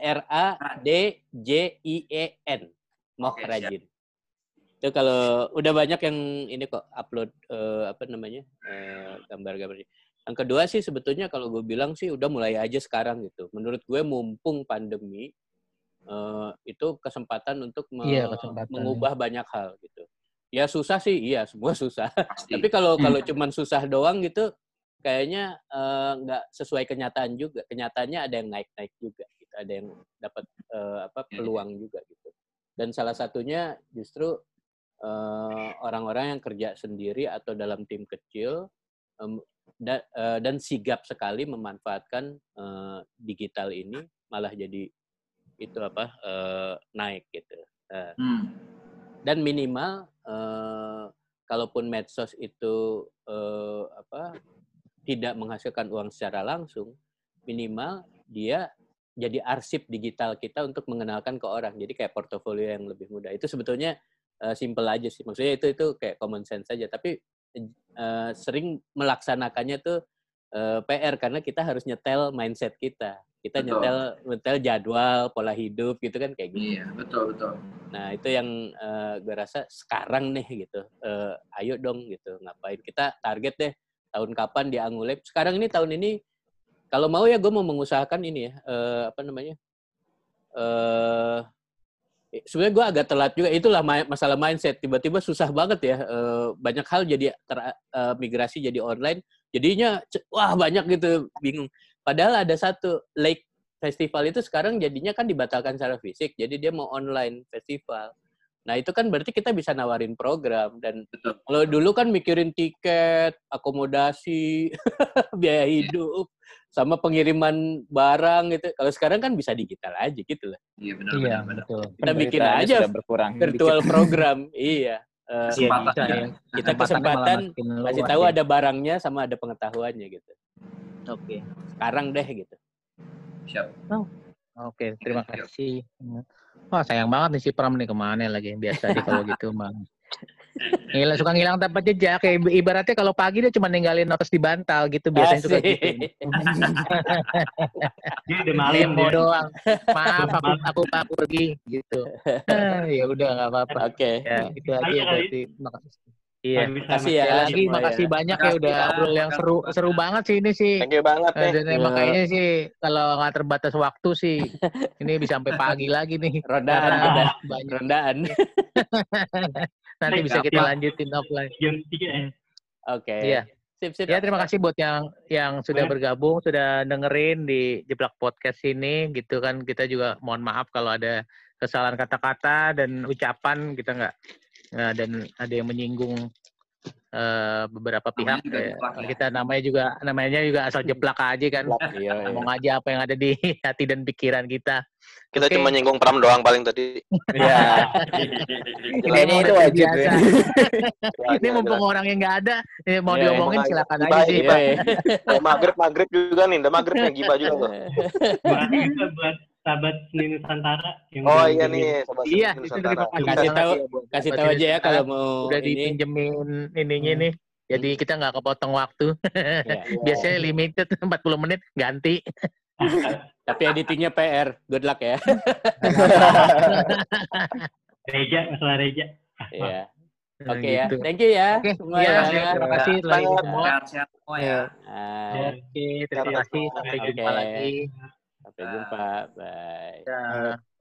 RADJIEN. Mokhrajin. Itu kalau udah banyak yang ini kok upload gambar-gambar. Yang kedua sih sebetulnya kalau gue bilang sih udah mulai aja sekarang gitu. Menurut gue mumpung pandemi itu kesempatan untuk mengubah banyak hal gitu. Ya susah sih, iya semua susah. Tapi kalau cuman susah doang gitu, kayaknya nggak sesuai kenyataan juga. Kenyataannya ada yang naik-naik juga, gitu. Ada yang dapat peluang juga gitu. Dan salah satunya justru orang-orang yang kerja sendiri atau dalam tim kecil. Dan sigap sekali memanfaatkan digital ini malah jadi itu naik gitu. Dan minimal kalaupun medsos itu tidak menghasilkan uang secara langsung, minimal dia jadi arsip digital kita untuk mengenalkan ke orang. Jadi kayak portofolio yang lebih mudah. Itu sebetulnya simple aja sih. Maksudnya itu kayak common sense aja. Tapi sering melaksanakannya tuh PR karena kita harus nyetel mindset kita. Kita nyetel jadwal, pola hidup gitu kan kayak gitu. Iya, betul. Nah, itu yang gue rasa sekarang nih gitu. Ayo dong gitu, ngapain. Kita target deh tahun kapan di Angulab. Sekarang ini tahun ini kalau mau ya gue mau mengusahakan ini ya, sebenarnya gue agak telat juga. Itulah masalah mindset. Tiba-tiba susah banget ya. Banyak hal jadi migrasi jadi online. Jadinya wah banyak gitu, bingung. Padahal ada satu Lake Festival itu sekarang jadinya kan dibatalkan secara fisik. Jadi dia mau online festival. Nah itu kan berarti kita bisa nawarin program. Dan kalau dulu kan mikirin tiket, akomodasi, biaya hidup, sama pengiriman barang gitu. Kalau sekarang kan bisa digital aja gitu lah. Iya benar. Betul. Kita bikin aja virtual program. Iya. Kita kesempatan kasih tahu ada barangnya sama ada pengetahuannya gitu. Oke. Sekarang deh gitu. Siap. Oke, terima kasih. Wah, sayang banget nih si Pram nih, kemana lagi. Biasa dia kalau gitu mah. Suka ngilang tanpa jejak. Kayak ibaratnya kalau pagi dia cuma ninggalin notes di bantal gitu. Biasanya suka gitu. Dia udah malam mau doang. Maaf, aku pergi gitu. Ya udah nggak apa-apa. Oke. Ya, itu aja berarti. Makasih. Iya, makasih ya. Lagi makasih banyak ya udah ngobrol yang seru banget sih ini sih. Thank you banget nih. Dan emang kayaknya sih kalau nggak terbatas waktu sih ini bisa sampai pagi lagi nih. Rondaan. Nanti bisa kita lanjutin offline. Jam 3 ya. Oke. Iya. Sip. Ya terima kasih buat yang sudah bergabung, sudah dengerin di Jeplak Podcast ini gitu kan. Kita juga mohon maaf kalau ada kesalahan kata-kata dan ucapan kita nggak dan ada yang menyinggung beberapa pihak. Kita namanya juga asal jeplak aja kan. Ngomong aja apa yang ada di hati dan pikiran kita. Kita cuma nyinggung Pram doang paling tadi. Iya. Kayaknya itu wajib ya. Ini mumpung orang yang nggak ada, mau diomongin silakan aja sih. Maghrib juga nih, udah maghrib nih, gibah juga tuh. Buat sahabat Seni Nusantara. Oh iya nih, sahabat Seni Nusantara. Kasih tahu aja ya kalau mau udah dipinjemin ininya nih. Jadi kita nggak kepotong waktu. Biasanya limited 40 menit ganti. Tapi editingnya PR. Good luck ya. Masalah Reja. Iya. Oke ya. Thank you ya. Semua terima kasih lagi semua. Sehat semua ya. Oke, terima kasih. Sampai jumpa lagi. Sampai jumpa. Bye.